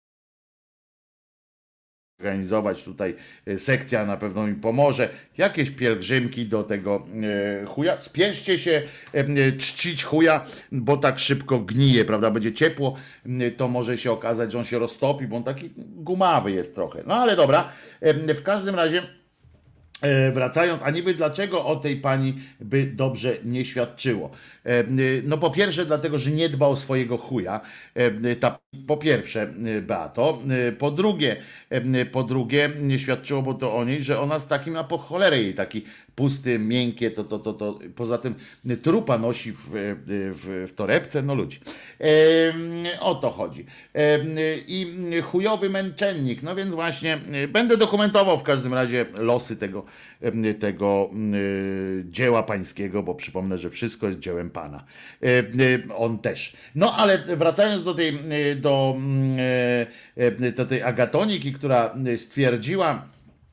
Organizować tutaj sekcja na pewno mi pomoże. Jakieś pielgrzymki do tego chuja. Spieszcie się czcić chuja, bo tak szybko gnije, prawda? Będzie ciepło, to może się okazać, że on się roztopi, bo on taki gumawy jest trochę. No ale dobra, w każdym razie wracając, a niby dlaczego o tej pani by dobrze nie świadczyło? No po pierwsze dlatego, że nie dba o swojego chuja, po pierwsze Beato, po drugie nie świadczyło bo to o niej, że ona z takim, a po cholerę jej taki pusty, miękkie, to poza tym trupa nosi w torebce, no ludzi. O to chodzi. I chujowy męczennik, no więc właśnie będę dokumentował w każdym razie losy tego dzieła pańskiego, bo przypomnę, że wszystko jest dziełem Pana. On też. No ale wracając do tej Agatoniki, która stwierdziła,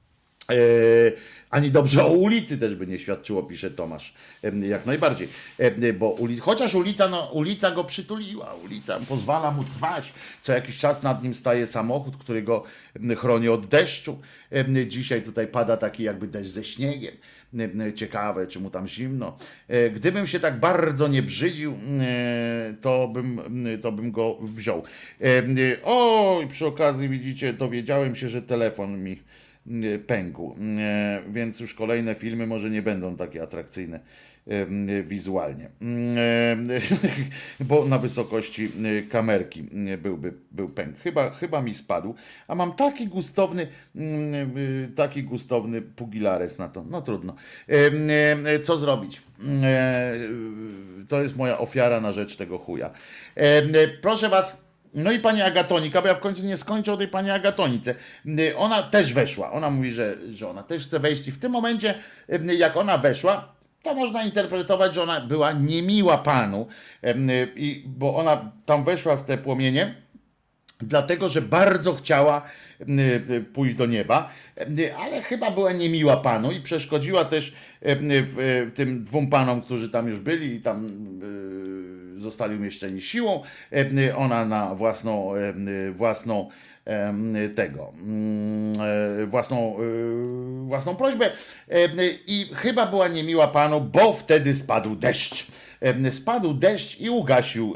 ani dobrze o ulicy też by nie świadczyło, pisze Tomasz. Jak najbardziej. Bo chociaż ulica go przytuliła, ulica pozwala mu trwać. Co jakiś czas nad nim staje samochód, który go chroni od deszczu. Dzisiaj tutaj pada taki jakby deszcz ze śniegiem. Ciekawe, czy mu tam zimno. Gdybym się tak bardzo nie brzydził, to bym go wziął. O, i przy okazji widzicie, dowiedziałem się, że telefon mi pękł. Więc już kolejne filmy może nie będą takie atrakcyjne wizualnie. Bo na wysokości kamerki był pęk. Chyba mi spadł. A mam taki gustowny pugilares na to. No trudno. Co zrobić? To jest moja ofiara na rzecz tego chuja. Proszę was. No i pani Agatonika, bo ja w końcu nie skończę o tej pani Agatonice. Ona też weszła. Ona mówi, że ona też chce wejść i w tym momencie, jak ona weszła, to można interpretować, że ona była niemiła panu, bo ona tam weszła w te płomienie, dlatego, że bardzo chciała pójść do nieba, ale chyba była niemiła panu i przeszkodziła też tym dwóm panom, którzy tam już byli i tam zostali umieszczeni siłą. Ona na własną prośbę i chyba była niemiła panu, bo wtedy spadł deszcz. Spadł deszcz i ugasił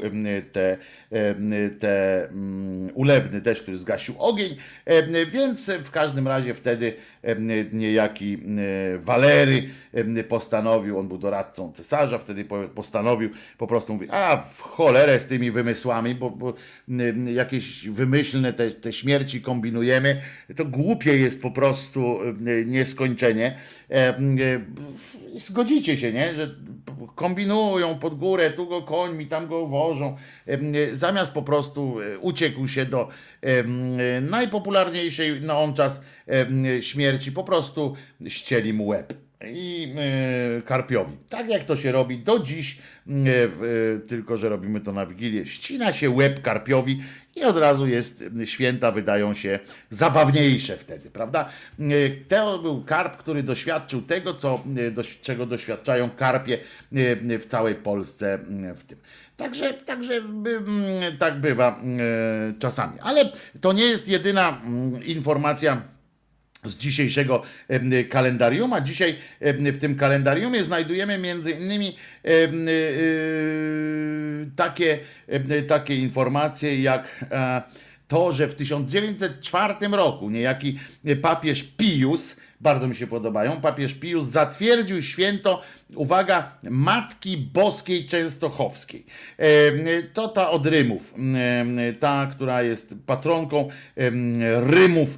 ulewny deszcz, który zgasił ogień, więc w każdym razie wtedy niejaki Walery postanowił, on był doradcą cesarza, wtedy postanowił, po prostu mówi, a w cholerę z tymi wymysłami, bo jakieś wymyślne te śmierci kombinujemy, to głupie jest po prostu nieskończenie. Zgodzicie się, nie? Że kombinują pod górę, tu go końmi, tam go wożą, zamiast po prostu uciekł się do najpopularniejszej na on czas śmierci, po prostu ścieli mu łeb. I Karpiowi. Tak jak to się robi do dziś, tylko że robimy to na Wigilię. Ścina się łeb Karpiowi i od razu święta wydają się zabawniejsze wtedy, prawda? To był karp, który doświadczył tego, czego doświadczają karpie w całej Polsce w tym. Także tak bywa czasami. Ale to nie jest jedyna informacja z dzisiejszego kalendarium, a dzisiaj w tym kalendariumie znajdujemy między innymi takie informacje jak to, że w 1904 roku niejaki papież Pius, bardzo mi się podobają, papież Pius zatwierdził święto, uwaga, Matki Boskiej Częstochowskiej. To ta od Rymów, ta, która jest patronką Rymów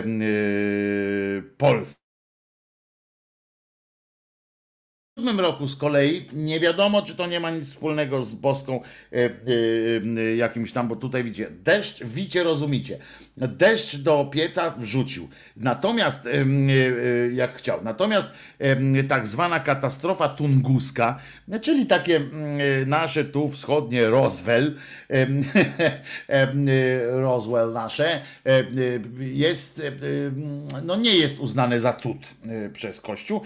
Polski. W 2007 roku z kolei nie wiadomo, czy to nie ma nic wspólnego z boską jakimś tam, bo tutaj widzicie, deszcz, wicie, rozumicie. Deszcz do pieca wrzucił. Natomiast, jak chciał, natomiast tak zwana katastrofa tunguska, czyli takie nasze tu wschodnie Roswell nasze, jest, no nie jest uznane za cud przez Kościół.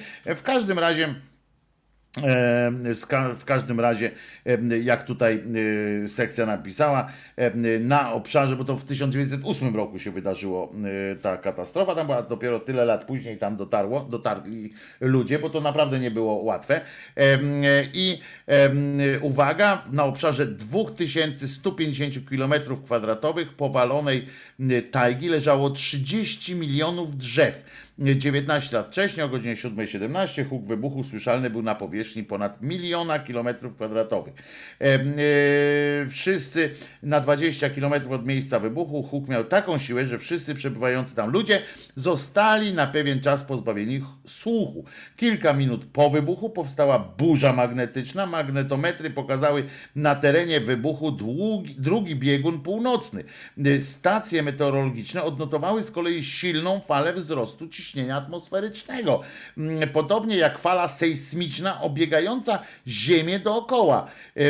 W każdym razie, jak tutaj sekcja napisała, na obszarze, bo to w 1908 roku się wydarzyło ta katastrofa, tam była dopiero tyle lat później, tam dotarli ludzie, bo to naprawdę nie było łatwe. I uwaga, na obszarze 2150 km² powalonej tajgi leżało 30 milionów drzew. 19 lat wcześniej, o godzinie 7:17, huk wybuchu słyszalny był na powierzchni ponad 1 miliona km². Wszyscy na 20 km od miejsca wybuchu huk miał taką siłę, że wszyscy przebywający tam ludzie zostali na pewien czas pozbawieni słuchu. Kilka minut po wybuchu powstała burza magnetyczna. Magnetometry pokazały na terenie wybuchu drugi biegun północny. Stacje meteorologiczne odnotowały z kolei silną falę wzrostu ciśnienia atmosferycznego. Podobnie jak fala sejsmiczna obiegająca Ziemię dookoła.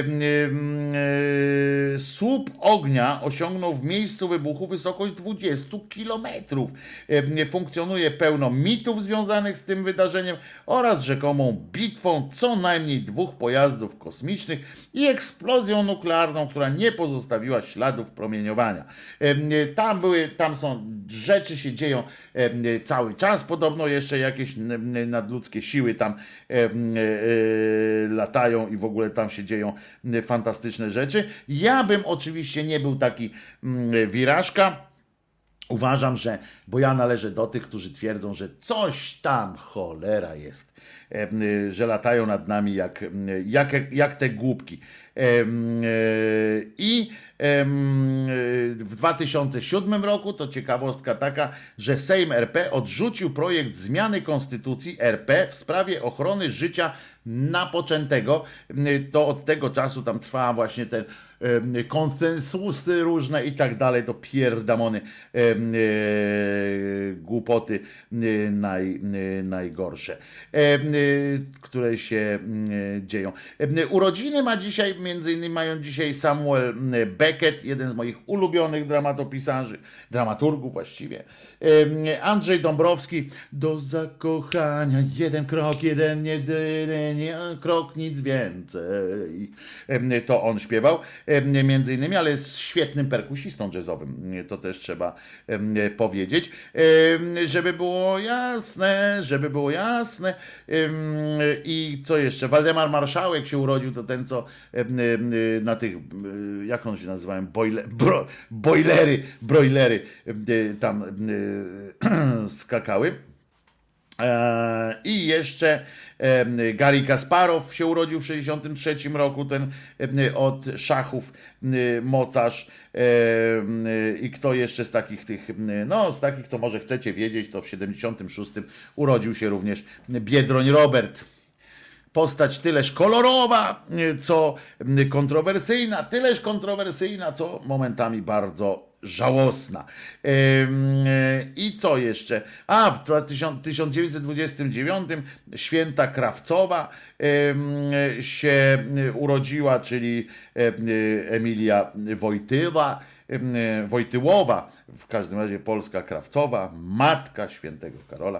Słup ognia osiągnął w miejscu wybuchu wysokość 20 kilometrów. Funkcjonuje pełno mitów związanych z tym wydarzeniem oraz rzekomą bitwą co najmniej 2 pojazdów kosmicznych i eksplozją nuklearną, która nie pozostawiła śladów promieniowania. Tam są rzeczy, się dzieją cały czas. Podobno jeszcze jakieś nadludzkie siły tam latają i w ogóle tam się dzieją fantastyczne rzeczy. Ja bym oczywiście nie był taki wirażka, Uważam, bo ja należę do tych, którzy twierdzą, że coś tam cholera jest, że latają nad nami jak te głupki. I w 2007 roku, to ciekawostka taka, że Sejm RP odrzucił projekt zmiany Konstytucji RP w sprawie ochrony życia napoczętego. To od tego czasu tam trwała właśnie te konsensusy różne i tak dalej, to pierdamony, głupoty najgorsze, które się dzieją. Urodziny ma dzisiaj, między innymi mają dzisiaj Samuel Beckett, jeden z moich ulubionych dramaturgów właściwie. Andrzej Dąbrowski, do zakochania jeden krok, nie krok, nic więcej. To on śpiewał między innymi, ale jest świetnym perkusistą jazzowym, to też trzeba powiedzieć, żeby było jasne. I co jeszcze? Waldemar Marszałek się urodził, to ten, co na tych, jak on się nazywają, broilery tam skakały. I jeszcze Garry Kasparow się urodził w 1963 roku, ten od szachów mocarz. I kto jeszcze z takich co może chcecie wiedzieć, to w 1976 urodził się również Biedroń Robert. Postać tyleż kolorowa, co kontrowersyjna, tyleż kontrowersyjna, co momentami bardzo żałosna. I co jeszcze? W 1929 Święta Krawcowa się urodziła, czyli Emilia Wojtyłowa, w każdym razie polska Krawcowa, matka świętego Karola.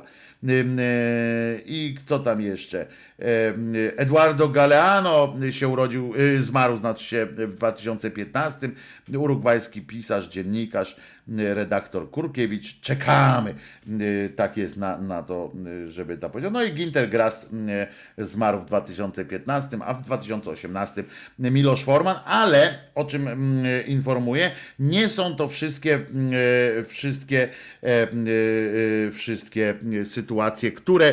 I kto tam jeszcze? Eduardo Galeano się urodził, zmarł znaczy się w 2015. Urugwajski pisarz, dziennikarz, redaktor Kurkiewicz. Czekamy. Tak jest na to, żeby to powiedział. No i Ginter Grass zmarł w 2015, a w 2018 Miloš Forman, ale o czym informuję, nie są to wszystkie sytuacje, które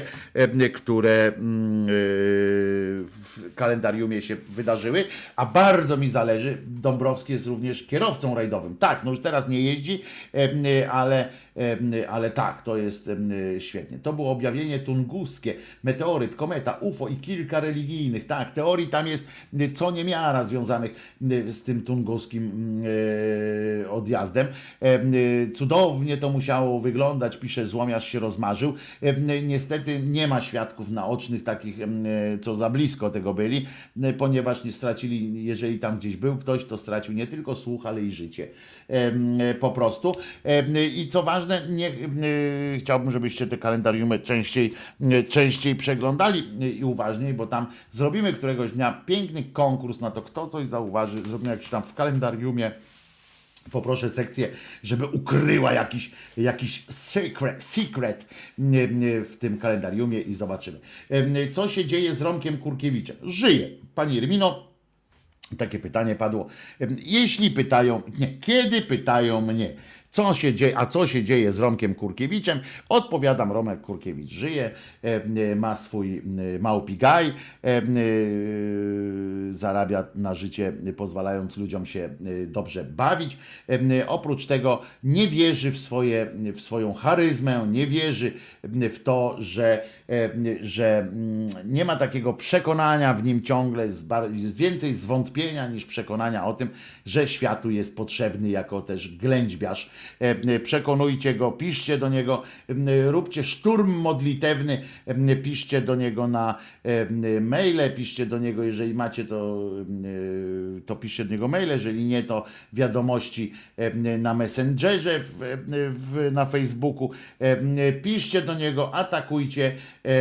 w kalendariumie się wydarzyły, a bardzo mi zależy. Dąbrowski jest również kierowcą rajdowym. Tak, no już teraz nie jeździ, ale tak, to jest świetnie. To było objawienie tunguskie, meteoryt, kometa, UFO i kilka religijnych. Tak, teorii tam jest co niemiara związanych z tym tunguskim odjazdem. Cudownie to musiało wyglądać, pisze Złomiarz się rozmarzył. Niestety nie ma świadków naocznych takich, co za blisko tego byli, ponieważ nie stracili, jeżeli tam gdzieś był ktoś, to stracił nie tylko słuch, ale i życie. Po prostu. I co ważne, chciałbym, żebyście te kalendariumy częściej przeglądali i uważniej, bo tam zrobimy któregoś dnia piękny konkurs na to, kto coś zauważy. Zrobimy jakiś tam w kalendariumie. Poproszę sekcję, żeby ukryła jakiś secret w tym kalendariumie i zobaczymy. Co się dzieje z Romkiem Kurkiewiczem? Żyje. Pani Irmino, takie pytanie padło. Kiedy pytają mnie, co się dzieje z Romkiem Kurkiewiczem? Odpowiadam, Romek Kurkiewicz żyje, ma swój małpi gaj, zarabia na życie, pozwalając ludziom się dobrze bawić. Oprócz tego nie wierzy w swoją charyzmę, nie wierzy w to, że nie ma takiego przekonania w nim ciągle, jest więcej zwątpienia niż przekonania o tym, że światu jest potrzebny jako też ględźbiarz. Przekonujcie go, piszcie do niego, róbcie szturm modlitewny, piszcie do niego na maile, piszcie do niego, jeżeli macie to piszcie do niego maile, jeżeli nie, to wiadomości na Messengerze, na Facebooku, piszcie do niego, atakujcie,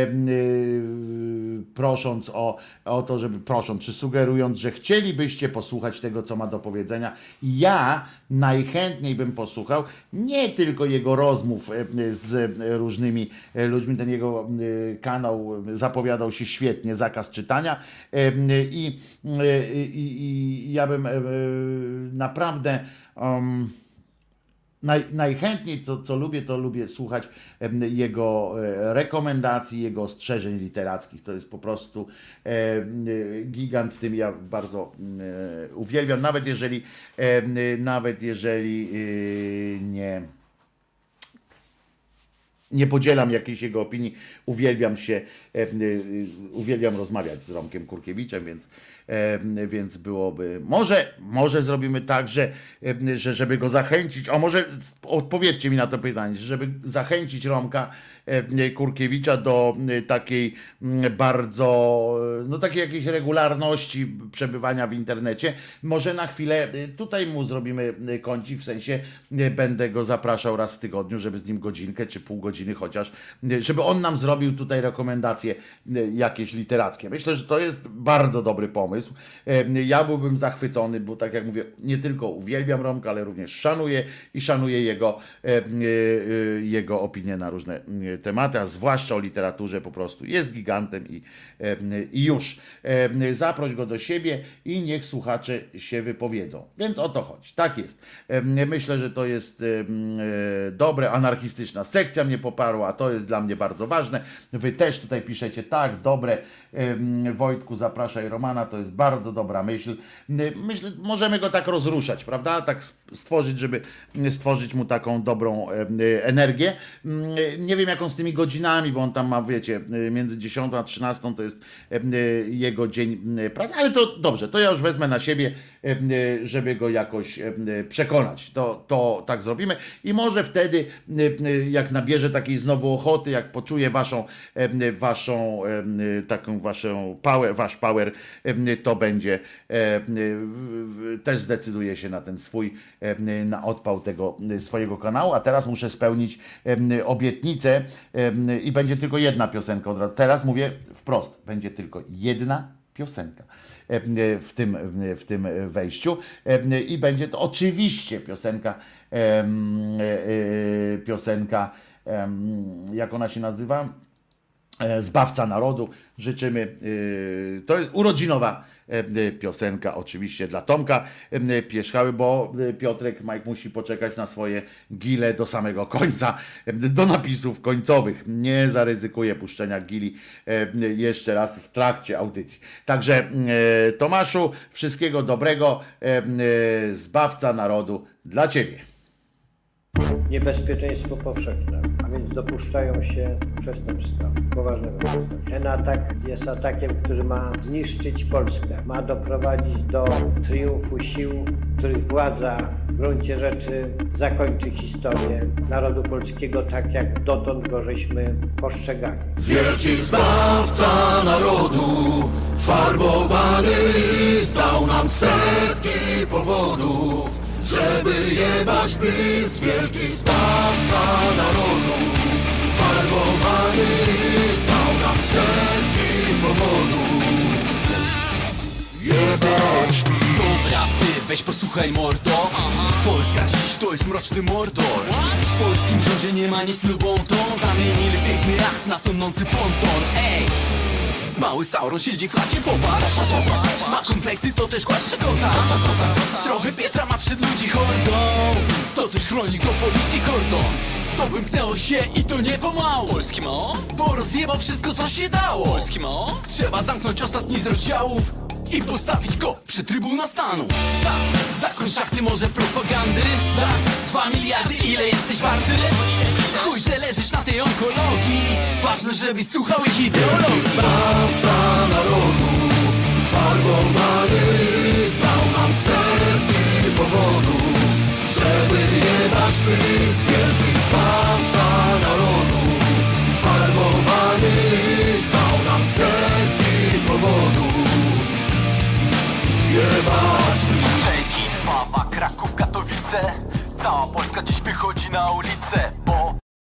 prosząc o to, czy sugerując, że chcielibyście posłuchać tego, co ma do powiedzenia. Ja najchętniej bym posłuchał nie tylko jego rozmów z różnymi ludźmi, ten jego kanał zapowiadał się świetnie, zakaz czytania, i ja bym naprawdę najchętniej, co lubię, to lubię słuchać jego rekomendacji, jego ostrzeżeń literackich. To jest po prostu gigant w tym. Ja bardzo uwielbiam, nawet jeżeli nie podzielam jakiejś jego opinii, uwielbiam rozmawiać z Romkiem Kurkiewiczem, więc byłoby, może zrobimy tak, że żeby go zachęcić, a może odpowiedzcie mi na to pytanie, żeby zachęcić Romka Kurkiewicza do takiej bardzo, takiej jakiejś regularności przebywania w internecie. Może na chwilę tutaj mu zrobimy kącik, w sensie będę go zapraszał raz w tygodniu, żeby z nim godzinkę czy pół godziny chociaż, żeby on nam zrobił tutaj rekomendacje jakieś literackie. Myślę, że to jest bardzo dobry pomysł. Ja byłbym zachwycony, bo tak jak mówię, nie tylko uwielbiam Romka, ale również szanuję jego opinie na różne tematy, a zwłaszcza o literaturze po prostu. Jest gigantem i już. Zaproś go do siebie i niech słuchacze się wypowiedzą. Więc o to chodzi. Tak jest. Myślę, że to jest dobre. Anarchistyczna sekcja mnie poparła, a to jest dla mnie bardzo ważne. Wy też tutaj piszecie, tak, dobre. Wojtku, zapraszaj Romana, to jest bardzo dobra myśl. Myślę, możemy go tak rozruszać, prawda? Tak stworzyć, żeby stworzyć mu taką dobrą energię. Nie wiem, jaką z tymi godzinami, bo on tam ma, wiecie, między 10 a 13 to jest jego dzień pracy, ale to dobrze, to ja już wezmę na siebie, żeby go jakoś przekonać. To tak zrobimy i może wtedy, jak nabierze takiej znowu ochoty, jak poczuje waszą taką wasz power, to będzie też zdecyduje się na ten na odpał tego swojego kanału, a teraz muszę spełnić obietnicę i będzie tylko jedna piosenka od razu. Teraz mówię wprost, będzie tylko jedna piosenka w tym wejściu i będzie to oczywiście piosenka, jak ona się nazywa? Zbawca Narodu. Życzymy, to jest urodzinowa piosenka oczywiście dla Tomka Pierzchały, bo Piotrek Mike musi poczekać na swoje gile do samego końca, do napisów końcowych. Nie zaryzykuje puszczenia gili jeszcze raz w trakcie audycji. Także Tomaszu, wszystkiego dobrego. Zbawca Narodu dla Ciebie. Niebezpieczeństwo powszechne, a więc dopuszczają się przestępstwa poważnego. Ten atak jest atakiem, który ma zniszczyć Polskę, ma doprowadzić do triumfu sił, których władza w gruncie rzeczy zakończy historię narodu polskiego tak, jak dotąd go żeśmy postrzegali. Wielki zbawca narodu, farbowany list dał nam setki powodów, żeby jebać PiS. Wielki zbawca narodu, farbowany list dał nam setki powodów, jebać PiS. Dobra, ty weź posłuchaj mordo. Polska dziś to jest mroczny Mordor. W polskim rządzie nie ma nic lubą tą. Zamienili piękny jacht na tonący ponton. Ej! Mały Sauron siedzi w chacie, popatrz. Ma kompleksy, to też głaszcze kota. Trochę Pietra ma przed ludzi hordą. To też chroni go policji kordon. To wymknęło się i to nie pomału. Polski mo? Bo rozjebał wszystko, co się dało. Polski mo? Trzeba zamknąć ostatni z rozdziałów i postawić go przy Trybunał Stanu. Zakon szachty, może propagandy. Za 2 miliardy ile jesteś warty? Chuj, że leżysz na tej onkologii. Ważne, żebyś słuchał ich ideologii. Zbawca narodu, farbowany list dał nam setki powodów, żeby jebać PiS. Wielki zbawca narodu, farbowany list dał nam setki powodów, jebać PiS. Szczecin, Wawa, Kraków, Katowice. Cała Polska dziś wychodzi na ulicę, bo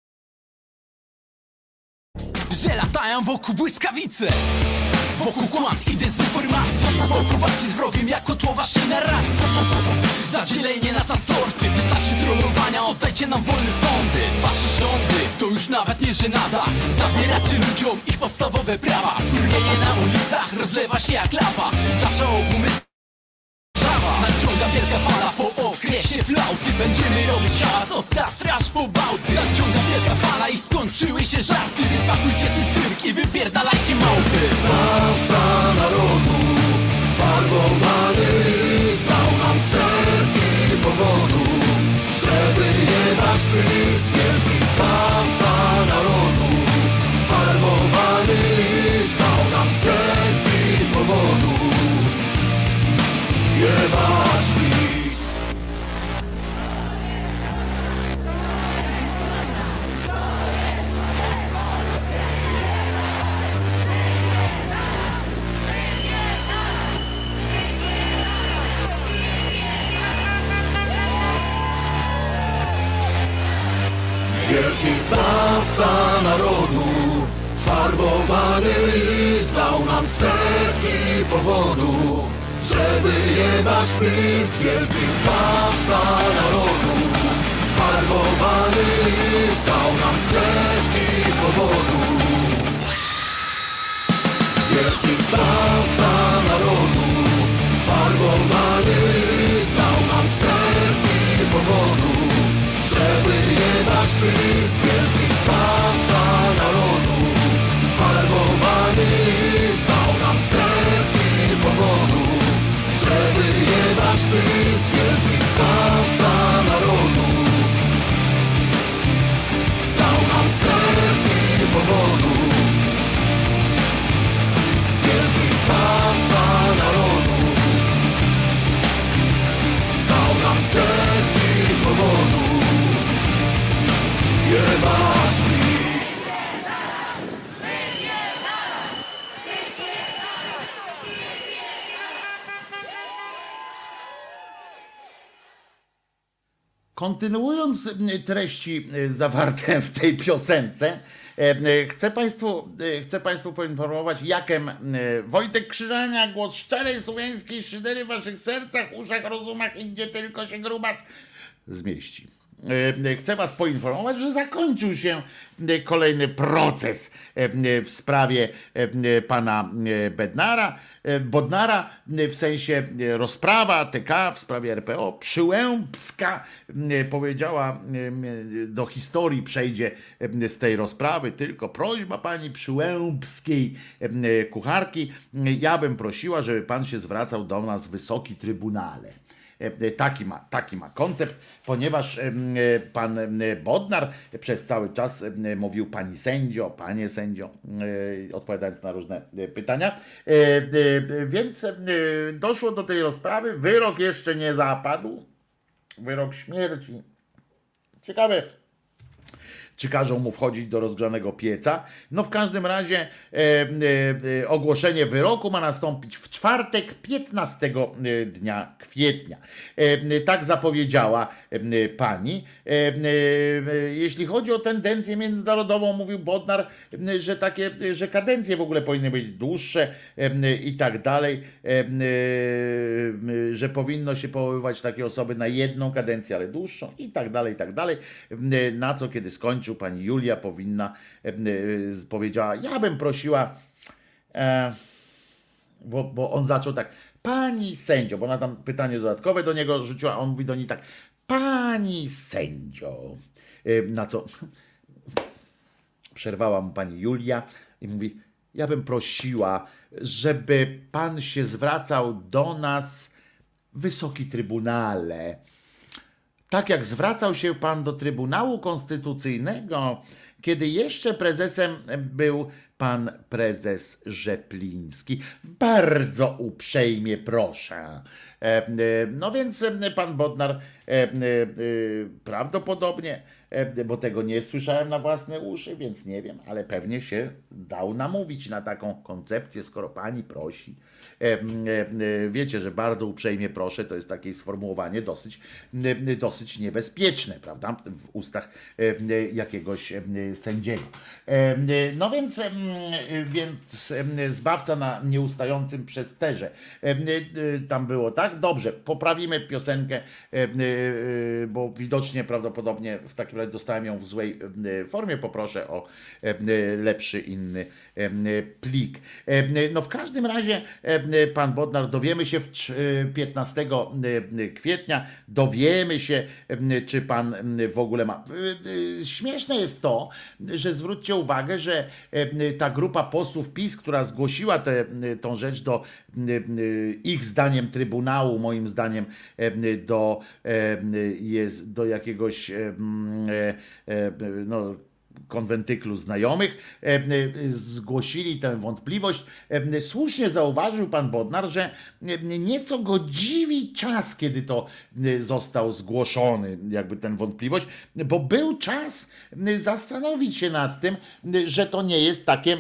że latają wokół błyskawice, wokół kłamstw i dezinformacji, wokół walki z wrogiem jak kotłowa się narracji. Zadzielenie nas na sorty, wystarczy trollowania, oddajcie nam wolne sądy. Wasze rządy to już nawet nie żenada. Zabieracie ludziom ich podstawowe prawa. Wkurwienie na ulicach rozlewa się jak lawa. Zawsze o umysł nadciąga wielka fala po okresie zakresie flauty będziemy robić hałas od Tatry aż po Bałty. Nadciąga wielka fala i skończyły się żarty, więc pakujcie swój cyrk i wypierdalajcie małpy. Zbawca narodu, farbowany list dał nam setki powodów, żeby jebać PiS. Wielki zbawca narodu, farbowany list dał nam setki powodów, jebać PiS. Wielki zbawca narodu, farbowany list dał nam setki powodów, żeby jebać PiS. Wielki zbawca narodu, farbowany list dał nam setki powodów. Wielki zbawca narodu, farbowany list dał nam setki powodów, żeby jebać PiS. Wielki zbawca narodu, farbowany list dał nam setki powodów, żeby jebać PiS. Wielki zbawca narodu, dał nam setki powodów. Wielki zbawca narodu, dał nam setki powodów, jebać PiS. Kontynuując treści zawarte w tej piosence, chcę Państwu poinformować, jakem Wojtek Krzyżania, głos szczerej słowiańskiej szydery w waszych sercach, uszach, rozumach i gdzie tylko się grubas zmieści. Chcę was poinformować, że zakończył się kolejny proces w sprawie pana Bodnara, w sensie rozprawa TK w sprawie RPO Przyłębska powiedziała, do historii przejdzie z tej rozprawy tylko prośba pani Przyłębskiej kucharki, ja bym prosiła, żeby pan się zwracał do nas, Wysoki Trybunale. Taki ma koncept, ponieważ pan Bodnar przez cały czas mówił pani sędzio, panie sędzio, odpowiadając na różne pytania. Więc doszło do tej rozprawy, wyrok jeszcze nie zapadł, wyrok śmierci. Ciekawe, czy każą mu wchodzić do rozgrzanego pieca. No w każdym razie ogłoszenie wyroku ma nastąpić w czwartek 15 dnia kwietnia. Tak zapowiedziała pani. Jeśli chodzi o tendencję międzynarodową, mówił Bodnar, że kadencje w ogóle powinny być dłuższe i tak dalej, że powinno się powoływać takie osoby na jedną kadencję, ale dłuższą i tak dalej, i tak dalej. Na co kiedy skończył, pani Julia powiedziała, ja bym prosiła, bo on zaczął tak, pani sędzio, bo ona tam pytanie dodatkowe do niego rzuciła, a on mówi do niej tak, pani sędzio, na co przerwała mu pani Julia i mówi, ja bym prosiła, żeby pan się zwracał do nas, Wysoki Trybunale. Tak jak zwracał się pan do Trybunału Konstytucyjnego, kiedy jeszcze prezesem był pan prezes Rzepliński. Bardzo uprzejmie proszę. No więc pan Bodnar prawdopodobnie, bo tego nie słyszałem na własne uszy, więc nie wiem, ale pewnie się dał namówić na taką koncepcję, skoro pani prosi. Wiecie, że bardzo uprzejmie proszę, to jest takie sformułowanie dosyć niebezpieczne, prawda? W ustach jakiegoś sędziego. No więc zbawca na nieustającym przesterze. Tam było, tak? Dobrze, poprawimy piosenkę, bo widocznie prawdopodobnie w takim razie dostałem ją w złej formie. Poproszę o lepszy, inny plik. No w każdym razie pan Bodnar, dowiemy się 15 kwietnia, dowiemy się, czy pan w ogóle ma. Śmieszne jest to, że zwróćcie uwagę, że ta grupa posłów PiS, która zgłosiła tą rzecz do ich zdaniem Trybunału, moim zdaniem do jakiegoś no, konwentyklu znajomych, zgłosili tę wątpliwość. Słusznie zauważył pan Bodnar, że nieco go dziwi czas, kiedy to został zgłoszony, jakby tę wątpliwość, bo był czas zastanowić się nad tym, że to nie jest takie,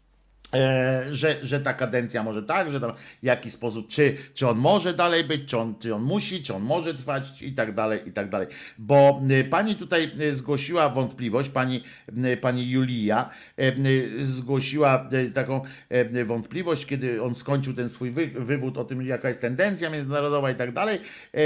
że ta kadencja może tak, że tam w jaki sposób, czy on może dalej być, czy on musi, czy on może trwać i tak dalej. Bo pani tutaj zgłosiła wątpliwość, pani Julia zgłosiła taką wątpliwość, kiedy on skończył ten swój wywód o tym, jaka jest tendencja międzynarodowa i tak dalej,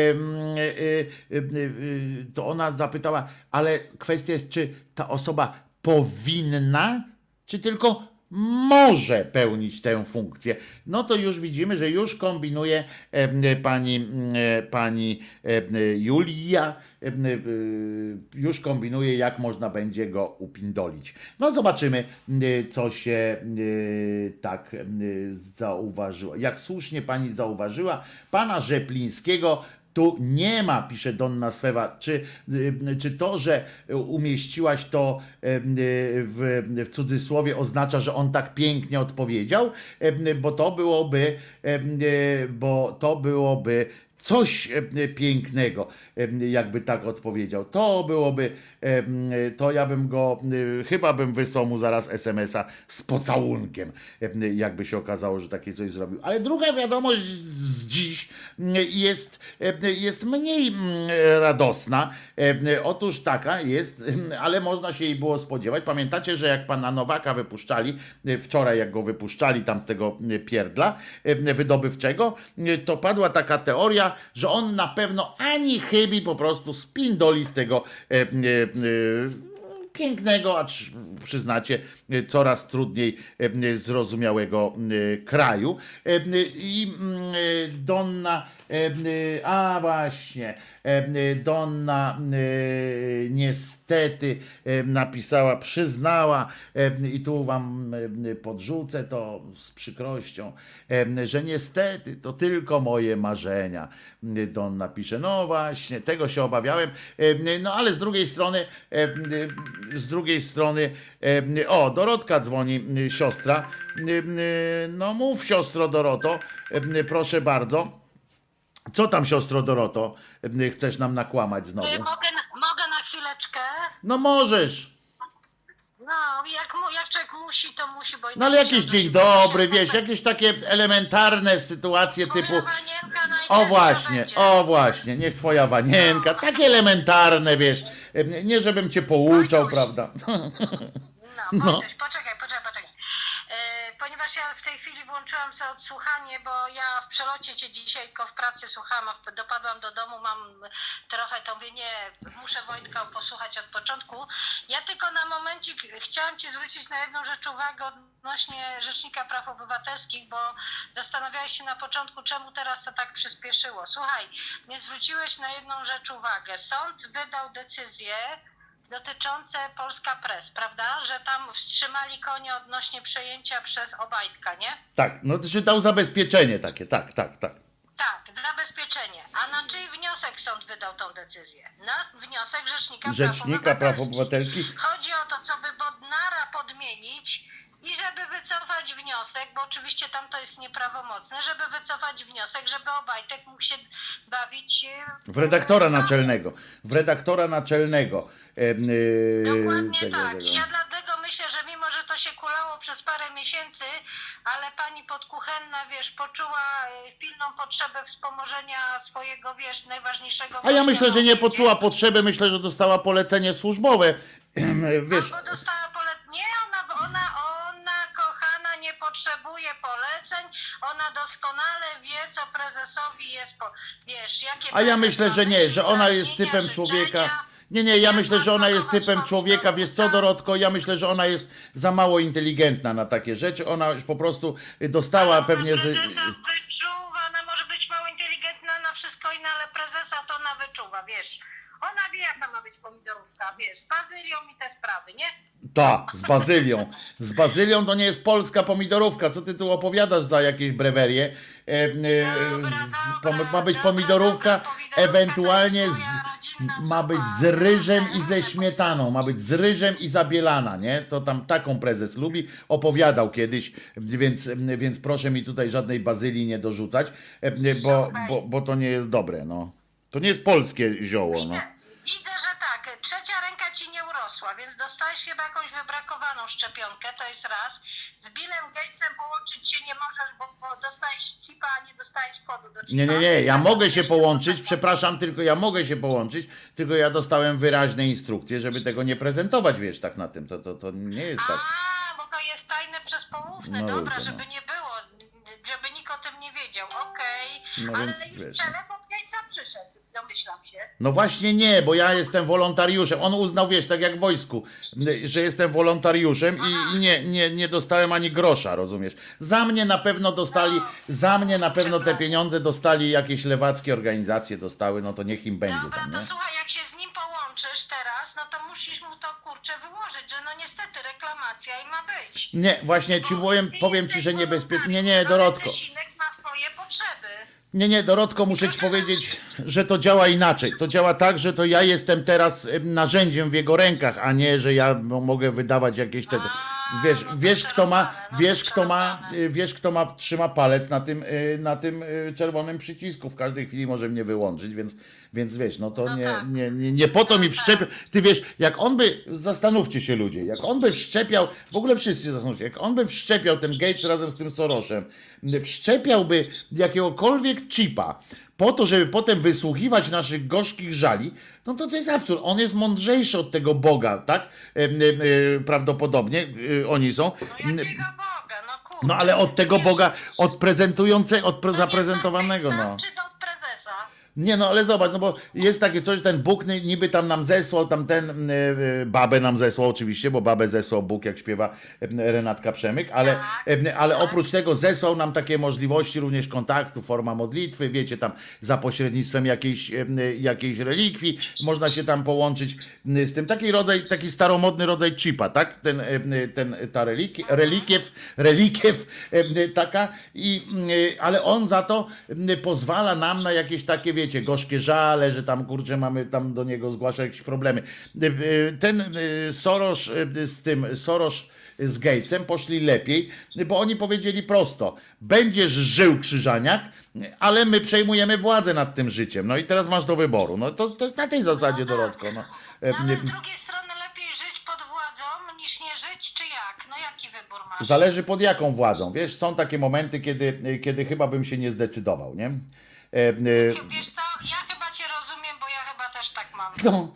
to ona zapytała, ale kwestia jest, czy ta osoba powinna, czy tylko może pełnić tę funkcję. No to już widzimy, że już kombinuje pani Julia, już kombinuje, jak można będzie go upindolić. No zobaczymy, co się tak zauważyło. Jak słusznie pani zauważyła, pana Rzeplińskiego tu nie ma, pisze Donna Swewa. Czy to, że umieściłaś to w cudzysłowie, oznacza, że on tak pięknie odpowiedział? Bo to byłoby coś pięknego, jakby tak odpowiedział. To ja bym go, chyba bym wysłał mu zaraz SMS-a z pocałunkiem, jakby się okazało, że takie coś zrobił. Ale druga wiadomość z dziś jest mniej radosna. Otóż taka jest, ale można się jej było spodziewać. Pamiętacie, że jak pana Nowaka wypuszczali, wczoraj jak go wypuszczali tam z tego pierdla wydobywczego, to padła taka teoria, że on na pewno ani chybi po prostu spindoli z tego pięknego, acz przyznacie, coraz trudniej zrozumiałego kraju. I Donna, Donna niestety napisała, przyznała, i tu wam podrzucę to z przykrością, że niestety to tylko moje marzenia. Donna pisze, no właśnie, tego się obawiałem, no ale z drugiej strony, o, Dorotka dzwoni, siostra, no mów, siostro Doroto, proszę bardzo. Co tam, siostro Doroto, chcesz nam nakłamać znowu? Mogę na chwileczkę? No możesz. No, jak człowiek musi, to musi, bo... No ale jakiś dzień dobry, wiesz, jakieś takie elementarne sytuacje typu... O właśnie, niech twoja wanienka, takie elementarne, wiesz, nie żebym cię pouczał, prawda? No, poczekaj. Ponieważ ja w tej chwili włączyłam sobie odsłuchanie, bo ja w przelocie cię dzisiaj tylko w pracy słuchałam, dopadłam do domu, mam trochę, to mówię, nie, muszę Wojtka posłuchać od początku. Ja tylko na momencik chciałam ci zwrócić na jedną rzecz uwagę odnośnie Rzecznika Praw Obywatelskich, bo zastanawiałeś się na początku, czemu teraz to tak przyspieszyło. Słuchaj, nie zwróciłeś na jedną rzecz uwagę. Sąd wydał decyzję dotyczące Polska Press, prawda? Że tam wstrzymali konie odnośnie przejęcia przez Obajtka, nie? Tak, no czy dał zabezpieczenie takie, tak. Tak, zabezpieczenie. A na czyj wniosek sąd wydał tą decyzję? Na wniosek Rzecznika Praw Obywatelskich. Chodzi o to, co by Bodnara podmienić i żeby wycofać wniosek, bo oczywiście tam to jest nieprawomocne, żeby wycofać wniosek, żeby Obajtek mógł się bawić w redaktora naczelnego. Dokładnie tak. I ja dlatego myślę, że mimo, że to się kulało przez parę miesięcy, ale pani podkuchenna, wiesz, poczuła pilną potrzebę wspomożenia swojego, wiesz, najważniejszego... A ja myślę, że nie poczuła potrzeby, myślę, że dostała polecenie służbowe. Wiesz, albo dostała ona doskonale wie, co prezesowi jest, wiesz, jakie... A ja myślę, że nie, że ona jest pragnienia, typem życzenia. człowieka. Nie, ja myślę, że ona jest typem człowieka, wiesz co, Dorotko, ja myślę, że ona jest za mało inteligentna na takie rzeczy, ona już po prostu dostała pewnie z... Prezesa wyczuwa, ona może być mało inteligentna na wszystko inne, ale prezesa to ona wyczuwa, wiesz. Ona wie, jaka ma być pomidorówka, wiesz, z bazylią i te sprawy, nie? Ta, z bazylią. Z bazylią to nie jest polska pomidorówka. Co ty tu opowiadasz za jakieś brewerie? Ma być pomidorówka, ewentualnie ma być z ryżem i ze śmietaną. Ma być z ryżem i zabielana, nie? To tam taką prezes lubi. Opowiadał kiedyś, więc proszę mi tutaj żadnej bazylii nie dorzucać, bo to nie jest dobre, no. To nie jest polskie zioło, no. Widzę, że tak, trzecia ręka ci nie urosła, więc dostałeś chyba jakąś wybrakowaną szczepionkę, to jest raz. Z Billem Gatesem połączyć się nie możesz, bo dostałeś chipa, a nie dostałeś kodu do chipa. Nie, ja mogę się połączyć, przepraszam, tylko ja mogę się połączyć, tylko ja dostałem wyraźne instrukcje, żeby tego nie prezentować, wiesz, tak na tym, to nie jest tak. A, bo to jest tajne przez połówne, No dobra, ludzie, żeby nie było, żeby nikt o tym nie wiedział, okej. No Ale więc, już wiesz, telefon Gatesa przyszedł, domyślam się. No właśnie nie, bo ja jestem wolontariuszem. On uznał, wiesz, tak jak w wojsku, że jestem wolontariuszem i nie dostałem ani grosza, rozumiesz? Za mnie na pewno dostali, te pieniądze dostali jakieś lewackie organizacje dostały, no to niech im będzie Dobra, tam, to nie? słuchaj, jak się z nim połączysz teraz, no to musisz mu to kurczę wyłożyć, że no niestety reklamacja i ma być. Nie, właśnie ci powiem ci, że niebezpiecznie. Nie, Dorotko. Czesinek ma swoje potrzeby. Nie, Dorotko, muszę ci powiedzieć, że to działa inaczej. To działa tak, że to ja jestem teraz narzędziem w jego rękach, a nie, że ja mogę wydawać jakieś te... Wiesz, trzyma palec na tym czerwonym przycisku. W każdej chwili może mnie wyłączyć, więc wiesz, no to nie po to mi wszczepiał. Ty wiesz, jak on by, zastanówcie się ludzie, jak on by wszczepiał, w ogóle wszyscy się zastanówcie, jak on by wszczepiał, ten Gates razem z tym Sorosem, wszczepiałby jakiegokolwiek chipa po to, żeby potem wysłuchiwać naszych gorzkich żali, no to jest absurd. On jest mądrzejszy od tego Boga, tak? Prawdopodobnie oni są. No jakiego Boga, no kurde. No ale od tego Boga, od zaprezentowanego, no. Czy do prezesa? Nie, no ale zobacz, no bo jest takie coś, ten Bóg niby tam nam zesłał, babę nam zesłał oczywiście, bo babę zesłał Bóg, jak śpiewa Renatka Przemyk, ale oprócz tego zesłał nam takie możliwości również kontaktu, forma modlitwy, wiecie, tam za pośrednictwem jakiejś relikwii, można się tam połączyć z tym, taki staromodny rodzaj chipa, tak? Ta relikiew taka, ale on za to pozwala nam na jakieś takie, wiecie, gorzkie żale, że tam kurczę mamy tam do niego zgłaszać jakieś problemy. Ten Soros z Gatesem poszli lepiej, bo oni powiedzieli prosto: będziesz żył, Krzyżaniak, ale my przejmujemy władzę nad tym życiem. No i teraz masz do wyboru. No to jest na tej zasadzie, Dorotko. No. Ale z drugiej strony lepiej żyć pod władzą niż nie żyć, czy jak? No jaki wybór masz? Zależy pod jaką władzą. Wiesz, są takie momenty, kiedy chyba bym się nie zdecydował, nie? Wiesz co, ja chyba cię rozumiem, bo ja chyba też tak mam. No,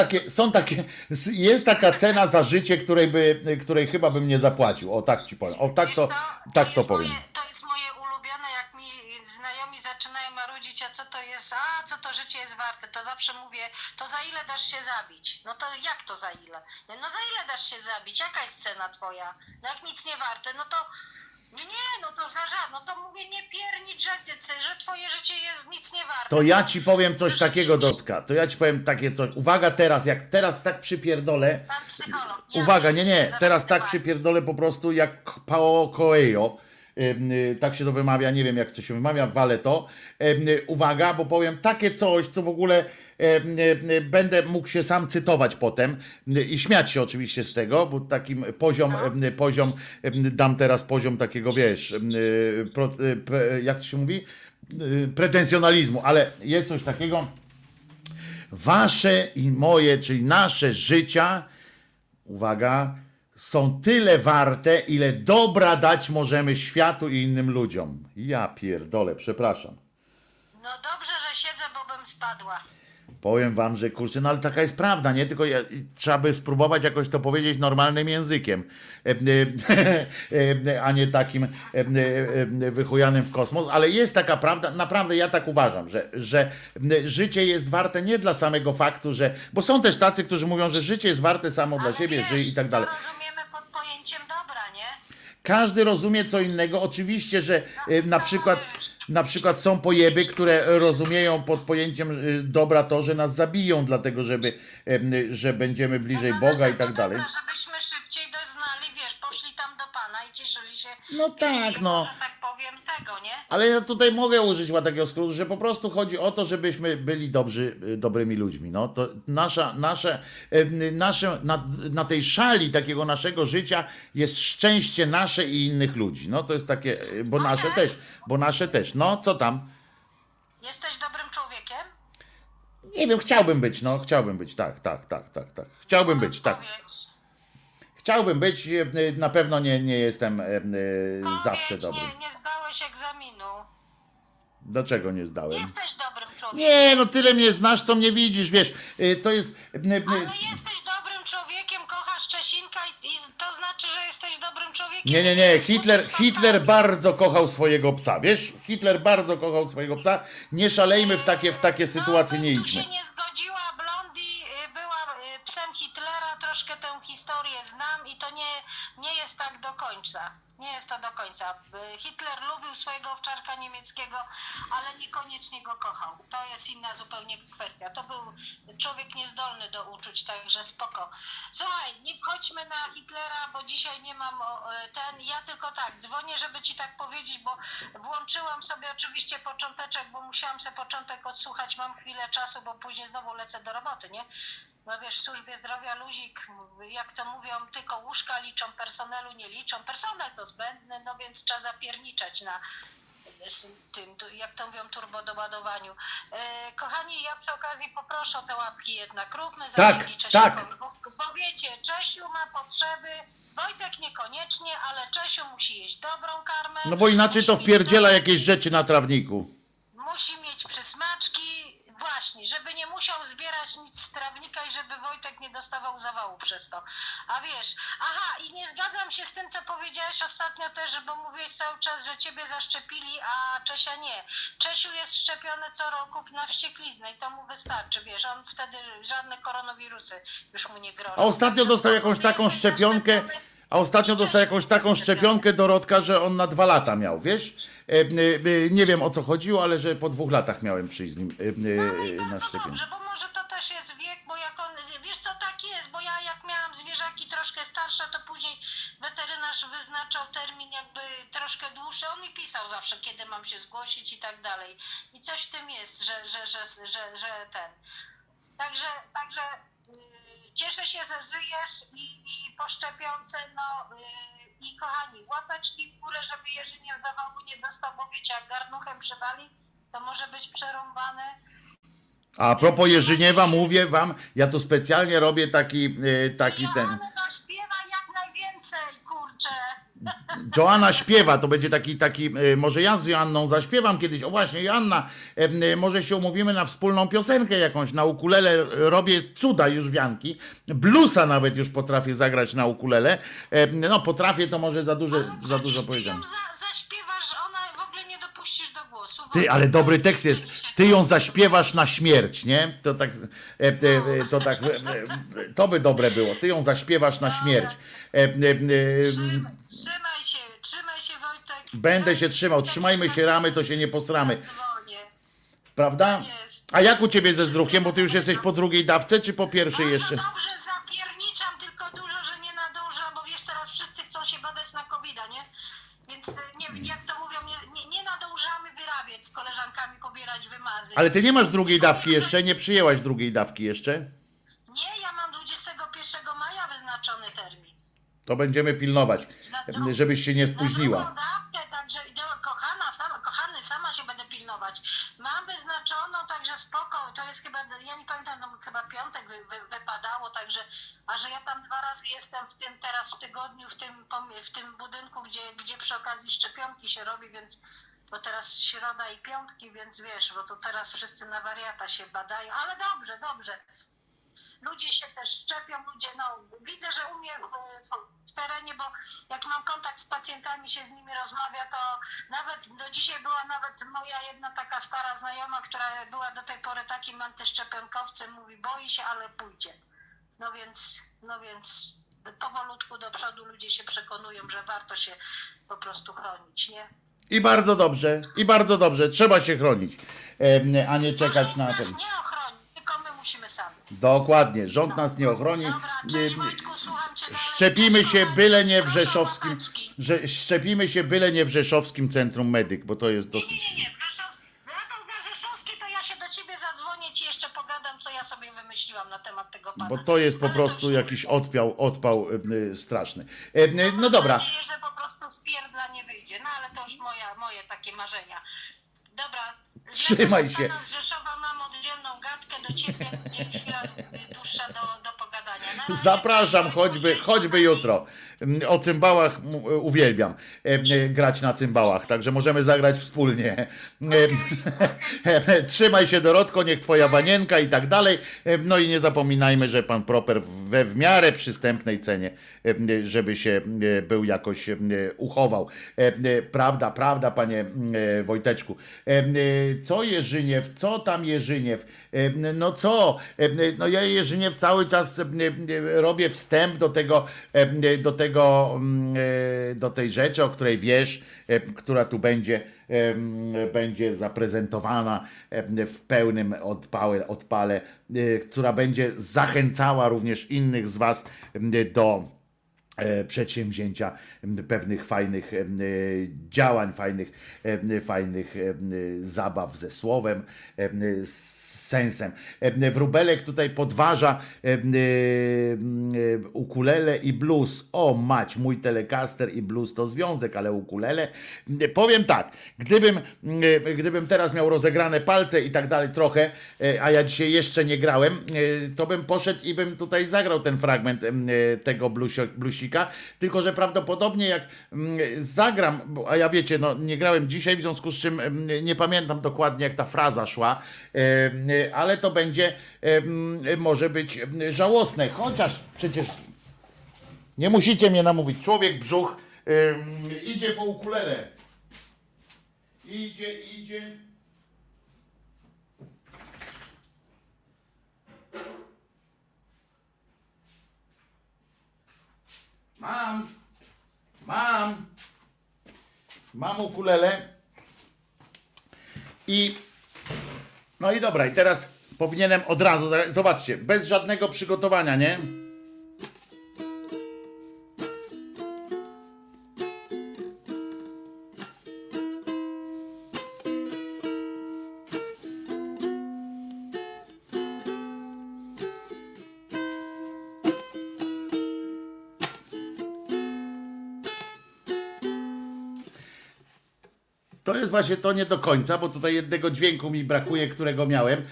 jest taka cena za życie, której chyba bym nie zapłacił. O tak ci powiem. O tak to powiem. To jest moje ulubione, jak mi znajomi zaczynają marudzić, a co to życie jest warte, to zawsze mówię, to za ile dasz się zabić? No to jak to za ile? No za ile dasz się zabić? Jaka jest cena twoja? No jak nic nie warte, no to no to za żadno, to mówię, nie piernicz, że twoje życie jest nic nie warte. To ja ci powiem coś takiego, Dotka. To ja ci powiem takie coś. Uwaga teraz, jak teraz tak przypierdolę. Pan psycholog. Uwaga, nie. Teraz tak przypierdolę po prostu jak Paulo Coelho. Tak się to wymawia, nie wiem jak to się wymawia, walę to. Uwaga, bo powiem takie coś, co w ogóle będę mógł się sam cytować potem i śmiać się oczywiście z tego, bo takim poziom dam teraz poziom takiego, wiesz, jak to się mówi? Pretensjonalizmu, ale jest coś takiego. Wasze i moje, czyli nasze życia, uwaga, są tyle warte, ile dobra dać możemy światu i innym ludziom. Ja pierdolę, przepraszam. No dobrze, że siedzę, bo bym spadła. Powiem wam, że kurczę, no ale taka jest prawda, nie? Tylko trzeba by spróbować jakoś to powiedzieć normalnym językiem, a nie takim wychujanym w kosmos, ale jest taka prawda, naprawdę ja tak uważam, że życie jest warte nie dla samego faktu, że, bo są też tacy, którzy mówią, że życie jest warte samo dla siebie, żyj i tak dalej. To rozumiemy pod pojęciem dobra, nie? Każdy rozumie co innego, oczywiście, że na przykład są pojeby, które rozumieją pod pojęciem dobra to, że nas zabiją, dlatego że będziemy bliżej Boga i tak dalej. Żebyśmy szybciej doznali, wiesz, poszli tam do Pana i cieszyli się. No tak, no. Że tak powiem tego, nie? Ale ja tutaj mogę użyć takiego skrótu, że po prostu chodzi o to, żebyśmy byli dobrymi ludźmi. No, to na tej szali takiego naszego życia jest szczęście nasze i innych ludzi. No to jest takie, bo nasze też. No, co tam? Jesteś dobrym człowiekiem? Nie wiem, chciałbym być, tak. Chciałbym być, tak. Chciałbym być, na pewno nie jestem zawsze dobry. Nie zdałeś egzaminu. Dlaczego nie zdałem? Jesteś dobrym człowiekiem. Nie, no tyle mnie znasz, co mnie widzisz, wiesz, to jest... Ale jesteś dobrym człowiekiem, kochasz Czesinka i to znaczy, że jesteś dobrym człowiekiem. Nie, Hitler bardzo kochał swojego psa, wiesz? Hitler bardzo kochał swojego psa, nie szalejmy w takie sytuacje, nie idźmy. się nie zgodziła, Blondie była psem Hitlera, troszkę tę historię znam i to nie jest tak do końca. Nie jest to do końca. Hitler lubił swojego owczarka niemieckiego, ale niekoniecznie go kochał. To jest inna zupełnie kwestia. To był człowiek niezdolny do uczuć, także spoko. Słuchaj, nie wchodźmy na Hitlera, bo dzisiaj nie mam ja tylko tak, dzwonię, żeby ci tak powiedzieć, bo włączyłam sobie oczywiście począteczek, bo musiałam sobie początek odsłuchać, mam chwilę czasu, bo później znowu lecę do roboty, nie? No wiesz, w służbie zdrowia luzik, jak to mówią, tylko łóżka liczą, personelu nie liczą. Personel to zbędny, no więc trzeba zapierniczać na tym, jak to mówią, turbodoładowaniu. Kochani, ja przy okazji poproszę o te łapki jednak. Róbmy zamiennie Czesikowi, bo wiecie, Czesiu ma potrzeby, Wojtek niekoniecznie, ale Czesiu musi jeść dobrą karmę. No bo inaczej to wpierdziela jakieś rzeczy na trawniku. Musi mieć przysmaczki. Właśnie, żeby nie musiał zbierać nic z trawnika i żeby Wojtek nie dostawał zawału przez to. A wiesz, i nie zgadzam się z tym, co powiedziałeś ostatnio też, bo mówiłeś cały czas, że ciebie zaszczepili, a Czesia nie. Czesiu jest szczepiony co roku na wściekliznę i to mu wystarczy, wiesz, on wtedy żadne koronawirusy już mu nie grożą. A ostatnio dostał jakąś taką szczepionkę, Dorotka, że on na 2 lata miał, wiesz? Nie wiem, o co chodziło, ale że po 2 latach miałem przyjść z nim na szczepienie. Dobrze, bo może to też jest wiek, bo jak on, wiesz co, tak jest, bo ja jak miałam zwierzaki troszkę starsze, to później weterynarz wyznaczał termin jakby troszkę dłuższy, on mi pisał zawsze, kiedy mam się zgłosić i tak dalej. I coś w tym jest, że ten. Także cieszę się, że żyjesz i po szczepionce, i kochani, łapeczki w górę, żeby Jerzyniem zawału nie dostał, bo wiecie, jak garnuchem przywali, to może być przerąbane. A propos Jerzyniewa, mówię wam, ja tu specjalnie robię taki ten... Joanna śpiewa jak najwięcej, kurczę. Joanna śpiewa, to będzie taki, może ja z Joanną zaśpiewam kiedyś, o właśnie Joanna, może się umówimy na wspólną piosenkę jakąś, na ukulele robię cuda już wianki, bluesa nawet już potrafię zagrać na ukulele, no potrafię, to może za dużo powiedziałem. Zaśpiewasz, ona w ogóle nie dopuścisz do głosu. Ty, ale dobry tekst jest, ty ją zaśpiewasz na śmierć, nie? To by dobre było, ty ją zaśpiewasz na śmierć. Trzymaj się Wojtek. Będę się trzymał, trzymajmy się ramy, to się nie posramy. Prawda? A jak u ciebie ze zdrówkiem, bo ty już jesteś po 2. dawce, czy po pierwszej jeszcze? Dobrze, zapierniczam, tylko dużo, że nie nadążam, bo wiesz, teraz wszyscy chcą się badać na COVID-a, nie? Więc nie, jak to mówią, nie nadążamy wyrabiać z koleżankami, pobierać wymazy. Ale ty nie masz 2. dawki jeszcze? Nie przyjęłaś 2. dawki jeszcze? Nie, ja mam 21 maja wyznaczony termin. To będziemy pilnować, żebyś się nie spóźniła. Na 2. dawkę, także kochany, sama się będę pilnować. Mam wyznaczoną, także spoko, to jest chyba, ja nie pamiętam, no, chyba piątek wypadało, także, a że ja tam 2 razy jestem teraz w tygodniu, w tym budynku, gdzie przy okazji szczepionki się robi, więc bo teraz środa i piątki, więc wiesz, bo to teraz wszyscy na wariata się badają, ale dobrze, dobrze. Ludzie się też szczepią, ludzie, no widzę, że u mnie w terenie, bo jak mam kontakt z pacjentami, się z nimi rozmawia, to nawet do dzisiaj była nawet moja jedna taka stara znajoma, która była do tej pory takim antyszczepionkowcem, mówi, boi się, ale pójdzie. No więc powolutku do przodu ludzie się przekonują, że warto się po prostu chronić, nie? I bardzo dobrze, trzeba się chronić, a nie czekać na ten. Nie ochroni, tylko my musimy sami. Dokładnie, rząd nas nie ochroni. Dobra, cześć Wojtku, słucham cię. Szczepimy się byle nie w rzeszowskim, szczepimy się byle nie w rzeszowskim Centrum Medyk, bo to jest dosyć... Nie, na Rzeszowskiej to ja się do ciebie zadzwonię, ci jeszcze pogadam, co ja sobie wymyśliłam na temat tego pana. Bo to jest po prostu jakiś odpał straszny. No dobra. Mam nadzieję, że po prostu z pierdla nie wyjdzie, no ale to już moje takie marzenia. Dobra. Trzymaj się. Z Rzeszowa mam oddzielną gadkę do ciebie, gdzie chwila dłuższa do pogadania. Zapraszam choćby jutro. O cymbałach uwielbiam grać na cymbałach, także możemy zagrać wspólnie. Trzymaj się Dorotko, niech twoja wanienka i tak dalej. No i nie zapominajmy, że pan Proper we w miarę przystępnej cenie, żeby się był jakoś uchował. Prawda, panie Wojteczku. Co Jerzyniew, co tam Jerzyniew? No co? No ja Jerzyniew cały czas robię wstęp do tej rzeczy, o której wiesz, która tu będzie zaprezentowana w pełnym odpale, która będzie zachęcała również innych z was do przedsięwzięcia pewnych fajnych działań, fajnych zabaw ze słowem, z sensem. Wróbelek tutaj podważa ukulele i blues. O mać, mój Telecaster i blues to związek, ale ukulele. Powiem tak, gdybym teraz miał rozegrane palce i tak dalej trochę, a ja dzisiaj jeszcze nie grałem, to bym poszedł i bym tutaj zagrał ten fragment tego bluesika, tylko że prawdopodobnie jak zagram, a ja wiecie, no nie grałem dzisiaj, w związku z czym nie pamiętam dokładnie jak ta fraza szła, ale to będzie, może być żałosne, chociaż przecież nie musicie mnie namówić. Człowiek brzuch idzie po ukulele. Idzie. Mam ukulele. No i dobra, i teraz powinienem od razu, zobaczcie, bez żadnego przygotowania, nie? To jest właśnie to nie do końca, bo tutaj jednego dźwięku mi brakuje, którego miałem.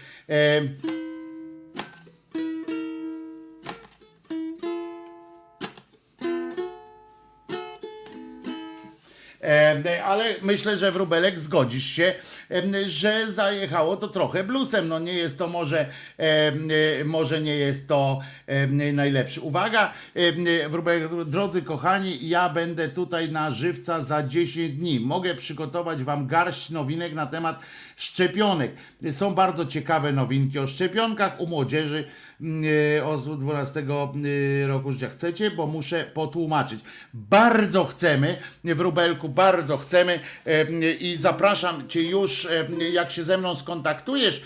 Ale myślę, że Wróbelek zgodzisz się, że zajechało to trochę bluesem. No nie jest to może nie jest to najlepszy. Uwaga, Wróbelek, drodzy kochani, ja będę tutaj na żywca za 10 dni. Mogę przygotować wam garść nowinek na temat szczepionek. Są bardzo ciekawe nowinki o szczepionkach u młodzieży od 12 roku życia. Chcecie? Bo muszę potłumaczyć. Bardzo chcemy, Wróbelku, bardzo chcemy i zapraszam cię już, jak się ze mną skontaktujesz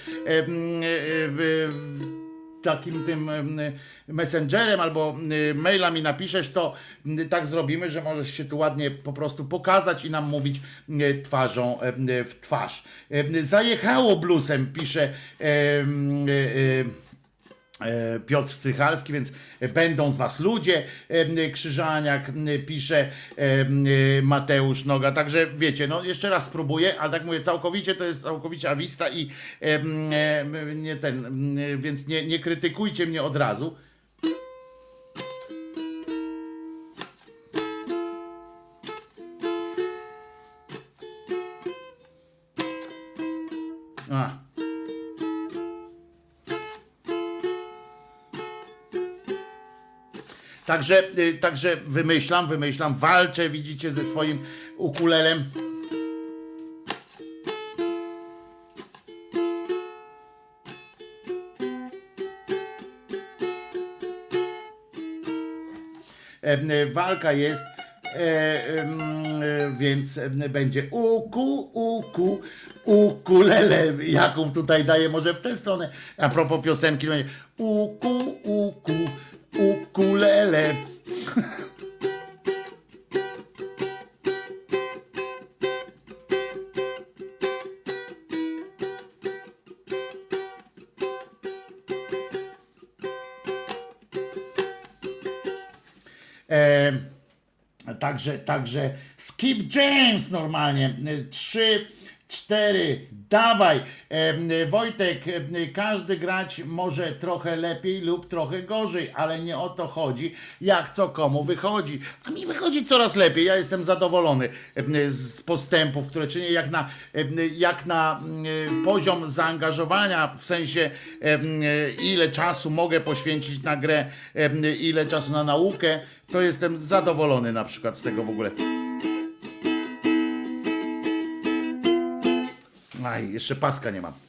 takim tym messengerem albo maila mi napiszesz, to tak zrobimy, że możesz się tu ładnie po prostu pokazać i nam mówić twarzą w twarz. Zajechało bluesem, pisze Piotr Strychalski, więc będą z was ludzie, Krzyżaniak pisze, Mateusz Noga, także wiecie, no jeszcze raz spróbuję, ale tak mówię, całkowicie to jest całkowicie awista i nie więc nie krytykujcie mnie od razu. Także wymyślam, walczę, widzicie, ze swoim ukulelem. Walka jest, więc będzie ukulele. Jakub tutaj daje może w tę stronę. A propos piosenki, będzie ukulele. Także Skip James normalnie. 3, 4, dawaj. Wojtek, każdy grać może trochę lepiej lub trochę gorzej, ale nie o to chodzi, jak co komu wychodzi. A mi wychodzi coraz lepiej. Ja jestem zadowolony z postępów, które czynię, jak na poziom zaangażowania, w sensie ile czasu mogę poświęcić na grę, ile czasu na naukę. To jestem zadowolony na przykład z tego w ogóle. Aj, jeszcze paska nie mam.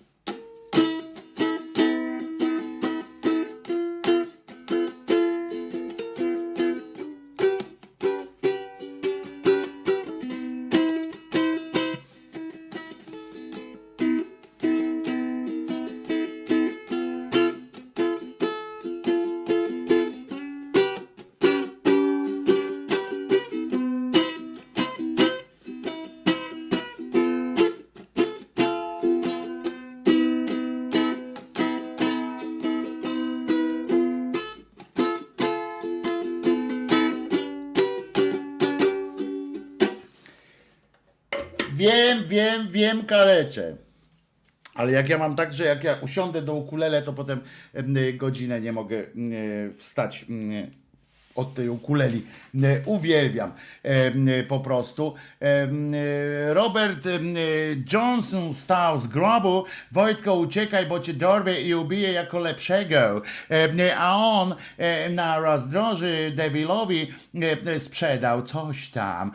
Wiem, kaleczę. Ale jak ja mam tak, że jak ja usiądę do ukulele, to potem godzinę nie mogę wstać od tej ukuleli. Uwielbiam po prostu. Robert Johnson stał z grobu. Wojtko, uciekaj, bo cię dorwę i ubiję jako lepszego. A on na rozdroży Devilowi sprzedał coś tam.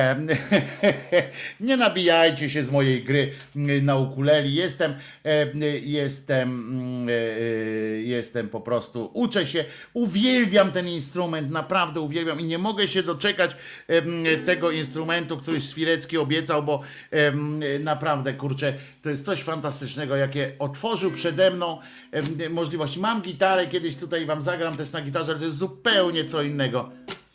Nie nabijajcie się z mojej gry na ukuleli. Jestem po prostu, uczę się, uwielbiam ten instrument, naprawdę uwielbiam i nie mogę się doczekać tego instrumentu, który Świrecki obiecał, bo naprawdę, kurczę, to jest coś fantastycznego, jakie otworzył przede mną możliwości. Mam gitarę, kiedyś tutaj wam zagram też na gitarze, ale to jest zupełnie co innego.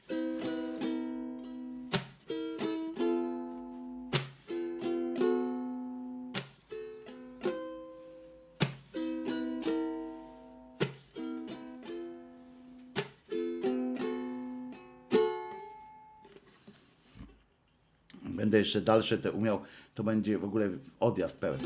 Będę jeszcze dalsze te umiał, to będzie w ogóle odjazd pełen.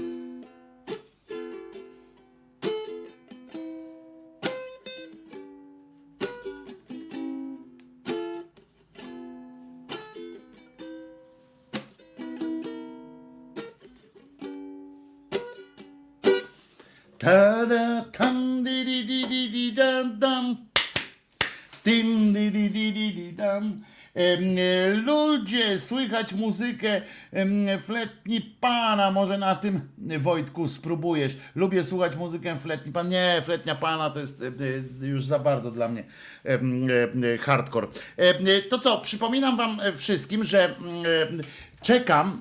Ta da tam di di di di di dam dam tim di di di di di dam. Ludzie, słychać muzykę Fletni Pana, może na tym, Wojtku, spróbujesz. Lubię słuchać muzykę Fletni Pana. Nie, Fletnia Pana to jest już za bardzo dla mnie hardcore. To co, przypominam wam wszystkim, że czekam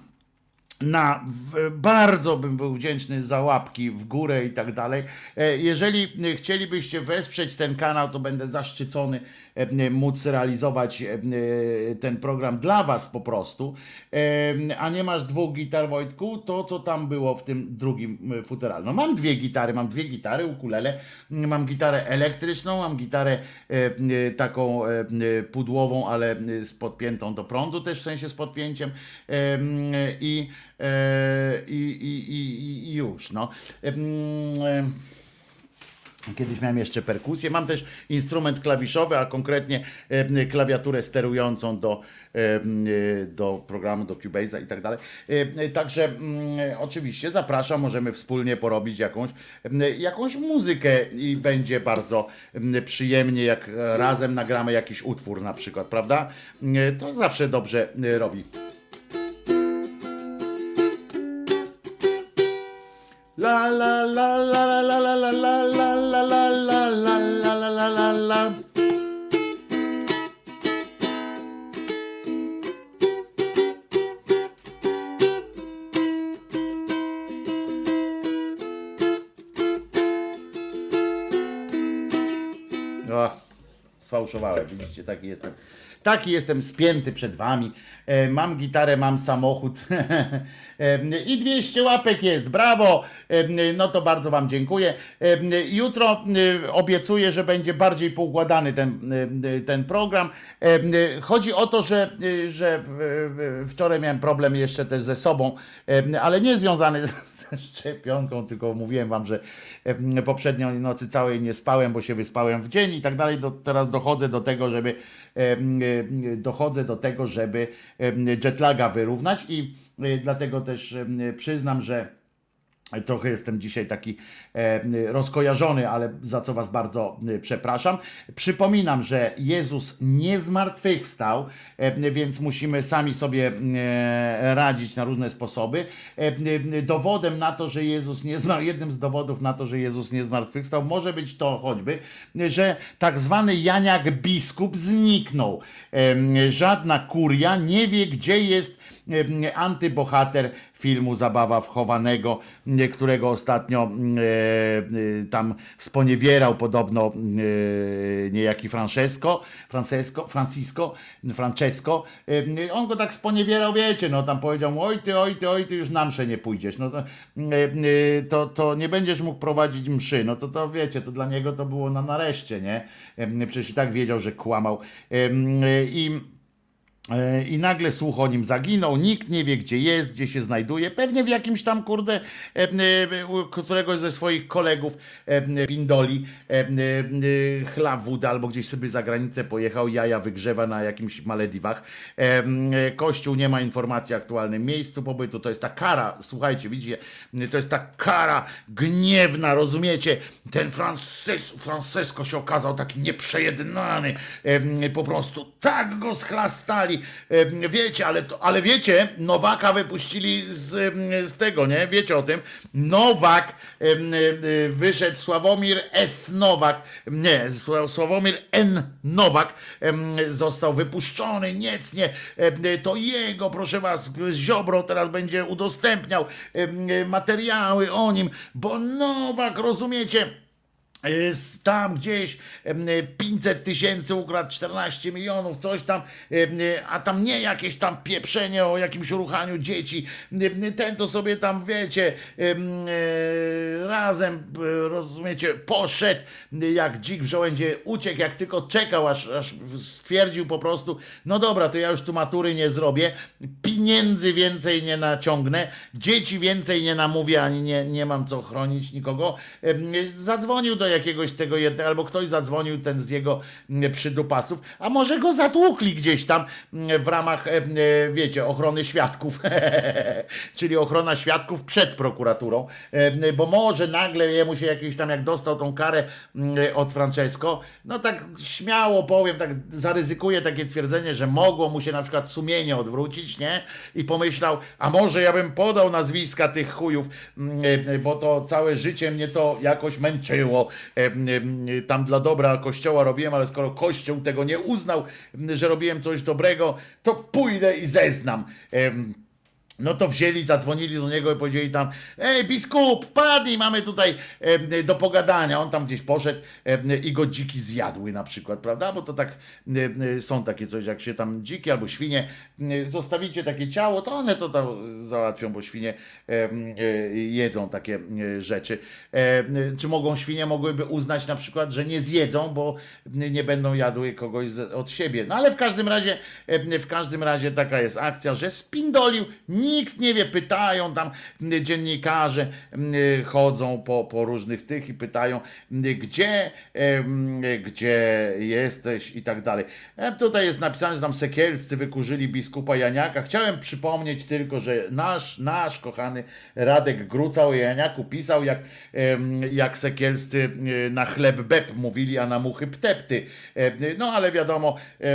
bardzo bym był wdzięczny za łapki w górę i tak dalej. Jeżeli chcielibyście wesprzeć ten kanał, to będę zaszczycony móc realizować ten program dla was po prostu. A nie masz 2 gitar, Wojtku? To co tam było w tym drugim futerale? No mam 2 gitary, ukulele, mam gitarę elektryczną, mam gitarę taką pudłową, ale z podpiętą do prądu, też w sensie z podpięciem i już, no. Kiedyś miałem jeszcze perkusję. Mam też instrument klawiszowy, a konkretnie klawiaturę sterującą do programu, do Cubase'a i tak dalej. Także oczywiście zapraszam, możemy wspólnie porobić jakąś muzykę i będzie bardzo przyjemnie, jak razem nagramy jakiś utwór na przykład, prawda? To zawsze dobrze robi. La la la la la la la la la la la la la la la la la. O, sfałszowałem, widzicie, taki jestem. Taki jestem spięty przed wami. Mam gitarę, mam samochód i 200 łapek jest. Brawo! No to bardzo wam dziękuję. Jutro obiecuję, że będzie bardziej poukładany ten program. Chodzi o to, że wczoraj miałem problem jeszcze też ze sobą, ale nie związany ze szczepionką, tylko mówiłem wam, że poprzedniej nocy całej nie spałem, bo się wyspałem w dzień i tak dalej. Teraz dochodzę do tego, żeby jetlaga wyrównać i dlatego też przyznam, że trochę jestem dzisiaj taki rozkojarzony, ale za co was bardzo przepraszam. Przypominam, że Jezus nie zmartwychwstał, więc musimy sami sobie radzić na różne sposoby. Dowodem na to, że Jezus nie zmartwychwstał, jednym z dowodów na to, że Jezus nie zmartwychwstał, może być to choćby, że tak zwany Janiak biskup zniknął. Żadna kuria nie wie, gdzie jest antybohater filmu Zabawa wchowanego, którego ostatnio tam sponiewierał podobno niejaki Francesco. On go tak sponiewierał, wiecie, no tam powiedział mu, oj ty już na mszę nie pójdziesz, no to nie będziesz mógł prowadzić mszy, no to wiecie, to dla niego to było na nareszcie, nie? Przecież i tak wiedział, że kłamał. I nagle słuch o nim zaginął, nikt nie wie, gdzie jest, gdzie się znajduje, pewnie w jakimś tam, któregoś ze swoich kolegów pindoli chla wódę albo gdzieś sobie za granicę pojechał, jaja wygrzewa na jakimś Malediwach. Kościół nie ma informacji o aktualnym miejscu pobytu, to jest ta kara, słuchajcie, widzicie, to jest ta kara gniewna, rozumiecie, ten Francesco się okazał taki nieprzejednany, po prostu tak go schlastali. Wiecie, ale wiecie, Nowaka wypuścili z tego, nie? Wiecie o tym. Nowak wyszedł, Sławomir S. Nowak, nie, Sławomir N. Nowak został wypuszczony, nie, to jego, proszę was, Ziobro teraz będzie udostępniał materiały o nim, bo Nowak, rozumiecie, tam gdzieś 500 000 ukradł, 14 milionów, coś tam, a tam nie jakieś tam pieprzenie o jakimś ruchaniu dzieci, ten to sobie tam, wiecie, razem, rozumiecie, poszedł jak dzik w żołędzie, uciekł, jak tylko czekał, aż stwierdził po prostu, no dobra, to ja już tu matury nie zrobię, pieniędzy więcej nie naciągnę, dzieci więcej nie namówię, ani nie mam co chronić nikogo. Zadzwonił do jakiegoś tego jednego, albo ktoś zadzwonił, ten z jego przydupasów, a może go zatłukli gdzieś tam w ramach, wiecie, ochrony świadków, czyli ochrona świadków przed prokuraturą, bo może nagle jemu się jakiś tam, jak dostał tą karę od Francesco, no tak śmiało powiem, tak zaryzykuję takie twierdzenie, że mogło mu się na przykład sumienie odwrócić, nie? I pomyślał, a może ja bym podał nazwiska tych chujów, bo to całe życie mnie to jakoś męczyło, tam dla dobra Kościoła robiłem, ale skoro Kościół tego nie uznał, że robiłem coś dobrego, to pójdę i zeznam. No to wzięli, zadzwonili do niego i powiedzieli tam, ej biskup, wpadnij, mamy tutaj do pogadania. On tam gdzieś poszedł i go dziki zjadły na przykład, prawda? Bo to tak są takie coś, jak się tam dziki albo świnie, zostawicie takie ciało, to one to tam załatwią, bo świnie jedzą takie rzeczy. Czy świnie mogłyby uznać na przykład, że nie zjedzą, bo nie będą jadły kogoś od siebie. No ale w każdym razie taka jest akcja, że spindolił, Nikt nie wie, pytają tam dziennikarze, chodzą po różnych tych i pytają, gdzie jesteś i tak dalej. Tutaj jest napisane, że tam Sekielscy wykurzyli biskupa Janiaka. Chciałem przypomnieć tylko, że nasz kochany Radek Gruca o Janiaku pisał, jak Sekielscy na chleb beb mówili, a na muchy ptepty. No ale wiadomo,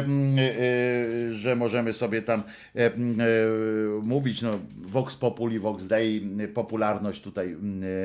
że możemy sobie tam mówić, no Vox Populi, Vox Dei, popularność tutaj.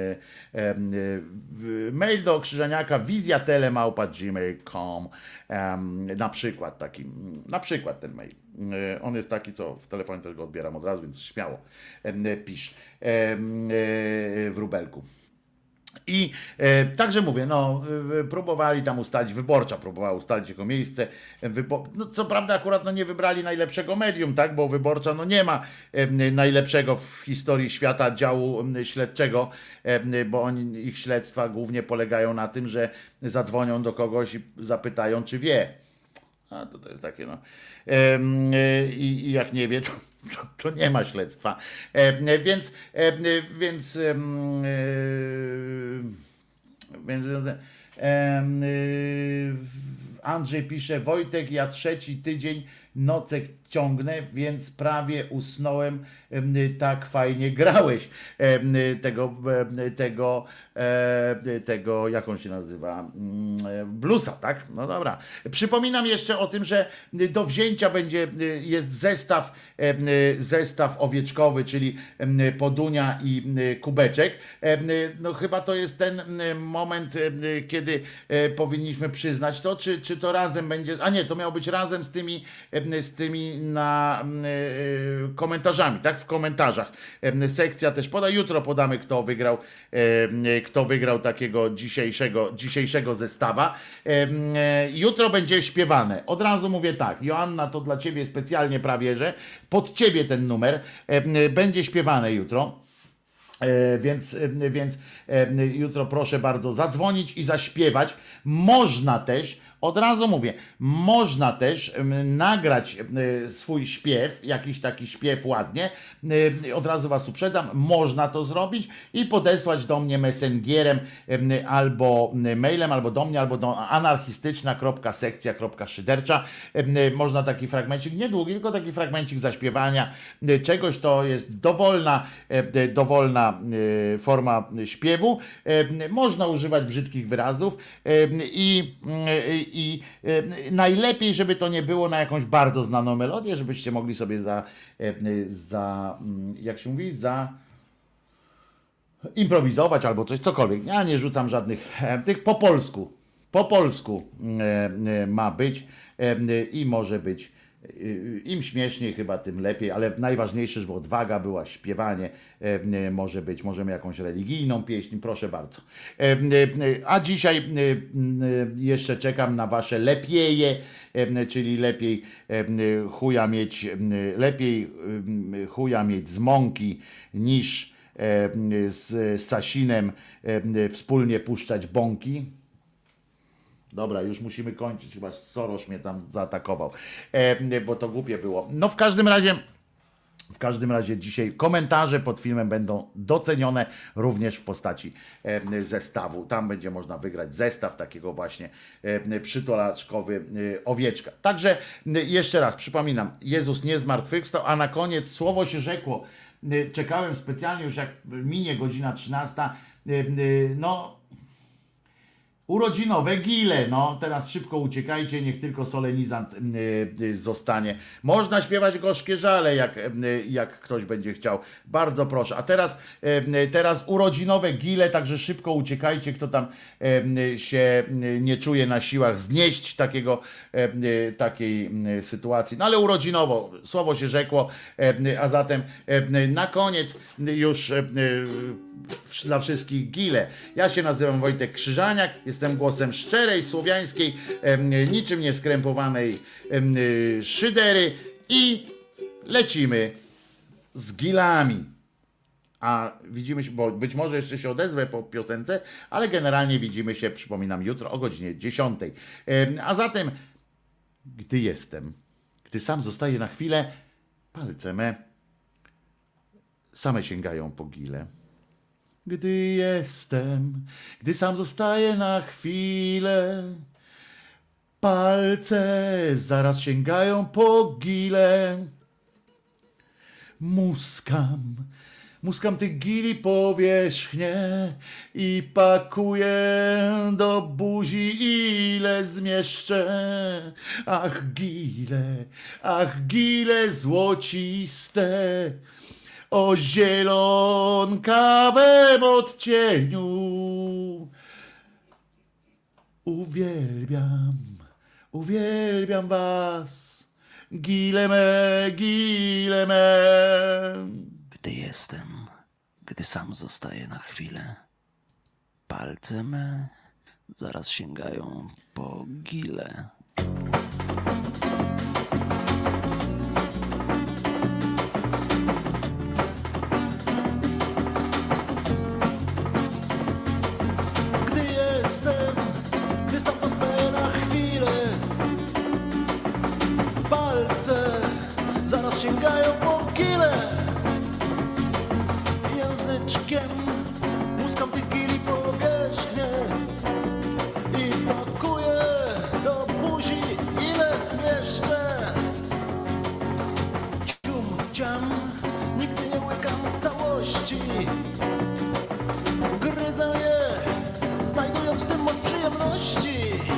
Mail do Krzyżaniaka wizjatele@gmail.com, na przykład ten mail. On jest taki, co w telefonie też go odbieram od razu, więc śmiało pisz w rubelku. I także mówię, no próbowali tam ustalić, Wyborcza próbowała ustalić jego miejsce. No, co prawda akurat no, nie wybrali najlepszego medium, tak, bo Wyborcza no, nie ma najlepszego w historii świata działu śledczego, bo ich śledztwa głównie polegają na tym, że zadzwonią do kogoś i zapytają, czy wie. A to jest takie no. I jak nie wie, to nie ma śledztwa. Więc Andrzej pisze, Wojtek, ja 3. tydzień nocek ciągnę, więc prawie usnąłem, tak fajnie grałeś tego, jak on się nazywa, bluesa, tak? No dobra. Przypominam jeszcze o tym, że do wzięcia jest zestaw owieczkowy, czyli Podunia i Kubeczek. No chyba to jest ten moment, kiedy powinniśmy przyznać to, czy to razem będzie, a nie, to miało być razem z tymi na komentarzami, tak? W komentarzach. Sekcja też poda. Jutro podamy, kto wygrał takiego dzisiejszego zestawa. Jutro będzie śpiewane. Od razu mówię tak, Joanna, to dla ciebie specjalnie prawie, że pod ciebie ten numer będzie śpiewane jutro. Więc jutro proszę bardzo zadzwonić i zaśpiewać. Można też, od razu mówię, można też nagrać swój śpiew, jakiś taki śpiew ładnie, od razu was uprzedzam, można to zrobić i podesłać do mnie messengerem albo mailem, albo do mnie, albo do anarchistyczna.sekcja.szydercza. Można taki fragmencik, niedługi, tylko taki fragmencik zaśpiewania czegoś, to jest dowolna forma śpiewu. Można używać brzydkich wyrazów i najlepiej, żeby to nie było na jakąś bardzo znaną melodię, żebyście mogli sobie jak się mówi, improwizować albo coś, cokolwiek. Ja nie rzucam żadnych tych po polsku ma być i może być im śmieszniej chyba, tym lepiej, ale najważniejsze, żeby odwaga była, śpiewanie może być, możemy jakąś religijną pieśń, proszę bardzo. A dzisiaj jeszcze czekam na wasze lepieje, czyli lepiej chuja mieć z mąki niż z Sasinem wspólnie puszczać bąki. Dobra, już musimy kończyć, chyba Soros mnie tam zaatakował, bo to głupie było. No w każdym razie dzisiaj komentarze pod filmem będą docenione również w postaci zestawu. Tam będzie można wygrać zestaw takiego właśnie przytulaczkowy owieczka. Także jeszcze raz przypominam, Jezus nie zmartwychwstał, a na koniec słowo się rzekło. Czekałem specjalnie już jak minie godzina 13, no urodzinowe gile, no teraz szybko uciekajcie, niech tylko solenizant zostanie. Można śpiewać gorzkie żale, jak ktoś będzie chciał. Bardzo proszę. A teraz urodzinowe gile, także szybko uciekajcie, kto tam się nie czuje na siłach znieść takiej sytuacji. No ale urodzinowo, słowo się rzekło, a zatem na koniec już dla wszystkich gile. Ja się nazywam Wojtek Krzyżaniak, jestem głosem szczerej, słowiańskiej, niczym nieskrępowanej szydery i lecimy z gilami. A widzimy się, bo być może jeszcze się odezwę po piosence, ale generalnie widzimy się, przypominam, jutro o godzinie 10. A zatem, gdy sam zostaję na chwilę, palce me same sięgają po gile. Gdy sam zostaję na chwilę, palce zaraz sięgają po gile. Muskam tych gili powierzchnię i pakuję do buzi, ile zmieszczę. Ach gile złociste, o zielonkawym odcieniu. Uwielbiam was, gile me. Gdy sam zostaję na chwilę, palce me zaraz sięgają po gile. Gdy sam zostaję na chwilę, palce zaraz sięgają po gile. Języczkiem muskam tych gili powierzchnię i pakuję do buzi, ile zmieszczę. Cium, nigdy nie łykam w całości. Gryzę je, znajdując w tym moc przyjemności.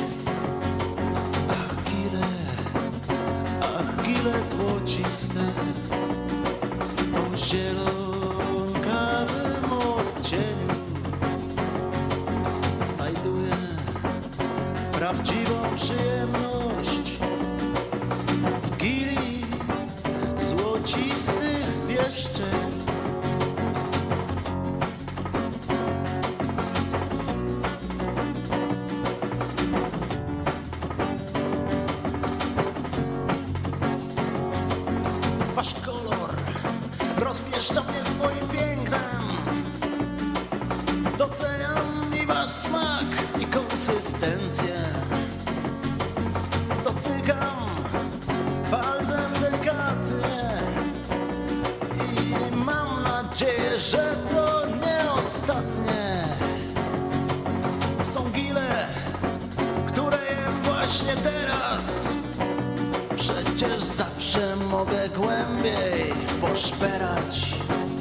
Ach gile złociste, o zielonkawym odcieniu. Znajduję prawdziwą przyjemność w gili złocistych pieszczeń. Wasz kolor rozpieszcza mnie swoim pięknem. Doceniam i wasz smak i konsystencję. Dotykam palcem delikatnie i mam nadzieję, że to nie ostatnie. Są gile, które jem właśnie teraz. Przecież zawsze mogę głębiej poszperać.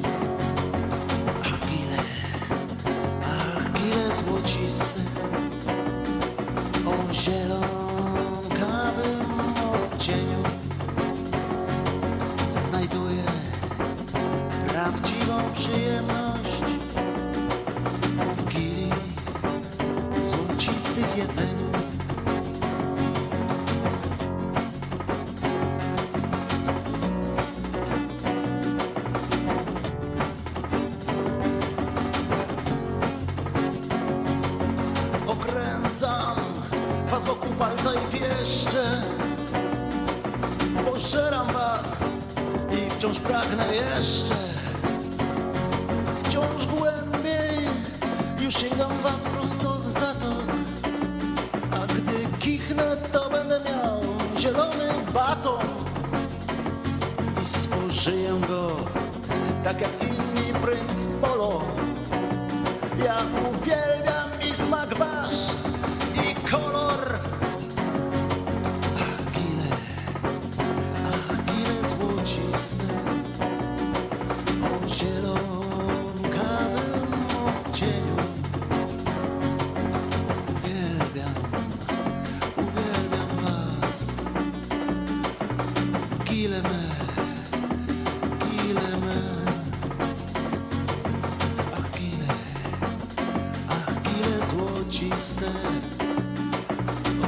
Ach gile złociste, o zielonkawym odcieniu. Znajduję prawdziwą przyjemność w gili złocistych jedzeniu. Okręcam was wokół palca i pieszczę. Pożeram was i wciąż pragnę jeszcze. Wciąż głębiej już sięgam was prosto z zatok. A gdy kichnę, to będę miał zielony baton i spożyję go tak jak inni princ Polo. Ja uwielbiam i smak wasz i kolor. Ach gile złociste, o zielonkawym odcieniu. Uwielbiam was, gile me. Złociste, o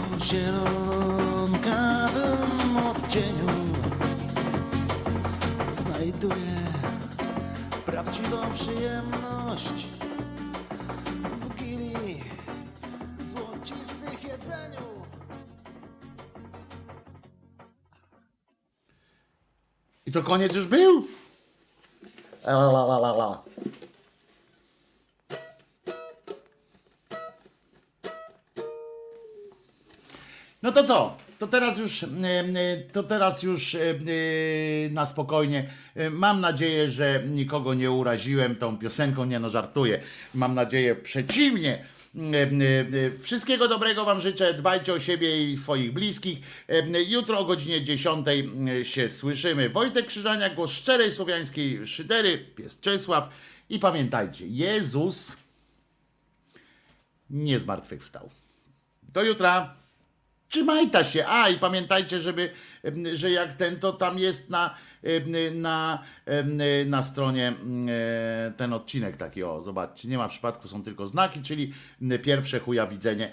zielonkawym odcieniu. Znajduję prawdziwą przyjemność w gili złocistych jedzeniu. I to koniec już był? No to co? To teraz już na spokojnie. Mam nadzieję, że nikogo nie uraziłem tą piosenką, nie no żartuję. Mam nadzieję przeciwnie. Wszystkiego dobrego wam życzę, dbajcie o siebie i swoich bliskich. Jutro o godzinie 10 się słyszymy. Wojtek Krzyżaniak, głos szczerej słowiańskiej szydery, pies Czesław i pamiętajcie, Jezus nie zmartwychwstał. Do jutra. Trzymajcie się. I pamiętajcie, że jak ten, to tam jest na stronie ten odcinek taki, zobaczcie, nie ma przypadku, są tylko znaki, czyli pierwsze chuja widzenie.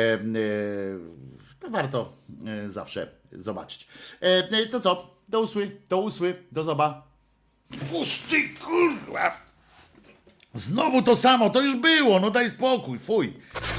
To warto zawsze zobaczyć. To co? Do usły, do zoba. Puszczy, kurwa! Znowu to samo, to już było, no daj spokój, fuj.